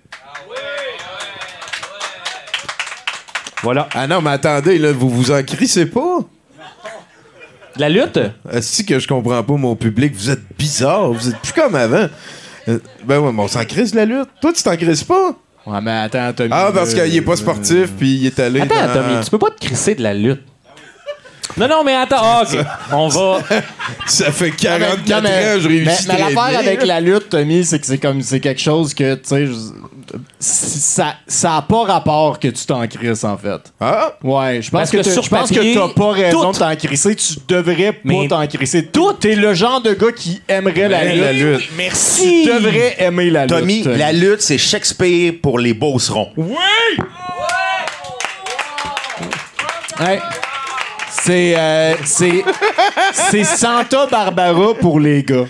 Voilà.
Ah non, mais attendez, là, vous vous en crissez pas?
De la lutte?
Est-ce que je comprends pas mon public? Vous êtes bizarre, vous êtes plus comme avant. Euh, Ben ouais, mais on s'en crisse la lutte. Toi, tu t'en crisses pas?
Ouais, mais attends, Tommy.
Ah, parce
euh,
qu'il est pas sportif, puis il est allé
Attends,
dans...
Tommy, tu peux pas te crisser de la lutte. Non, non, mais attends, ah, OK. On va...
Ça fait
Non,
quarante-quatre
mais-
ans, je
mais,
réussis
mais
très
l'affaire
bien.
avec la lutte, Tommy, c'est que c'est comme c'est quelque chose que, tu sais, je- ça ça a pas rapport que tu t'en crisses, en fait.
Ah?
Ouais, je pense
Parce
que,
que
t'as-
sur
je pense
papier,
que t'as pas raison
tout-
de t'en crisser. Tu devrais pas
Mais-
t'en crisser. Tout, t'es le genre de gars qui aimerait la
Mais
lutte.
la lutte.
Merci!
Tu devrais aimer la
Tommy,
lutte.
la lutte, c'est Shakespeare pour les beaucerons.
Oui!
Ouais. C'est euh, c'est c'est Santa Barbara pour les gars.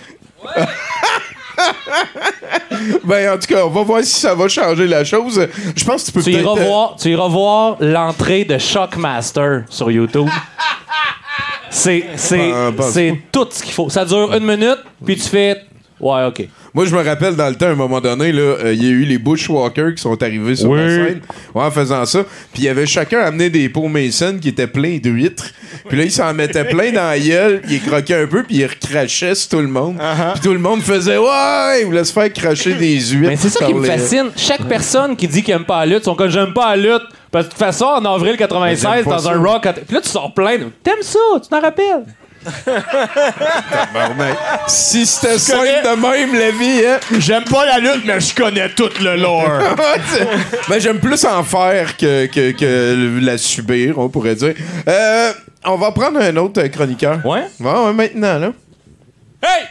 Ben, en tout cas, on va voir si ça va changer la chose. Je pense que tu peux
Tu
peut-être...
iras voir, tu iras voir l'entrée de Shockmaster sur YouTube. C'est, c'est,
Ben, pense
c'est tout ce qu'il faut. Ça dure une minute, puis tu fais... Ouais, OK.
Moi, je me rappelle dans le temps, à un moment donné, là, euh, il y a eu les Bushwalkers qui sont arrivés sur
Oui.
la scène ouais, en faisant ça. Puis il y avait chacun amené des pots Mason qui étaient pleins d'huîtres. Puis là, il s'en mettait plein dans la gueule, il croquait un peu, puis il recrachait sur tout le monde. Puis tout le monde faisait « Ouais! » Il voulait se faire cracher des huîtres.
Mais c'est ça qui
par
me
les-
fascine. Chaque personne qui dit qu'il aime pas la lutte sont comme j'aime pas la lutte. Parce que de toute façon, en avril
Mais
quatre-vingt-seize,
j'aime pas
dans
ça.
un rock. Puis là, tu sors plein de. T'aimes ça, tu t'en rappelles.
Tabarnak. Si c'était simple
connais-
de même, la vie, hein?
J'aime pas la lutte, mais je connais tout le lore.
Ben, j'aime plus en faire que, que, que la subir, on pourrait dire. Euh, on va prendre un autre euh, chroniqueur.
Ouais?
Ouais, ouais, maintenant, là.
Hey!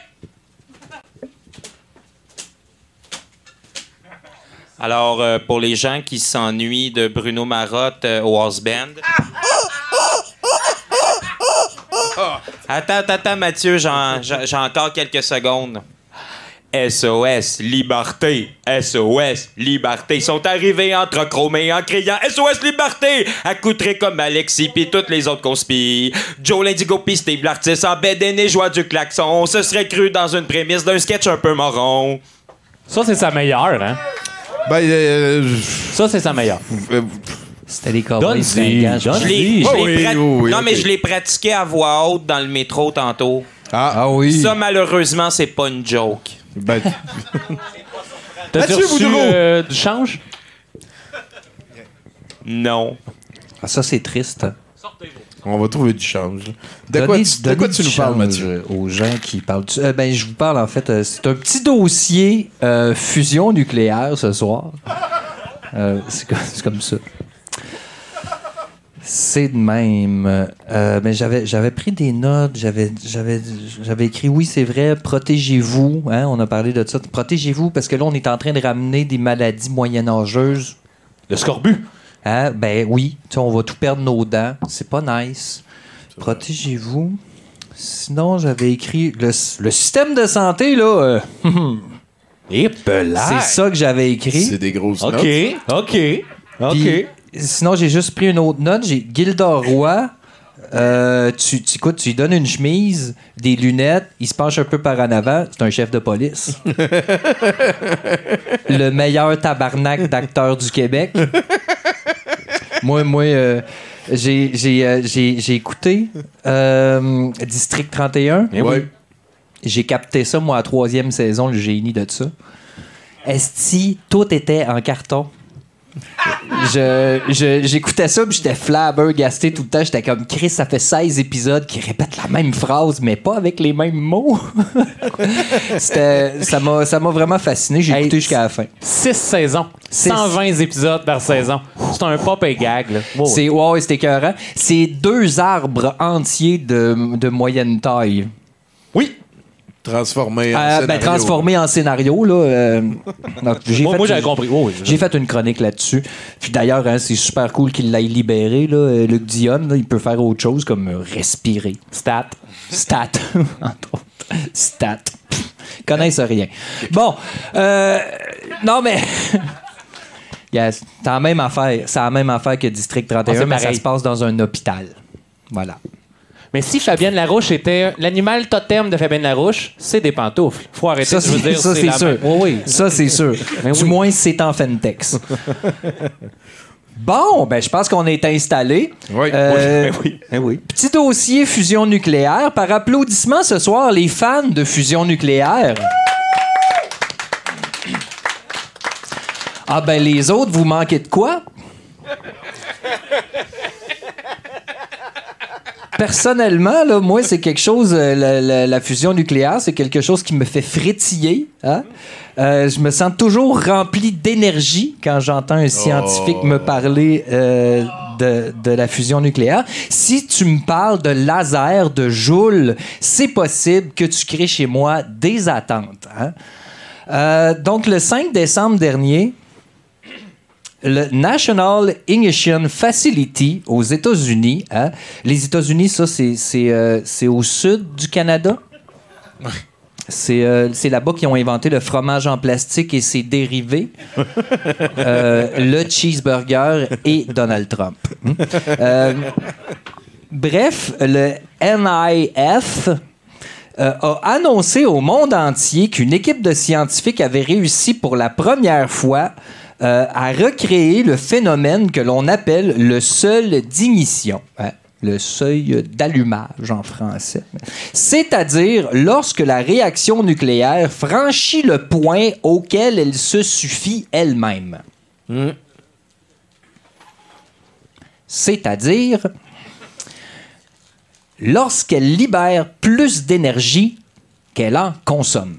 Alors, euh, pour les gens qui s'ennuient de Bruno Marotte euh, au House Band. Attends, attends, attends, Mathieu, j'en- j'ai j'ai encore quelques secondes. S O S, liberté. S O S, liberté. Ils sont arrivés entre chromés en criant S O S, liberté. Accoutrés comme Alexis pis toutes les autres conspires. Joe l'Indigo pis Steve l'artiste en bédéné joie du klaxon. On se serait cru dans une prémisse d'un sketch un peu moron.
Ça, c'est sa meilleure, hein?
Ben, euh,
Ça, c'est sa meilleure.
euh,
C'était les cowboys
Donne-y,
fringants. je
donne-y.
Je l'ai- je
Oh
l'ai
oui,
prat-
oh oui,
non,
ok.
mais je l'ai pratiqué à voix haute dans le métro tantôt.
Ah,
Ah oui.
Ça, malheureusement, c'est pas une joke.
ben,
T'as-tu
Mathieu
reçu
Boudreau.
euh, du change?
Non.
Ah, ça, c'est triste.
on va trouver du change. De
Donnez-
quoi, tu, de
donnez
quoi
du
tu nous parles,
change,
Mathieu?
euh, aux gens qui parlent. du- Euh, ben, je vous parle, en fait, euh, c'est un petit dossier euh, fusion nucléaire ce soir. Euh, c'est comme, c'est comme ça. C'est de même. Euh, ben, j'avais, j'avais pris des notes, j'avais, j'avais, j'avais écrit oui, c'est vrai, protégez-vous. Hein, on a parlé de ça. Protégez-vous parce que là, on est en train de ramener des maladies moyenâgeuses.
Le scorbut.
Hein? Ben oui, tu sais, on va tout perdre nos dents. C'est pas nice. Protégez-vous. Sinon, j'avais écrit le, le système de santé, là. Euh,
Et
c'est ça que j'avais écrit.
C'est des grosses
OK,
notes.
OK, OK.
Puis, sinon, j'ai juste pris une autre note. J'ai Gildor Roy. Euh, tu, tu, écoute, tu lui donnes une chemise, des lunettes, il se penche un peu par en avant. C'est un chef de police. Le meilleur tabarnak d'acteur du Québec. Moi, moi, euh, j'ai, j'ai, euh, j'ai, j'ai écouté euh, District trente et un.
Eh oui.
J'ai capté ça, moi, à la troisième saison, le génie de ça. Esti, tout était en carton. Je, je, j'écoutais ça, puis j'étais flabbergasté tout le temps. J'étais comme, Chris, ça fait seize épisodes qui répètent la même phrase, mais pas avec les mêmes mots. C'était, ça, m'a, ça m'a vraiment fasciné. J'ai
Hey,
écouté jusqu'à la fin.
Six saisons.
Six.
cent vingt épisodes par saison. C'est un pop et gag, là. Wow.
C'est, ouais, ouais, c'était écœurant. C'est deux arbres entiers de, de moyenne taille.
Oui.
Transformé en
Euh,
scénario.
ben, transformé en scénario, là. euh, donc, j'ai
Moi,
fait-
moi, j'avais compris. Oh, oui,
J'ai fait une chronique là-dessus. Puis d'ailleurs, hein, c'est super cool qu'il l'ait libéré, là. Euh, Luc Dionne, là, il peut faire autre chose comme euh, respirer.
Stat.
Stat, entre autres. Stat. Pff, ils connaissent rien. Bon, euh, non, mais... Yes, c'est la même affaire. C'est la même affaire que District trente et un,
Ah, c'est
mais ça
pareil.
se passe dans un hôpital. Voilà.
Mais si Fabienne Larouche était l'animal totem de Fabienne Larouche, c'est des pantoufles. Faut arrêter
Ça,
de je veux
c'est,
dire.
ça, c'est
la
sûr.
même- Oui, oui.
Ça, c'est sûr.
Mais
Du
oui.
moins, c'est en Fentex. Bon, ben, je pense qu'on est installé.
Oui.
Euh,
Oui, oui, oui.
Petit dossier fusion nucléaire. Par applaudissement ce soir, les fans de fusion nucléaire. Ah ben, les autres, vous manquez de quoi? Personnellement, là, moi, c'est quelque chose, euh, la, la- la fusion nucléaire, c'est quelque chose qui me fait frétiller. Hein? Euh, je me sens toujours rempli d'énergie quand j'entends un scientifique
Oh.
me parler euh, de, de la fusion nucléaire. Si tu me parles de laser, de joule, c'est possible que tu crées chez moi des attentes. Hein? Euh, donc, le cinq décembre dernier, le National Ignition Facility aux États-Unis. Hein? Les États-Unis, ça, c'est, c'est, euh, c'est au sud du Canada. C'est, euh, c'est là-bas qu'ils ont inventé le fromage en plastique et ses dérivés. Euh, le cheeseburger et Donald Trump. Hum. Euh, bref, le N I F euh, a annoncé au monde entier qu'une équipe de scientifiques avait réussi pour la première fois euh, à recréer le phénomène que l'on appelle le seuil d'ignition. Hein? Le seuil d'allumage en français. C'est-à-dire lorsque la réaction nucléaire franchit le point auquel elle se suffit elle-même.
Mmh.
C'est-à-dire lorsqu'elle libère plus d'énergie qu'elle en consomme.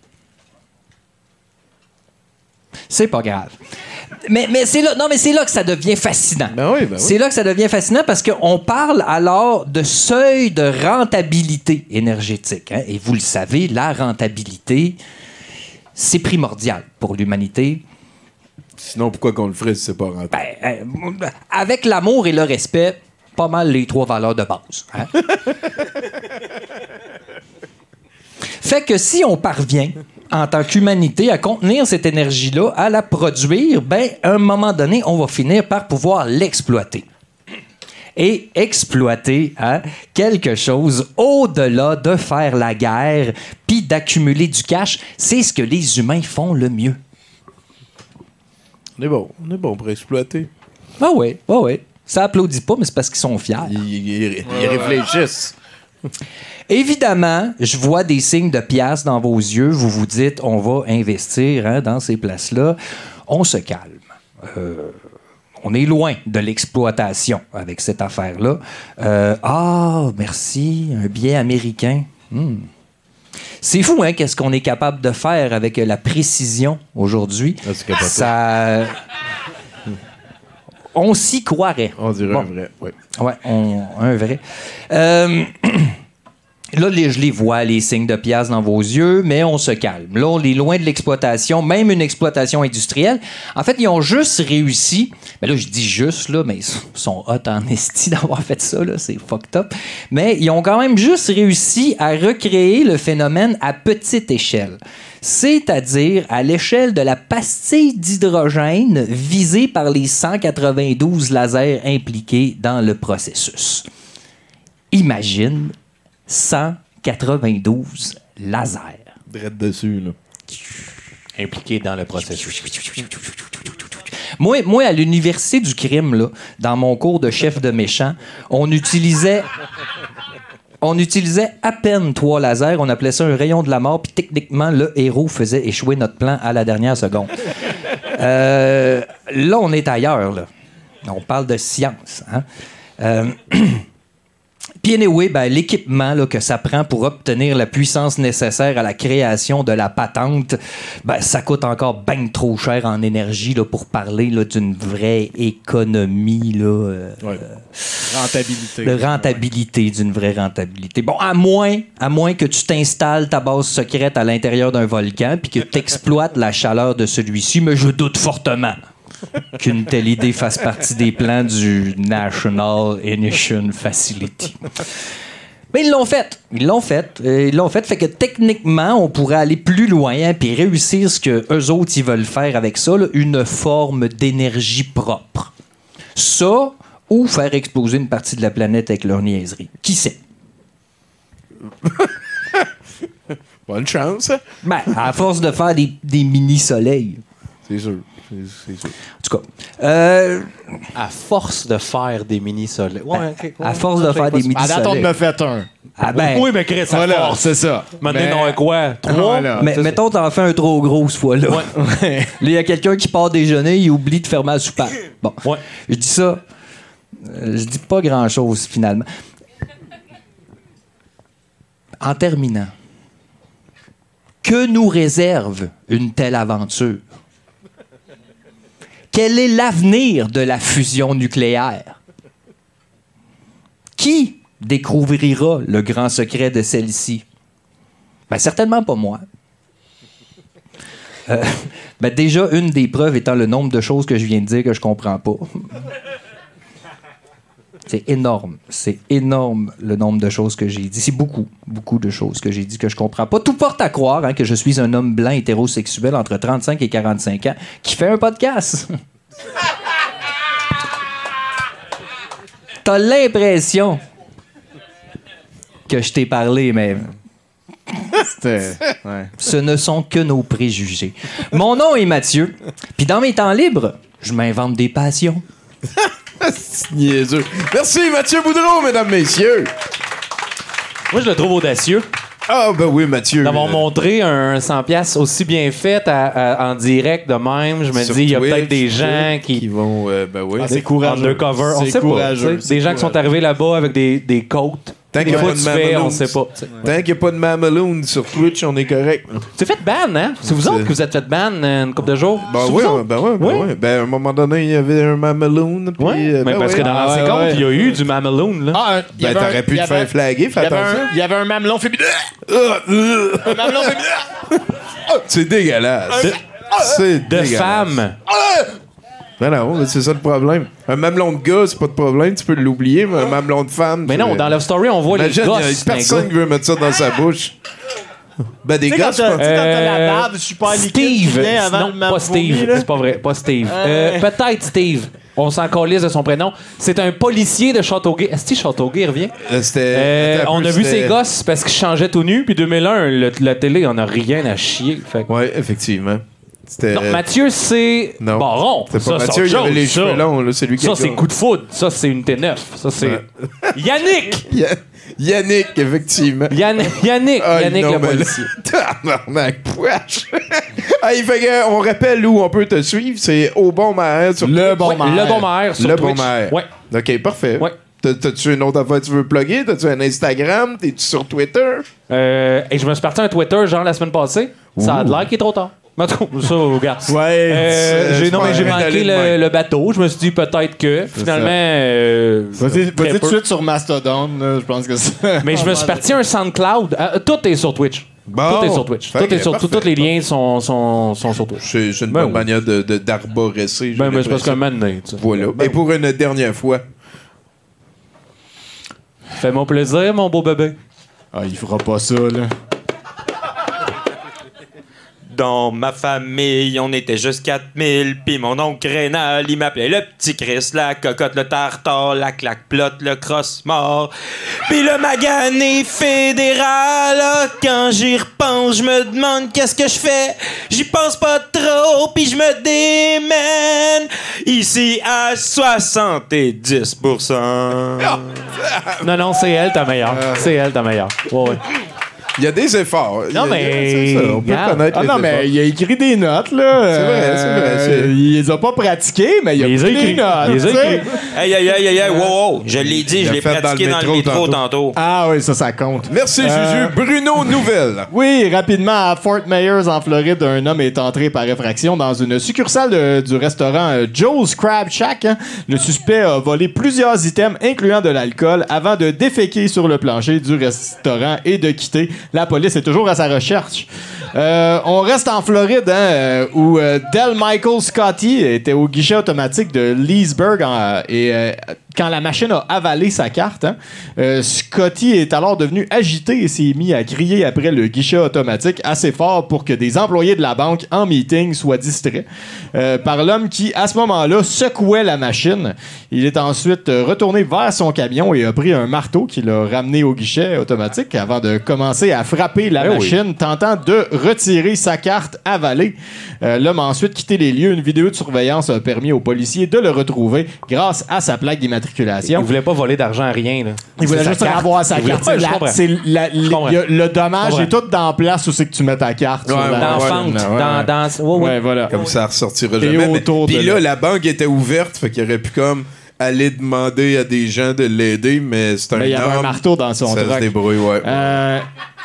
C'est pas grave. Mais, mais c'est là, non, mais c'est là que ça devient fascinant.
Ben oui, ben oui.
C'est là que ça devient fascinant parce qu'on parle alors de seuil de rentabilité énergétique. Hein? Et vous le savez, la rentabilité, c'est primordial pour l'humanité.
Sinon, pourquoi qu'on le ferait si c'est pas rentable?
Ben, euh, avec l'amour et le respect, pas mal les trois valeurs de base. Hein? Fait que si on parvient en tant qu'humanité à contenir cette énergie-là, à la produire, ben, à un moment donné, on va finir par pouvoir l'exploiter. Et exploiter hein, quelque chose au-delà de faire la guerre puis d'accumuler du cash, c'est ce que les humains font le mieux.
On est bon, on est bon pour exploiter.
Ah oui, ah oui. Ça applaudit pas, mais c'est parce qu'ils sont fiers.
Ils, ils- ils réfléchissent.
Évidemment, je vois des signes de pièces dans vos yeux. Vous vous dites, on va investir hein, dans ces places-là. On se calme. Euh, on est loin de l'exploitation avec cette affaire-là. Euh, ah, merci, un billet américain. Hmm. C'est fou, hein, qu'est-ce qu'on est capable de faire avec la précision aujourd'hui.
Ah, c'est capoté.
Ça... On s'y croirait.
On dirait
Bon.
un vrai, oui.
Ouais, on, un vrai. Euh, Là, les, je les vois, les signes de pièces dans vos yeux, mais on se calme. Là, on est loin de l'exploitation, même une exploitation industrielle. En fait, ils ont juste réussi, mais là, je dis juste, là, mais ils sont hot en esti d'avoir fait ça, là, c'est fucked up. Mais ils ont quand même juste réussi à recréer le phénomène à petite échelle. C'est-à-dire à l'échelle de la pastille d'hydrogène visée par les cent quatre-vingt-douze lasers impliqués dans le processus. Imagine cent quatre-vingt-douze lasers.
Drette dessus, là.
Impliqués dans le processus.
Moi, moi, à l'université du crime, là, dans mon cours de chef de méchant, on utilisait... On utilisait à peine trois lasers. On appelait ça un rayon de la mort. Puis techniquement, le héros faisait échouer notre plan à la dernière seconde. Euh, là, on est ailleurs. Là. On parle de science. Hein? Euh, Puis anyway, ben, l'équipement là, que ça prend pour obtenir la puissance nécessaire à la création de la patente, ben, ça coûte encore bien trop cher en énergie là, pour parler là, d'une vraie économie. Là, euh,
ouais. Rentabilité.
De rentabilité, d'une vraie rentabilité. Bon, à moins, à moins que tu t'installes ta base secrète à l'intérieur d'un volcan puis que tu exploites la chaleur de celui-ci, mais je doute fortement qu'une telle idée fasse partie des plans du National Ignition Facility. Mais ils l'ont fait. Ils l'ont fait. Ils l'ont fait. Fait que techniquement, on pourrait aller plus loin hein, puis réussir ce que eux autres ils veulent faire avec ça, là, une forme d'énergie propre. Ça, ou faire exploser une partie de la planète avec leur niaiserie. Qui sait?
Bonne chance.
Ben, à force de faire des, des mini-soleils.
C'est sûr. C'est sûr.
En tout cas, euh,
à force de faire des mini-soleils. Ouais,
à,
okay,
à force de faire des mini-soleils.
À date, on en a fait un.
Ah ben,
oui, mais Chris, ça
voilà,
force.
c'est ça.
Maintenant,
mais...
on a quoi? Trois?
Voilà,
mais mettons, t'en fais un trop gros ce fois-là.
Ouais.
Là, il y a quelqu'un qui part déjeuner, il oublie de fermer la soupape. Bon,
ouais.
Je dis ça. Euh, je dis pas grand-chose, finalement. En terminant, que nous réserve une telle aventure? Quel est l'avenir de la fusion nucléaire? Qui découvrira le grand secret de celle-ci? Ben, certainement pas moi. Euh, ben, déjà, une des preuves étant le nombre de choses que je viens de dire que je comprends pas. C'est énorme. C'est énorme le nombre de choses que j'ai dit. C'est beaucoup, beaucoup de choses que j'ai dit que je comprends pas. Tout porte à croire hein, que je suis un homme blanc hétérosexuel entre trente-cinq et quarante-cinq ans qui fait un podcast. T'as l'impression que je t'ai parlé, mais...
C'était... Ouais.
Ce ne sont que nos préjugés. Mon nom est Mathieu, puis dans mes temps libres, je m'invente des passions.
C'est niaiseux. Merci Mathieu Boudreau, mesdames, messieurs.
Moi, je le trouve audacieux.
Ah, ben oui, Mathieu.
D'avoir
euh...
montré un cent piastres aussi bien fait à, à, en direct de même, je me
Sur
dis, il y a
Twitch,
peut-être des gens qui...
qui vont... Euh, ben oui.
Ah, c'est courageux.
Undercover. On
c'est
sait
courageux.
pas. Des gens qui sont arrivés là-bas avec des, des côtes.
Tant qu'il
Des
n'y a
fois,
pas de
tu fais, on
Mamaloons.
sait pas.
Tant qu'il n'y a pas de Mamaloon sur Twitch, on est correct.
C'est fait ban, hein? C'est vous autres que vous êtes fait ban euh, une couple de jours?
Ben
C'est
oui,
vous
on-
autres?
ben oui, ben
Oui.
oui. Ben à un moment donné, il y avait un Mamaloon. puis,
Ouais,
euh,
mais
ben
parce
oui.
que dans
Ah,
l'ancien
ouais,
compte,
ouais.
il y a eu du Mameloon, là.
Ah, il y
Ben
avait un-
t'aurais pu
il y
te
avait-
faire flaguer,
Il
fais
y avait
attention.
un- il y avait un mamelon féminin. Un mamelon féminin.
C'est dégueulasse. C'est
De
dégueulasse.
femmes.
Ben non, mais c'est ça le problème. Un mamelon de gars, c'est pas de problème, tu peux l'oublier, mais un mamelon de femme...
Mais
tu-
non, dans Love Story, on voit
Imagine,
les
il y a
gosses. d'un
personne
gars.
qui veut mettre ça dans sa bouche. Ben des
Tu sais, quand
gosses,
t'as
pas...
tu sais, quand t'as la
Euh,
barbe super liquide
Steve.
qui vient avant
Non,
de
pas
m'affouiller,
Steve.
là.
C'est pas vrai. Pas Steve.
Euh.
Euh, Peut-être Steve. On s'en calisse de son prénom. C'est un policier de Châteauguay. Est-ce que Châteauguay revient?
Euh, c'était...
Euh,
attends un
on
peu,
a vu
c'était-
ses gosses parce qu'ils changeaient tout nu. Puis deux mille un, le- la télé, on a rien à chier. Fait que-
Ouais, effectivement. C'était...
Non, Mathieu, c'est
Non.
Baron.
C'est
Ça,
pas
c'est
Mathieu,
autre
il avait
chose,
les
ça.
cheveux longs, là, c'est lui qui
Ça,
a
c'est
gagné.
coup de foudre. Ça, c'est une T neuf. Ça, c'est.
Ouais.
Yannick!
Ya- Yannick, effectivement.
Yann- Yannick!
Ah,
Yannick,
non,
le
mais là-
policier.
Tabarnak, poche. Ah, il fait que, on rappelle où on peut te suivre, c'est Au Bon Maire sur
Le bon
Ouais,
maire.
Le bon maire sur
Le
Twitch.
Bon Maire.
Ouais.
OK, parfait.
Ouais.
T'as- T'as-tu une autre affaire que tu veux plugger? T'as-tu un Instagram? T'es-tu sur Twitter?
Euh, et je me suis parti un Twitter, genre, la semaine passée. Ça a
Ouh.
l'air qu'il est trop tard. En tout cas, ça, regarde.
Ouais.
Euh, j'ai,
c'est
non,
pas
mais j'ai
un
manqué
d'aller de
le,
même.
le bateau. Je me suis dit peut-être que, finalement.
ça.
euh,
Vas-y,
très
vas-y tout
peu.
de suite sur Mastodon, là, je pense que c'est.
Mais je me suis parti un SoundCloud. Euh, tout est sur Twitch.
Bon.
Tout est sur Twitch.
Fait
Tout
que,
est sur,
parfait,
tous les liens sont, sont, sont sur Twitch.
C'est, c'est une
Ben
bonne
oui.
manière de, de, d'arborescer. j'ai
Ben, mais c'est parce
l'impression.
qu'un moment donné, tu sais.
Voilà. Et pour une dernière fois.
Fais-moi plaisir, mon beau bébé.
Ah, il fera pas ça, là.
Dans ma famille, on était juste quatre mille, pis mon oncle Rénal, il m'appelait le petit Chris, la cocotte, le tartare, la claque plot, le crosse-mort. Pis le magané fédéral, ah, quand j'y repense, je me demande qu'est-ce que je fais. J'y pense pas trop, pis je me démène. Ici à soixante-dix pour cent.
Non, non, c'est elle ta meilleure. C'est elle ta meilleure. Ouais, ouais.
Il y a des efforts.
Non,
Il y a-
mais-
c'est ça, on peut
regarde.
connaître
Ah
les
non,
efforts.
mais il a écrit des notes, là.
C'est vrai, c'est vrai,
Euh,
c'est-
Il les a pas pratiquées, mais il a
Il les a
écrit des
écrits.
notes.
Il les a
tu sais.
écrits.
Aïe, aïe, aïe, aïe, aïe, wow, wow. Je l'ai dit,
Il
je
l'a
l'ai
fait
pratiqué
dans
dans
le
le
métro
métro
tantôt.
tantôt.
Ah oui, ça, ça compte.
Merci,
Euh,
Juju. Bruno, nouvelle.
Oui, rapidement, à Fort Myers, en Floride, un homme est entré par effraction dans une succursale de- du restaurant euh, Joe's Crab Shack. hein. Le suspect a volé plusieurs items, incluant de l'alcool, avant de déféquer sur le plancher du restaurant et de quitter. La police est toujours à sa recherche. Euh, on reste en Floride, hein, euh, où euh, Del Michael Scotty était au guichet automatique de Leesburg en- et euh, quand la machine a avalé sa carte, hein, euh, Scotty est alors devenu agité et s'est mis à crier après le guichet automatique assez fort pour que des employés de la banque en meeting soient distraits euh, par l'homme qui, à ce moment-là, secouait la machine. Il est ensuite euh, retourné vers son camion et a pris un marteau qui l'a ramené au guichet automatique avant de commencer à frapper la
Ben oui.
machine, tentant de retirer sa carte avalée. Euh, l'homme a ensuite quitté les lieux. Une vidéo de surveillance a permis aux policiers de le retrouver grâce à sa plaque d'immatriculation.
Il voulait pas voler d'argent à rien. Là.
Il voulait
C'est
juste
sa carte.
avoir sa
Il voulait-
carte.
Ouais,
C'est
je
la-
comprends.
c'est la-
Je comprends.
il y a- le dommage
Je
est tout dans la place où c'est que tu mets ta carte. sur
Ouais,
la-
Dans
ouais,
Fente,
ouais,
dans,
ouais.
dans... Ouais, ouais.
Ouais, voilà.
Comme ça, elle ressortira
Et
jamais. mais-
autour de
Puis là,
là.
la banque était ouverte, fait qu'il aurait pu comme aller demander à des gens de l'aider, mais c'est un
Mais il y avait
homme.
un marteau dans son
Ça se
truck.
débrouille, ouais.
Euh,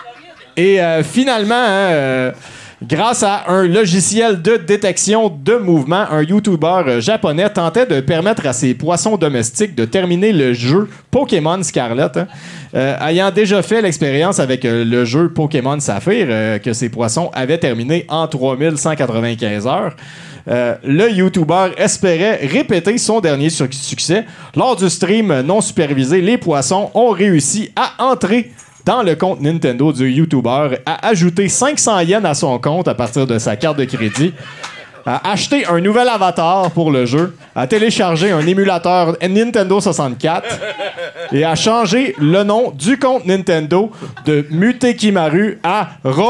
et euh, finalement, hein, euh, grâce à un logiciel de détection de mouvement, un YouTuber euh, japonais tentait de permettre à ses poissons domestiques de terminer le jeu Pokémon Scarlet. hein. Euh, ayant déjà fait l'expérience avec euh, le jeu Pokémon Saphir, euh, que ses poissons avaient terminé en trois mille cent quatre-vingt-quinze heures, euh, le YouTuber espérait répéter son dernier su- succès. Lors du stream non supervisé, les poissons ont réussi à entrer dans le compte Nintendo du YouTuber, à ajouter cinq cents yens à son compte à partir de sa carte de crédit, à acheter un nouvel avatar pour le jeu, à télécharger un émulateur Nintendo soixante-quatre et à changer le nom du compte Nintendo de Mutekimaru à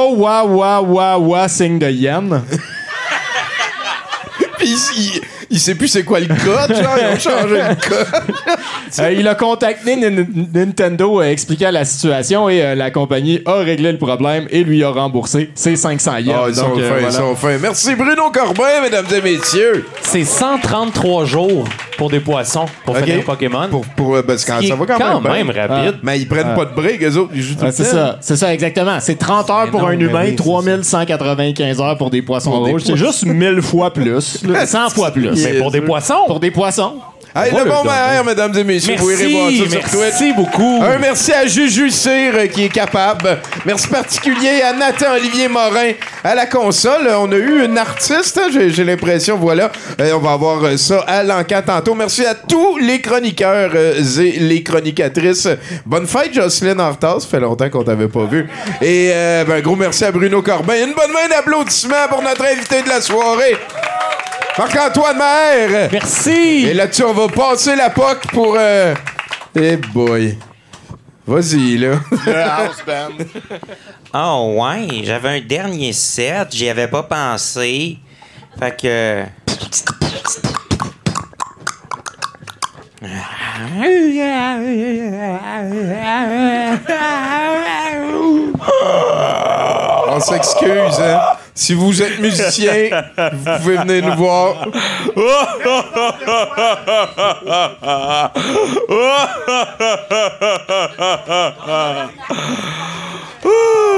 Rowawawawa signe de yen.
Puis il, il sait plus c'est quoi le code, genre, ils ont changé le code.
Euh, il a contacté Nin- Nintendo euh, expliquant la situation et euh, la compagnie a réglé le problème et lui a remboursé ses cinq cents yens.
Ah, ils sont
Donc, euh,
fins,
voilà.
ils sont fins. Merci Bruno Corbin, mesdames et messieurs.
C'est cent trente-trois jours pour des poissons pour
Ok.
finir Pokémon.
Pour, pour, euh, parce que
Ce qui
ça
est
va quand,
quand
même,
même
bien.
rapide.
Mais ils prennent
Ah.
pas de break, eux autres, ils jouent tout
Ouais,
le
c'est
temps.
ça, c'est ça exactement. C'est trente heures
Mais
pour
non,
un
mais
humain,
oui, c'est
trois mille cent quatre-vingt-quinze heures pour des poissons
Pour des
rouges. C'est
poissons.
juste mille fois plus, là, cent fois plus.
Mais pour des poissons.
Pour des poissons.
Hey,
On va
le bon
le donner.
maire, mesdames et messieurs, vous irez voir ça
Merci,
sur Twitch.
merci beaucoup.
Un merci à Juju Cyr euh, qui est capable. Merci particulier à Nathan Olivier Morin à la console. Euh, On a eu une artiste, hein, j'ai, j'ai l'impression, voilà. Euh, on va avoir euh, ça à l'encan tantôt. Merci à tous les chroniqueurs euh, et les chronicatrices. Bonne fête, Jocelyne en retard. Ça fait longtemps qu'on t'avait pas vu. Et euh, ben, un gros merci à Bruno Corbin. Une bonne main d'applaudissements pour notre invité de la soirée, Marc-Antoine Maher.
Merci.
Et là-dessus, on va passer la P O C pour... Euh... Eh boy. Vas-y, là.
Le house band.
Oh ouais, j'avais un dernier set, j'y avais pas pensé. Fait que...
On s'excuse, hein. Si vous êtes musicien, vous pouvez venir nous voir.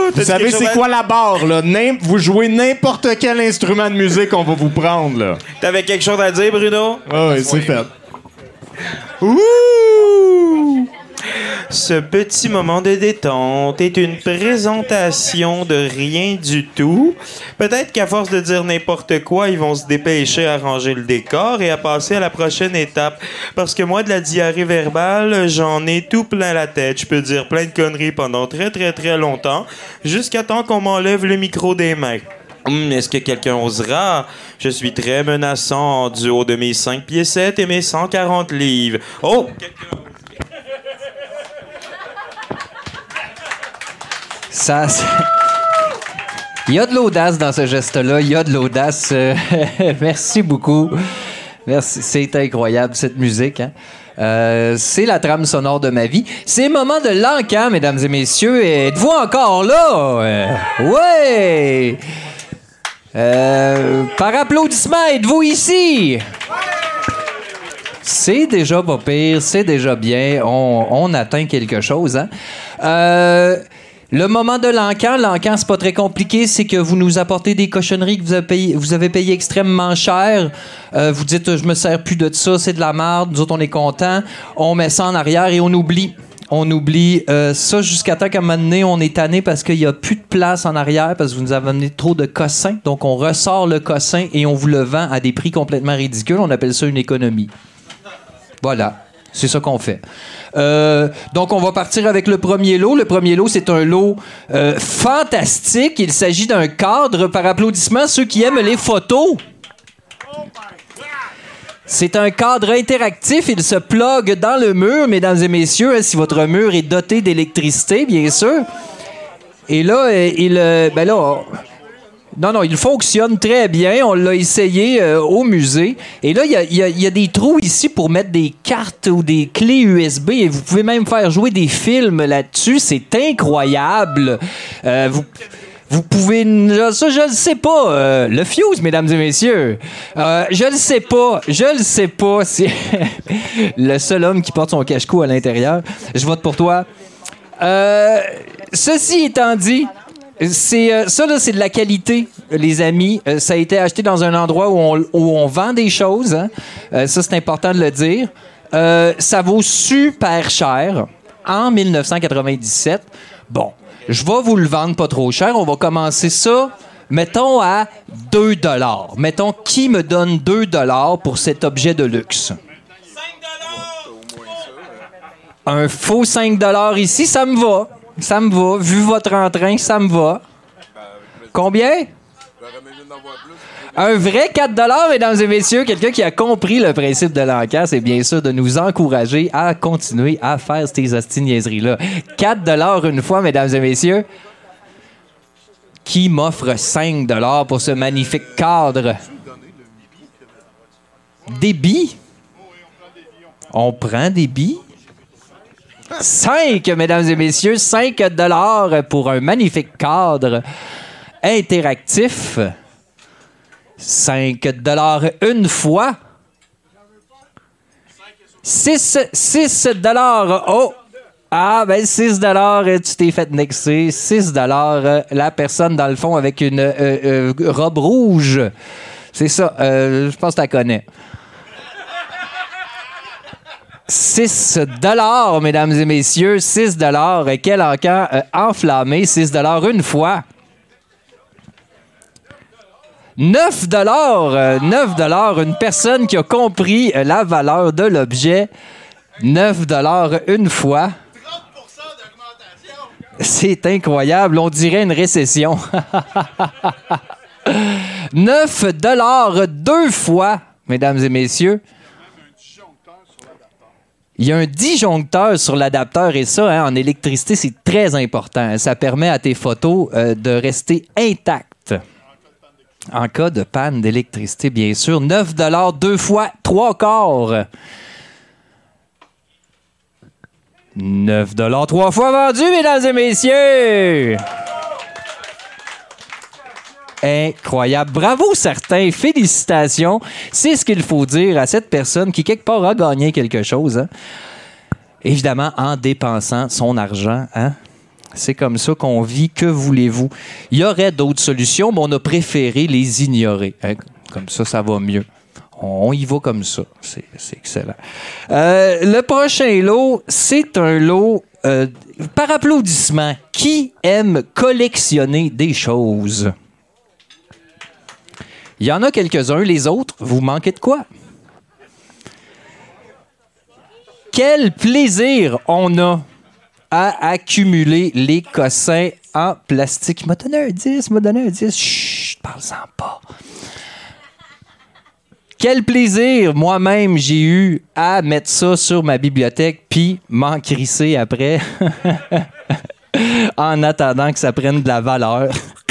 Vous savez c'est quoi la barre, là? N'im- vous jouez n'importe quel instrument de musique, on va vous prendre, là.
T'avais quelque chose à dire, Bruno?
Ah oui, c'est fait.
Ouh! Ce petit moment de détente est une présentation de rien du tout. Peut-être qu'à force de dire n'importe quoi, ils vont se dépêcher à ranger le décor et à passer à la prochaine étape. Parce que moi, de la diarrhée verbale, j'en ai tout plein la tête. Je peux dire plein de conneries pendant très très très longtemps, jusqu'à temps qu'on m'enlève le micro des mains. Hum, est-ce que quelqu'un osera? Je suis très menaçant du haut de mes cinq pieds sept et mes cent quarante livres. Oh!
Ça, ça- il y a de l'audace dans ce geste-là. Il y a de l'audace. Euh, Merci beaucoup. Merci. C'est incroyable, cette musique. Hein? Euh, c'est la trame sonore de ma vie. C'est le moment de l'encan, mesdames et messieurs. Êtes-vous encore là? Euh, ouais! Euh, par applaudissement, êtes-vous ici? C'est déjà pas pire, c'est déjà bien. On, on atteint quelque chose. Hein? Euh, le moment de l'encan, l'encan, c'est pas très compliqué. C'est que vous nous apportez des cochonneries que vous avez payé, vous avez payé extrêmement cher. Euh, vous dites, je me sers plus de ça, c'est de la merde. Nous autres, on est contents. On met ça en arrière et on oublie. On oublie euh, ça jusqu'à temps qu'à un moment donné, on est tanné parce qu'il n'y a plus de place en arrière parce que vous nous avez amené trop de cossins. Donc, on ressort le cossin et on vous le vend à des prix complètement ridicules. On appelle ça une économie. Voilà. C'est ça qu'on fait. Euh, donc, on va partir avec le premier lot. Le premier lot, c'est un lot euh, fantastique. Il s'agit d'un cadre par applaudissement. Ceux qui aiment les photos. C'est un cadre interactif. Il se plug dans le mur, mesdames et messieurs, hein, si votre mur est doté d'électricité, bien sûr. Et là, euh, il... Euh, ben là... On... Non, non, il fonctionne très bien. On l'a essayé euh, au musée. Et là, il y a, y a- y a des trous ici pour mettre des cartes ou des clés U S B. Et vous pouvez même faire jouer des films là-dessus. C'est incroyable. Euh, vous... Vous pouvez... Ça, je le sais pas. Euh, le fuse, mesdames et messieurs. Euh, je le sais pas. Je le sais pas. C'est le seul homme qui porte son cache-cou à l'intérieur. Je vote pour toi. Euh, ceci étant dit... C'est, euh, ça, là, c'est de la qualité, les amis. Euh, ça a été acheté dans un endroit où on, où on vend des choses. Hein. Euh, ça, c'est important de le dire. Euh, ça vaut super cher en dix-neuf cent quatre-vingt-dix-sept. Bon, je vais vous le vendre pas trop cher. On va commencer ça, mettons, à deux dollars. Mettons, qui me donne deux dollars pour cet objet de luxe? Un faux cinq dollars ici, ça me va. Ça me va. Vu votre entrain, ça me va. Combien? Un vrai quatre dollars, mesdames et messieurs. Quelqu'un qui a compris le principe de l'encan, c'est bien sûr de nous encourager à continuer à faire ces hosties niaiseries-là. quatre dollars une fois, mesdames et messieurs. Qui m'offre cinq dollars pour ce magnifique cadre? Des billes? On prend des billes? cinq, mesdames et messieurs, cinq dollars pour un magnifique cadre interactif. cinq dollars une fois. six dollars. Oh! Ah, ben six dollars, tu t'es fait nexer. six dollars, la personne dans le fond avec une euh, euh, robe rouge. C'est ça, euh, je pense que tu la connais. six dollars, mesdames et messieurs. six dollars. Quel encan euh, enflammé. six dollars une fois. neuf dollars. Euh, neuf dollars. Une personne qui a compris euh, la valeur de l'objet. neuf dollars une fois. C'est incroyable. On dirait une récession. neuf dollars deux fois, mesdames et messieurs. Il y a un disjoncteur sur l'adapteur et ça, hein, en électricité, c'est très important. Ça permet à tes photos euh, de rester intactes. En cas de panne d'électricité, bien sûr. neuf dollars deux fois, trois quarts. neuf dollars trois fois vendu, mesdames et messieurs. Incroyable. Bravo, certains. Félicitations. C'est ce qu'il faut dire à cette personne qui, quelque part, a gagné quelque chose. Hein? Évidemment, en dépensant son argent. Hein? C'est comme ça qu'on vit. Que voulez-vous? Il y aurait d'autres solutions, mais on a préféré les ignorer. Hein? Comme ça, ça va mieux. On y va comme ça. C'est, c'est excellent. Euh, le prochain lot, c'est un lot euh, par applaudissement. Qui aime collectionner des choses? Il y en a quelques-uns. Les autres, vous manquez de quoi? Quel plaisir on a à accumuler les cossins en plastique. M'a donné un dix, m'a donné un dix. Chut, parle-en pas. Quel plaisir, moi-même, j'ai eu à mettre ça sur ma bibliothèque puis m'en crisser après en attendant que ça prenne de la valeur.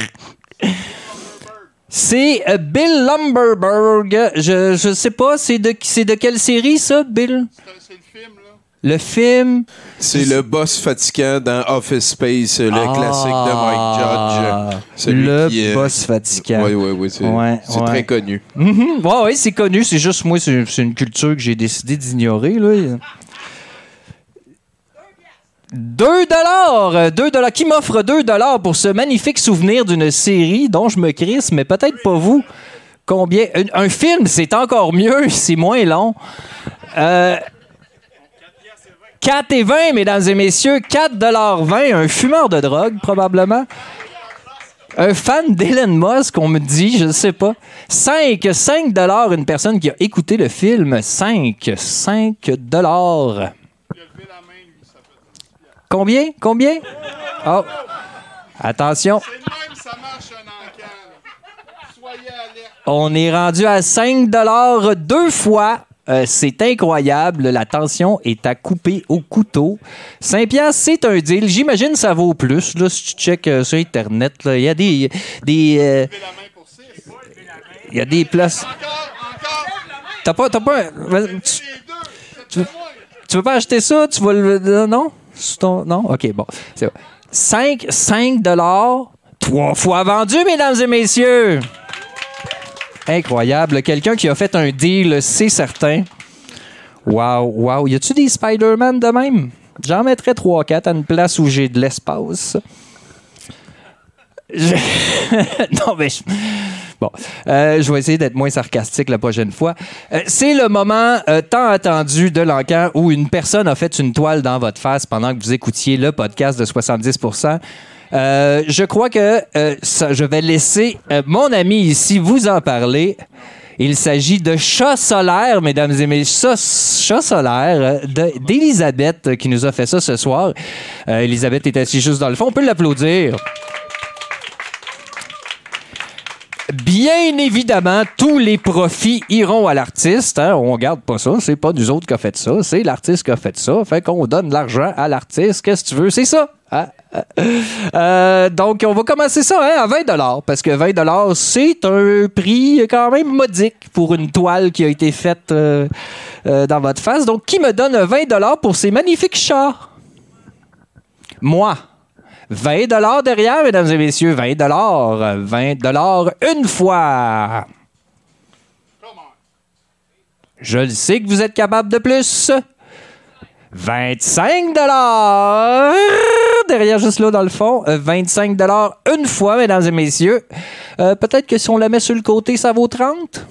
C'est euh, Bill Lumberberg. Je, je sais pas, c'est de, c'est de quelle série, ça, Bill? C'est le film, là. Le film...
C'est le boss fatigant dans Office Space, le
ah,
classique de Mike Judge. Celui
le
qui, euh,
boss fatigant.
Oui, oui, oui. C'est,
ouais,
c'est
ouais.
très connu.
Mm-hmm. Oui, ouais, c'est connu. C'est juste, moi, c'est, c'est une culture que j'ai décidé d'ignorer, là. deux dollars! deux dollars. Qui m'offre deux dollars pour ce magnifique souvenir d'une série dont je me crisse, mais peut-être pas vous? Combien? Un, un film, c'est encore mieux. C'est moins long. Euh... quatre et vingt, mesdames et messieurs. quatre dollars vingt. Un fumeur de drogue, probablement. Un fan d'Elon Musk, on me dit, je ne sais pas. cinq, cinq dollars, une personne qui a écouté le film. cinq, cinq dollars. Combien? Combien? Oh. Attention. On est rendu à cinq dollars deux fois. Euh, c'est incroyable. La tension est à couper au couteau. cinq piastres, c'est un deal. J'imagine que ça vaut plus. Là, si tu checkes euh, sur Internet, il y a des... des euh, il y a des places... T'as pas... T'as pas un... tu, tu, veux, tu veux pas acheter ça? Tu vas le... Non? Ton... Non? OK, bon. C'est cinq, cinq dollars, trois fois vendu, mesdames et messieurs. Incroyable. Quelqu'un qui a fait un deal, c'est certain. Wow, wow. Y a-tu des Spider-Man de même? J'en mettrais trois quatre à une place où j'ai de l'espace. Je... non, mais... Je... Bon, euh, je vais essayer d'être moins sarcastique la prochaine fois. Euh, c'est le moment euh, tant attendu de l'encan où une personne a fait une toile dans votre face pendant que vous écoutiez le podcast de soixante-dix pour cent. Euh, je crois que euh, ça, je vais laisser euh, mon ami ici vous en parler. Il s'agit de Chat Solaire, mesdames et messieurs. Chat Solaire euh, de, d'Élisabeth euh, qui nous a fait ça ce soir. Euh, Élisabeth est assise juste dans le fond. On peut l'applaudir. Bien évidemment, tous les profits iront à l'artiste. Hein? On garde pas ça. C'est pas nous autres qui a fait ça. C'est l'artiste qui a fait ça. Fait qu'on donne l'argent à l'artiste. Qu'est-ce que tu veux? C'est ça. Hein? Euh, donc, on va commencer ça hein, à vingt dollars. Parce que vingt dollars, c'est un prix quand même modique pour une toile qui a été faite euh, euh, dans votre face. Donc, qui me donne vingt dollars pour ces magnifiques chats? Moi. vingt dollars derrière, mesdames et messieurs. vingt dollars. vingt dollars une fois. Je le sais que vous êtes capable de plus. vingt-cinq dollars. Derrière, juste là, dans le fond. vingt-cinq dollars une fois, mesdames et messieurs. Euh, peut-être que si on la met sur le côté, ça vaut trente.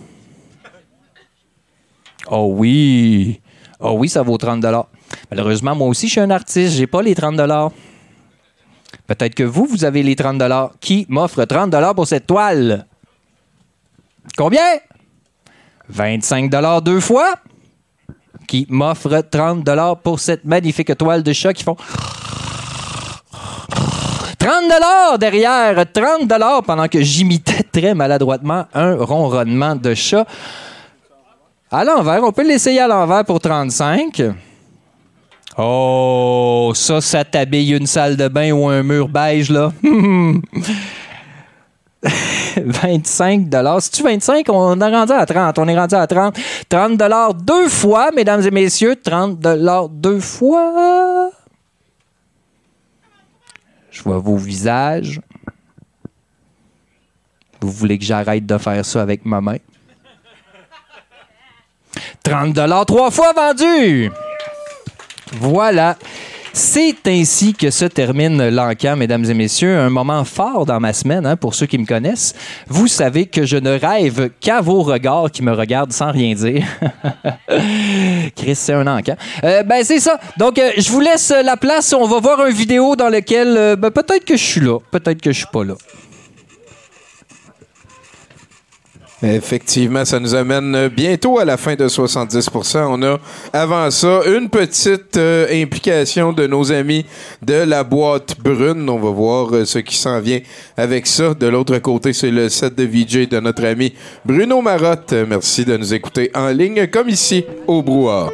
Oh oui. Oh oui, ça vaut trente dollars. Malheureusement, moi aussi, je suis un artiste. J'ai pas les trente dollars. Peut-être que vous, vous avez les trente dollars. Qui m'offre trente dollars pour cette toile? Combien? vingt-cinq dollars deux fois. Qui m'offre trente dollars pour cette magnifique toile de chat qui font... trente dollars derrière. trente dollars pendant que j'imitais très maladroitement un ronronnement de chat. À l'envers. On peut l'essayer à l'envers pour trente-cinq. Oh, ça, ça t'habille une salle de bain ou un mur beige, là. vingt-cinq dollars. C'est-tu vingt-cinq? On est rendu à trente. On est rendu à trente. trente dollars deux fois, mesdames et messieurs. trente dollars deux fois. Je vois vos visages. Vous voulez que j'arrête de faire ça avec ma main? trente dollars trois fois vendu. Voilà. C'est ainsi que se termine l'Encan, mesdames et messieurs. Un moment fort dans ma semaine, hein, pour ceux qui me connaissent. Vous savez que je ne rêve qu'à vos regards qui me regardent sans rien dire. Chris, c'est un Encan. Euh, ben, c'est ça. Donc, euh, je vous laisse la place. On va voir une vidéo dans laquelle euh, ben, peut-être que je suis là, peut-être que je suis pas là.
Effectivement, ça nous amène bientôt à la fin de soixante-dix pour cent. On a, avant ça, une petite euh, implication de nos amis de la boîte brune. On va voir euh, ce qui s'en vient avec ça. De l'autre côté, c'est le set de V J de notre ami Bruno Marotte. Merci de nous écouter en ligne, comme ici, au Brouhaha.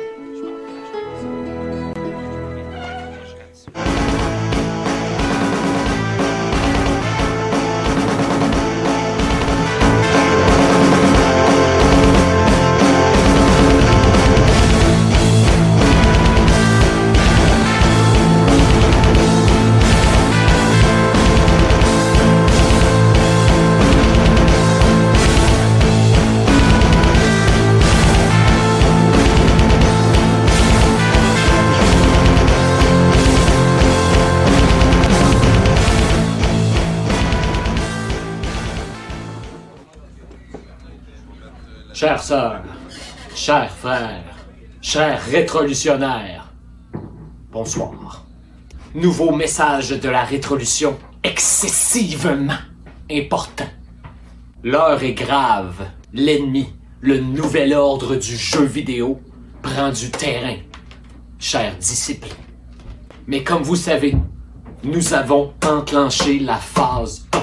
Chères sœurs, chers frères, chers rétrolutionnaires, bonsoir. Nouveau message de la rétrolution excessivement important. L'heure est grave. L'ennemi, le nouvel ordre du jeu vidéo, prend du terrain. Chers disciples. Mais comme vous savez, nous avons enclenché la phase un.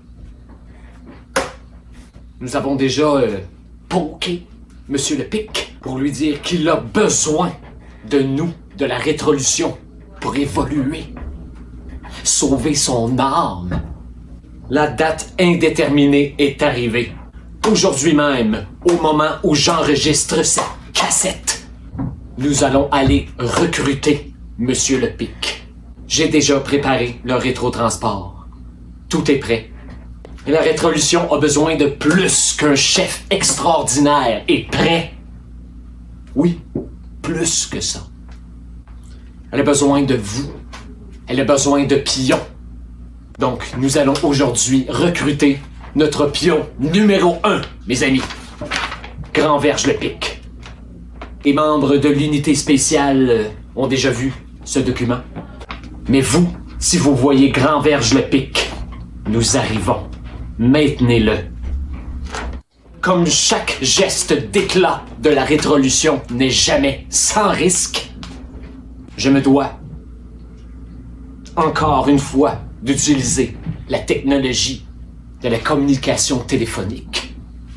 Nous avons déjà... Euh, poké Monsieur le Pic pour lui dire qu'il a besoin de nous, de la rétrolution, pour évoluer, sauver son âme. La date indéterminée est arrivée. Aujourd'hui même, au moment où j'enregistre cette cassette, nous allons aller recruter Monsieur le Pic. J'ai déjà préparé le rétrotransport. Tout est prêt. Et la rétrolution a besoin de plus qu'un chef extraordinaire et prêt. Oui, plus que ça. Elle a besoin de vous. Elle a besoin de pions. Donc, nous allons aujourd'hui recruter notre pion numéro un, mes amis. Grand Verge le Pic. Les membres de l'unité spéciale ont déjà vu ce document. Mais vous, si vous voyez Grand Verge le Pic, nous arrivons. Maintenez-le. Comme chaque geste d'éclat de la rétrolution n'est jamais sans risque, je me dois, encore une fois, d'utiliser la technologie de la communication téléphonique.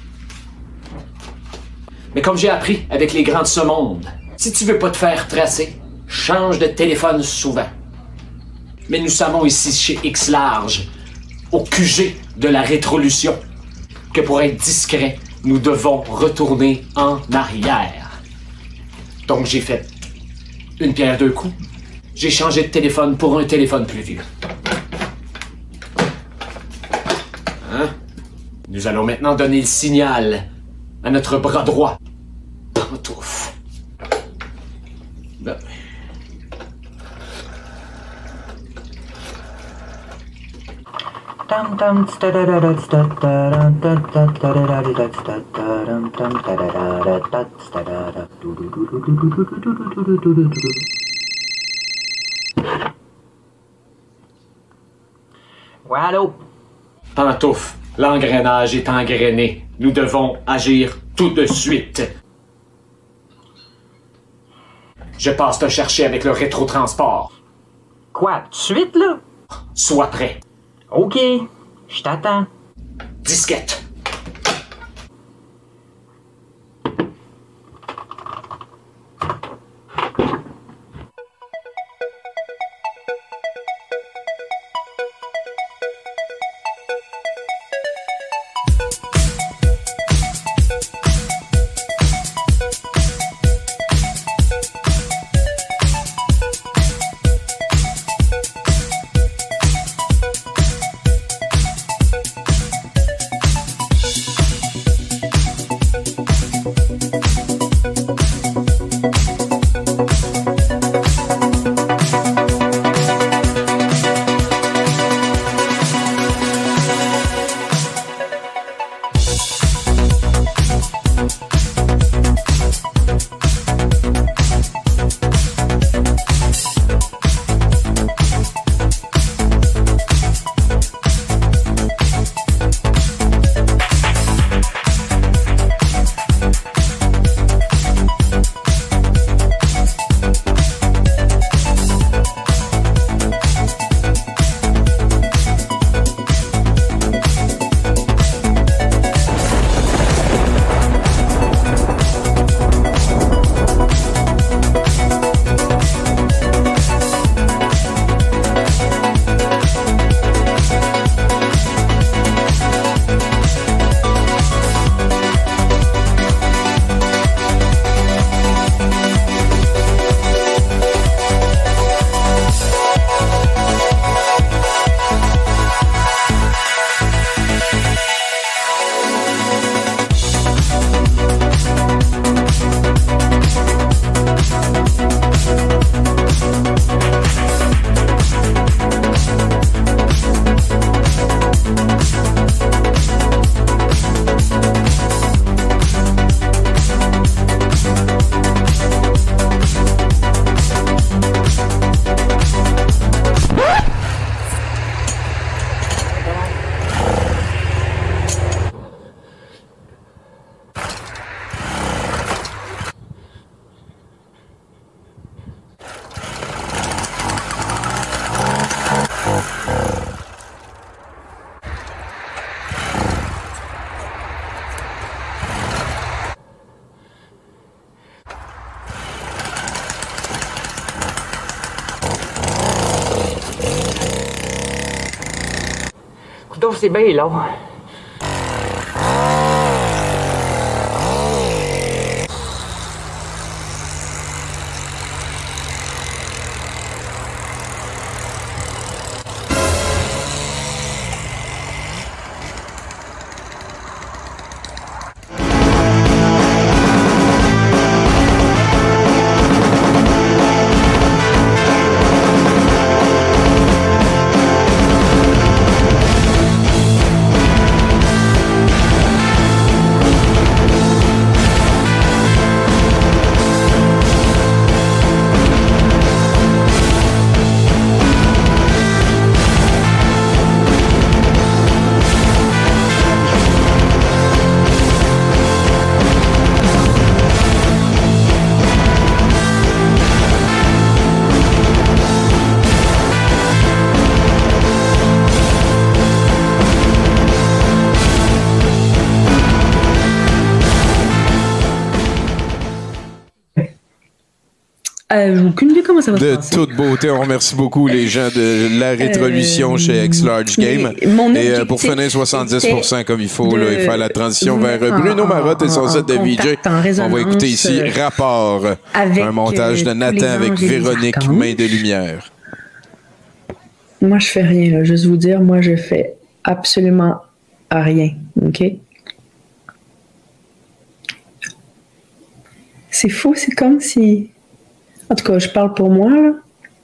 Mais comme j'ai appris avec les grands de ce monde, si tu veux pas te faire tracer, change de téléphone souvent. Mais nous savons ici chez X-Large, au Q G de la rétrolution, que pour être discret, nous devons retourner en arrière. Donc j'ai fait une pierre deux coups. J'ai changé de téléphone pour un téléphone plus vieux. Hein? Nous allons maintenant donner le signal à notre bras droit. Pantoufle. Ben. Ouais, allô? Pantoufle, l'engrenage est engrené. Nous devons agir tout de suite. Je passe te chercher avec le rétrotransport.
Quoi, tout de suite, là?
Sois prêt.
OK, je t'attends.
Disquette.
trouve que c'est bien long.
Euh, j'ai aucune idée comment ça va se
De
passer.
toute beauté, on remercie beaucoup les gens de la rétrolution
Euh,
chez X-Large Game.
mon
Et euh, pour
objectif
finir soixante-dix pour cent comme il faut,
de
là, et faire la transition
vous
vers
mettre
Bruno
en-
Marotte et son
en-
set de
en
V J.
contact, en
On va
résonance,
écouter ici
euh,
Rapport,
avec,
un montage de
euh, tous
Nathan
les
avec
anges et les
Véronique,
archanges.
Main de Lumière.
Moi, je fais rien, là. Juste vous dire, moi, je fais absolument rien. OK? C'est fou, c'est comme si. En tout cas, je parle pour moi, là.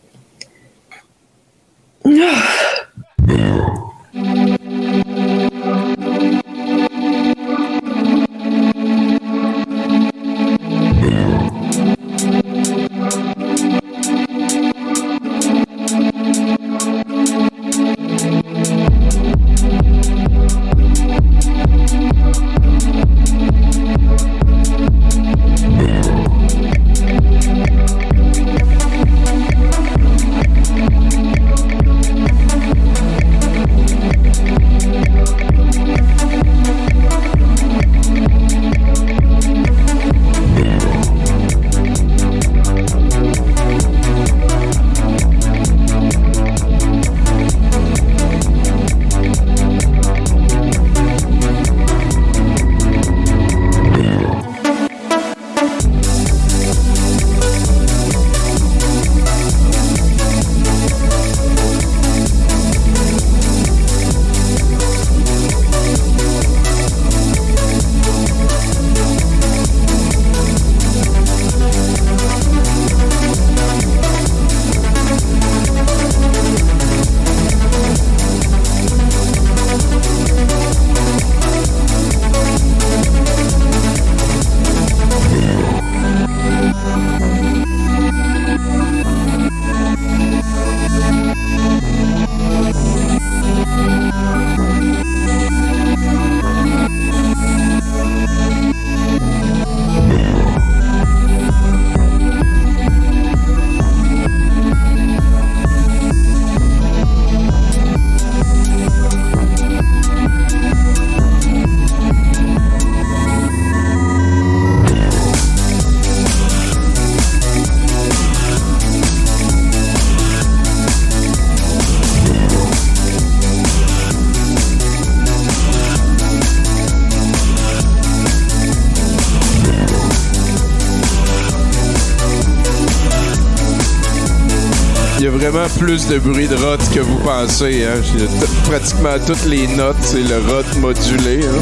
Il y a vraiment plus de bruit de rot que vous pensez. Hein? J'ai t- pratiquement toutes les notes, c'est le rot modulé. Hein?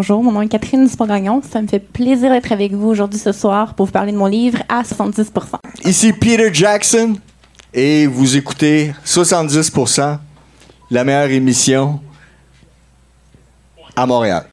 bonjour, mon nom est Catherine Dupont-Gagnon. Ça me fait plaisir d'être avec vous aujourd'hui ce soir pour vous parler de mon livre à soixante-dix pour cent.
Ici Peter Jackson et vous écoutez soixante-dix pour cent, la meilleure émission à Montréal.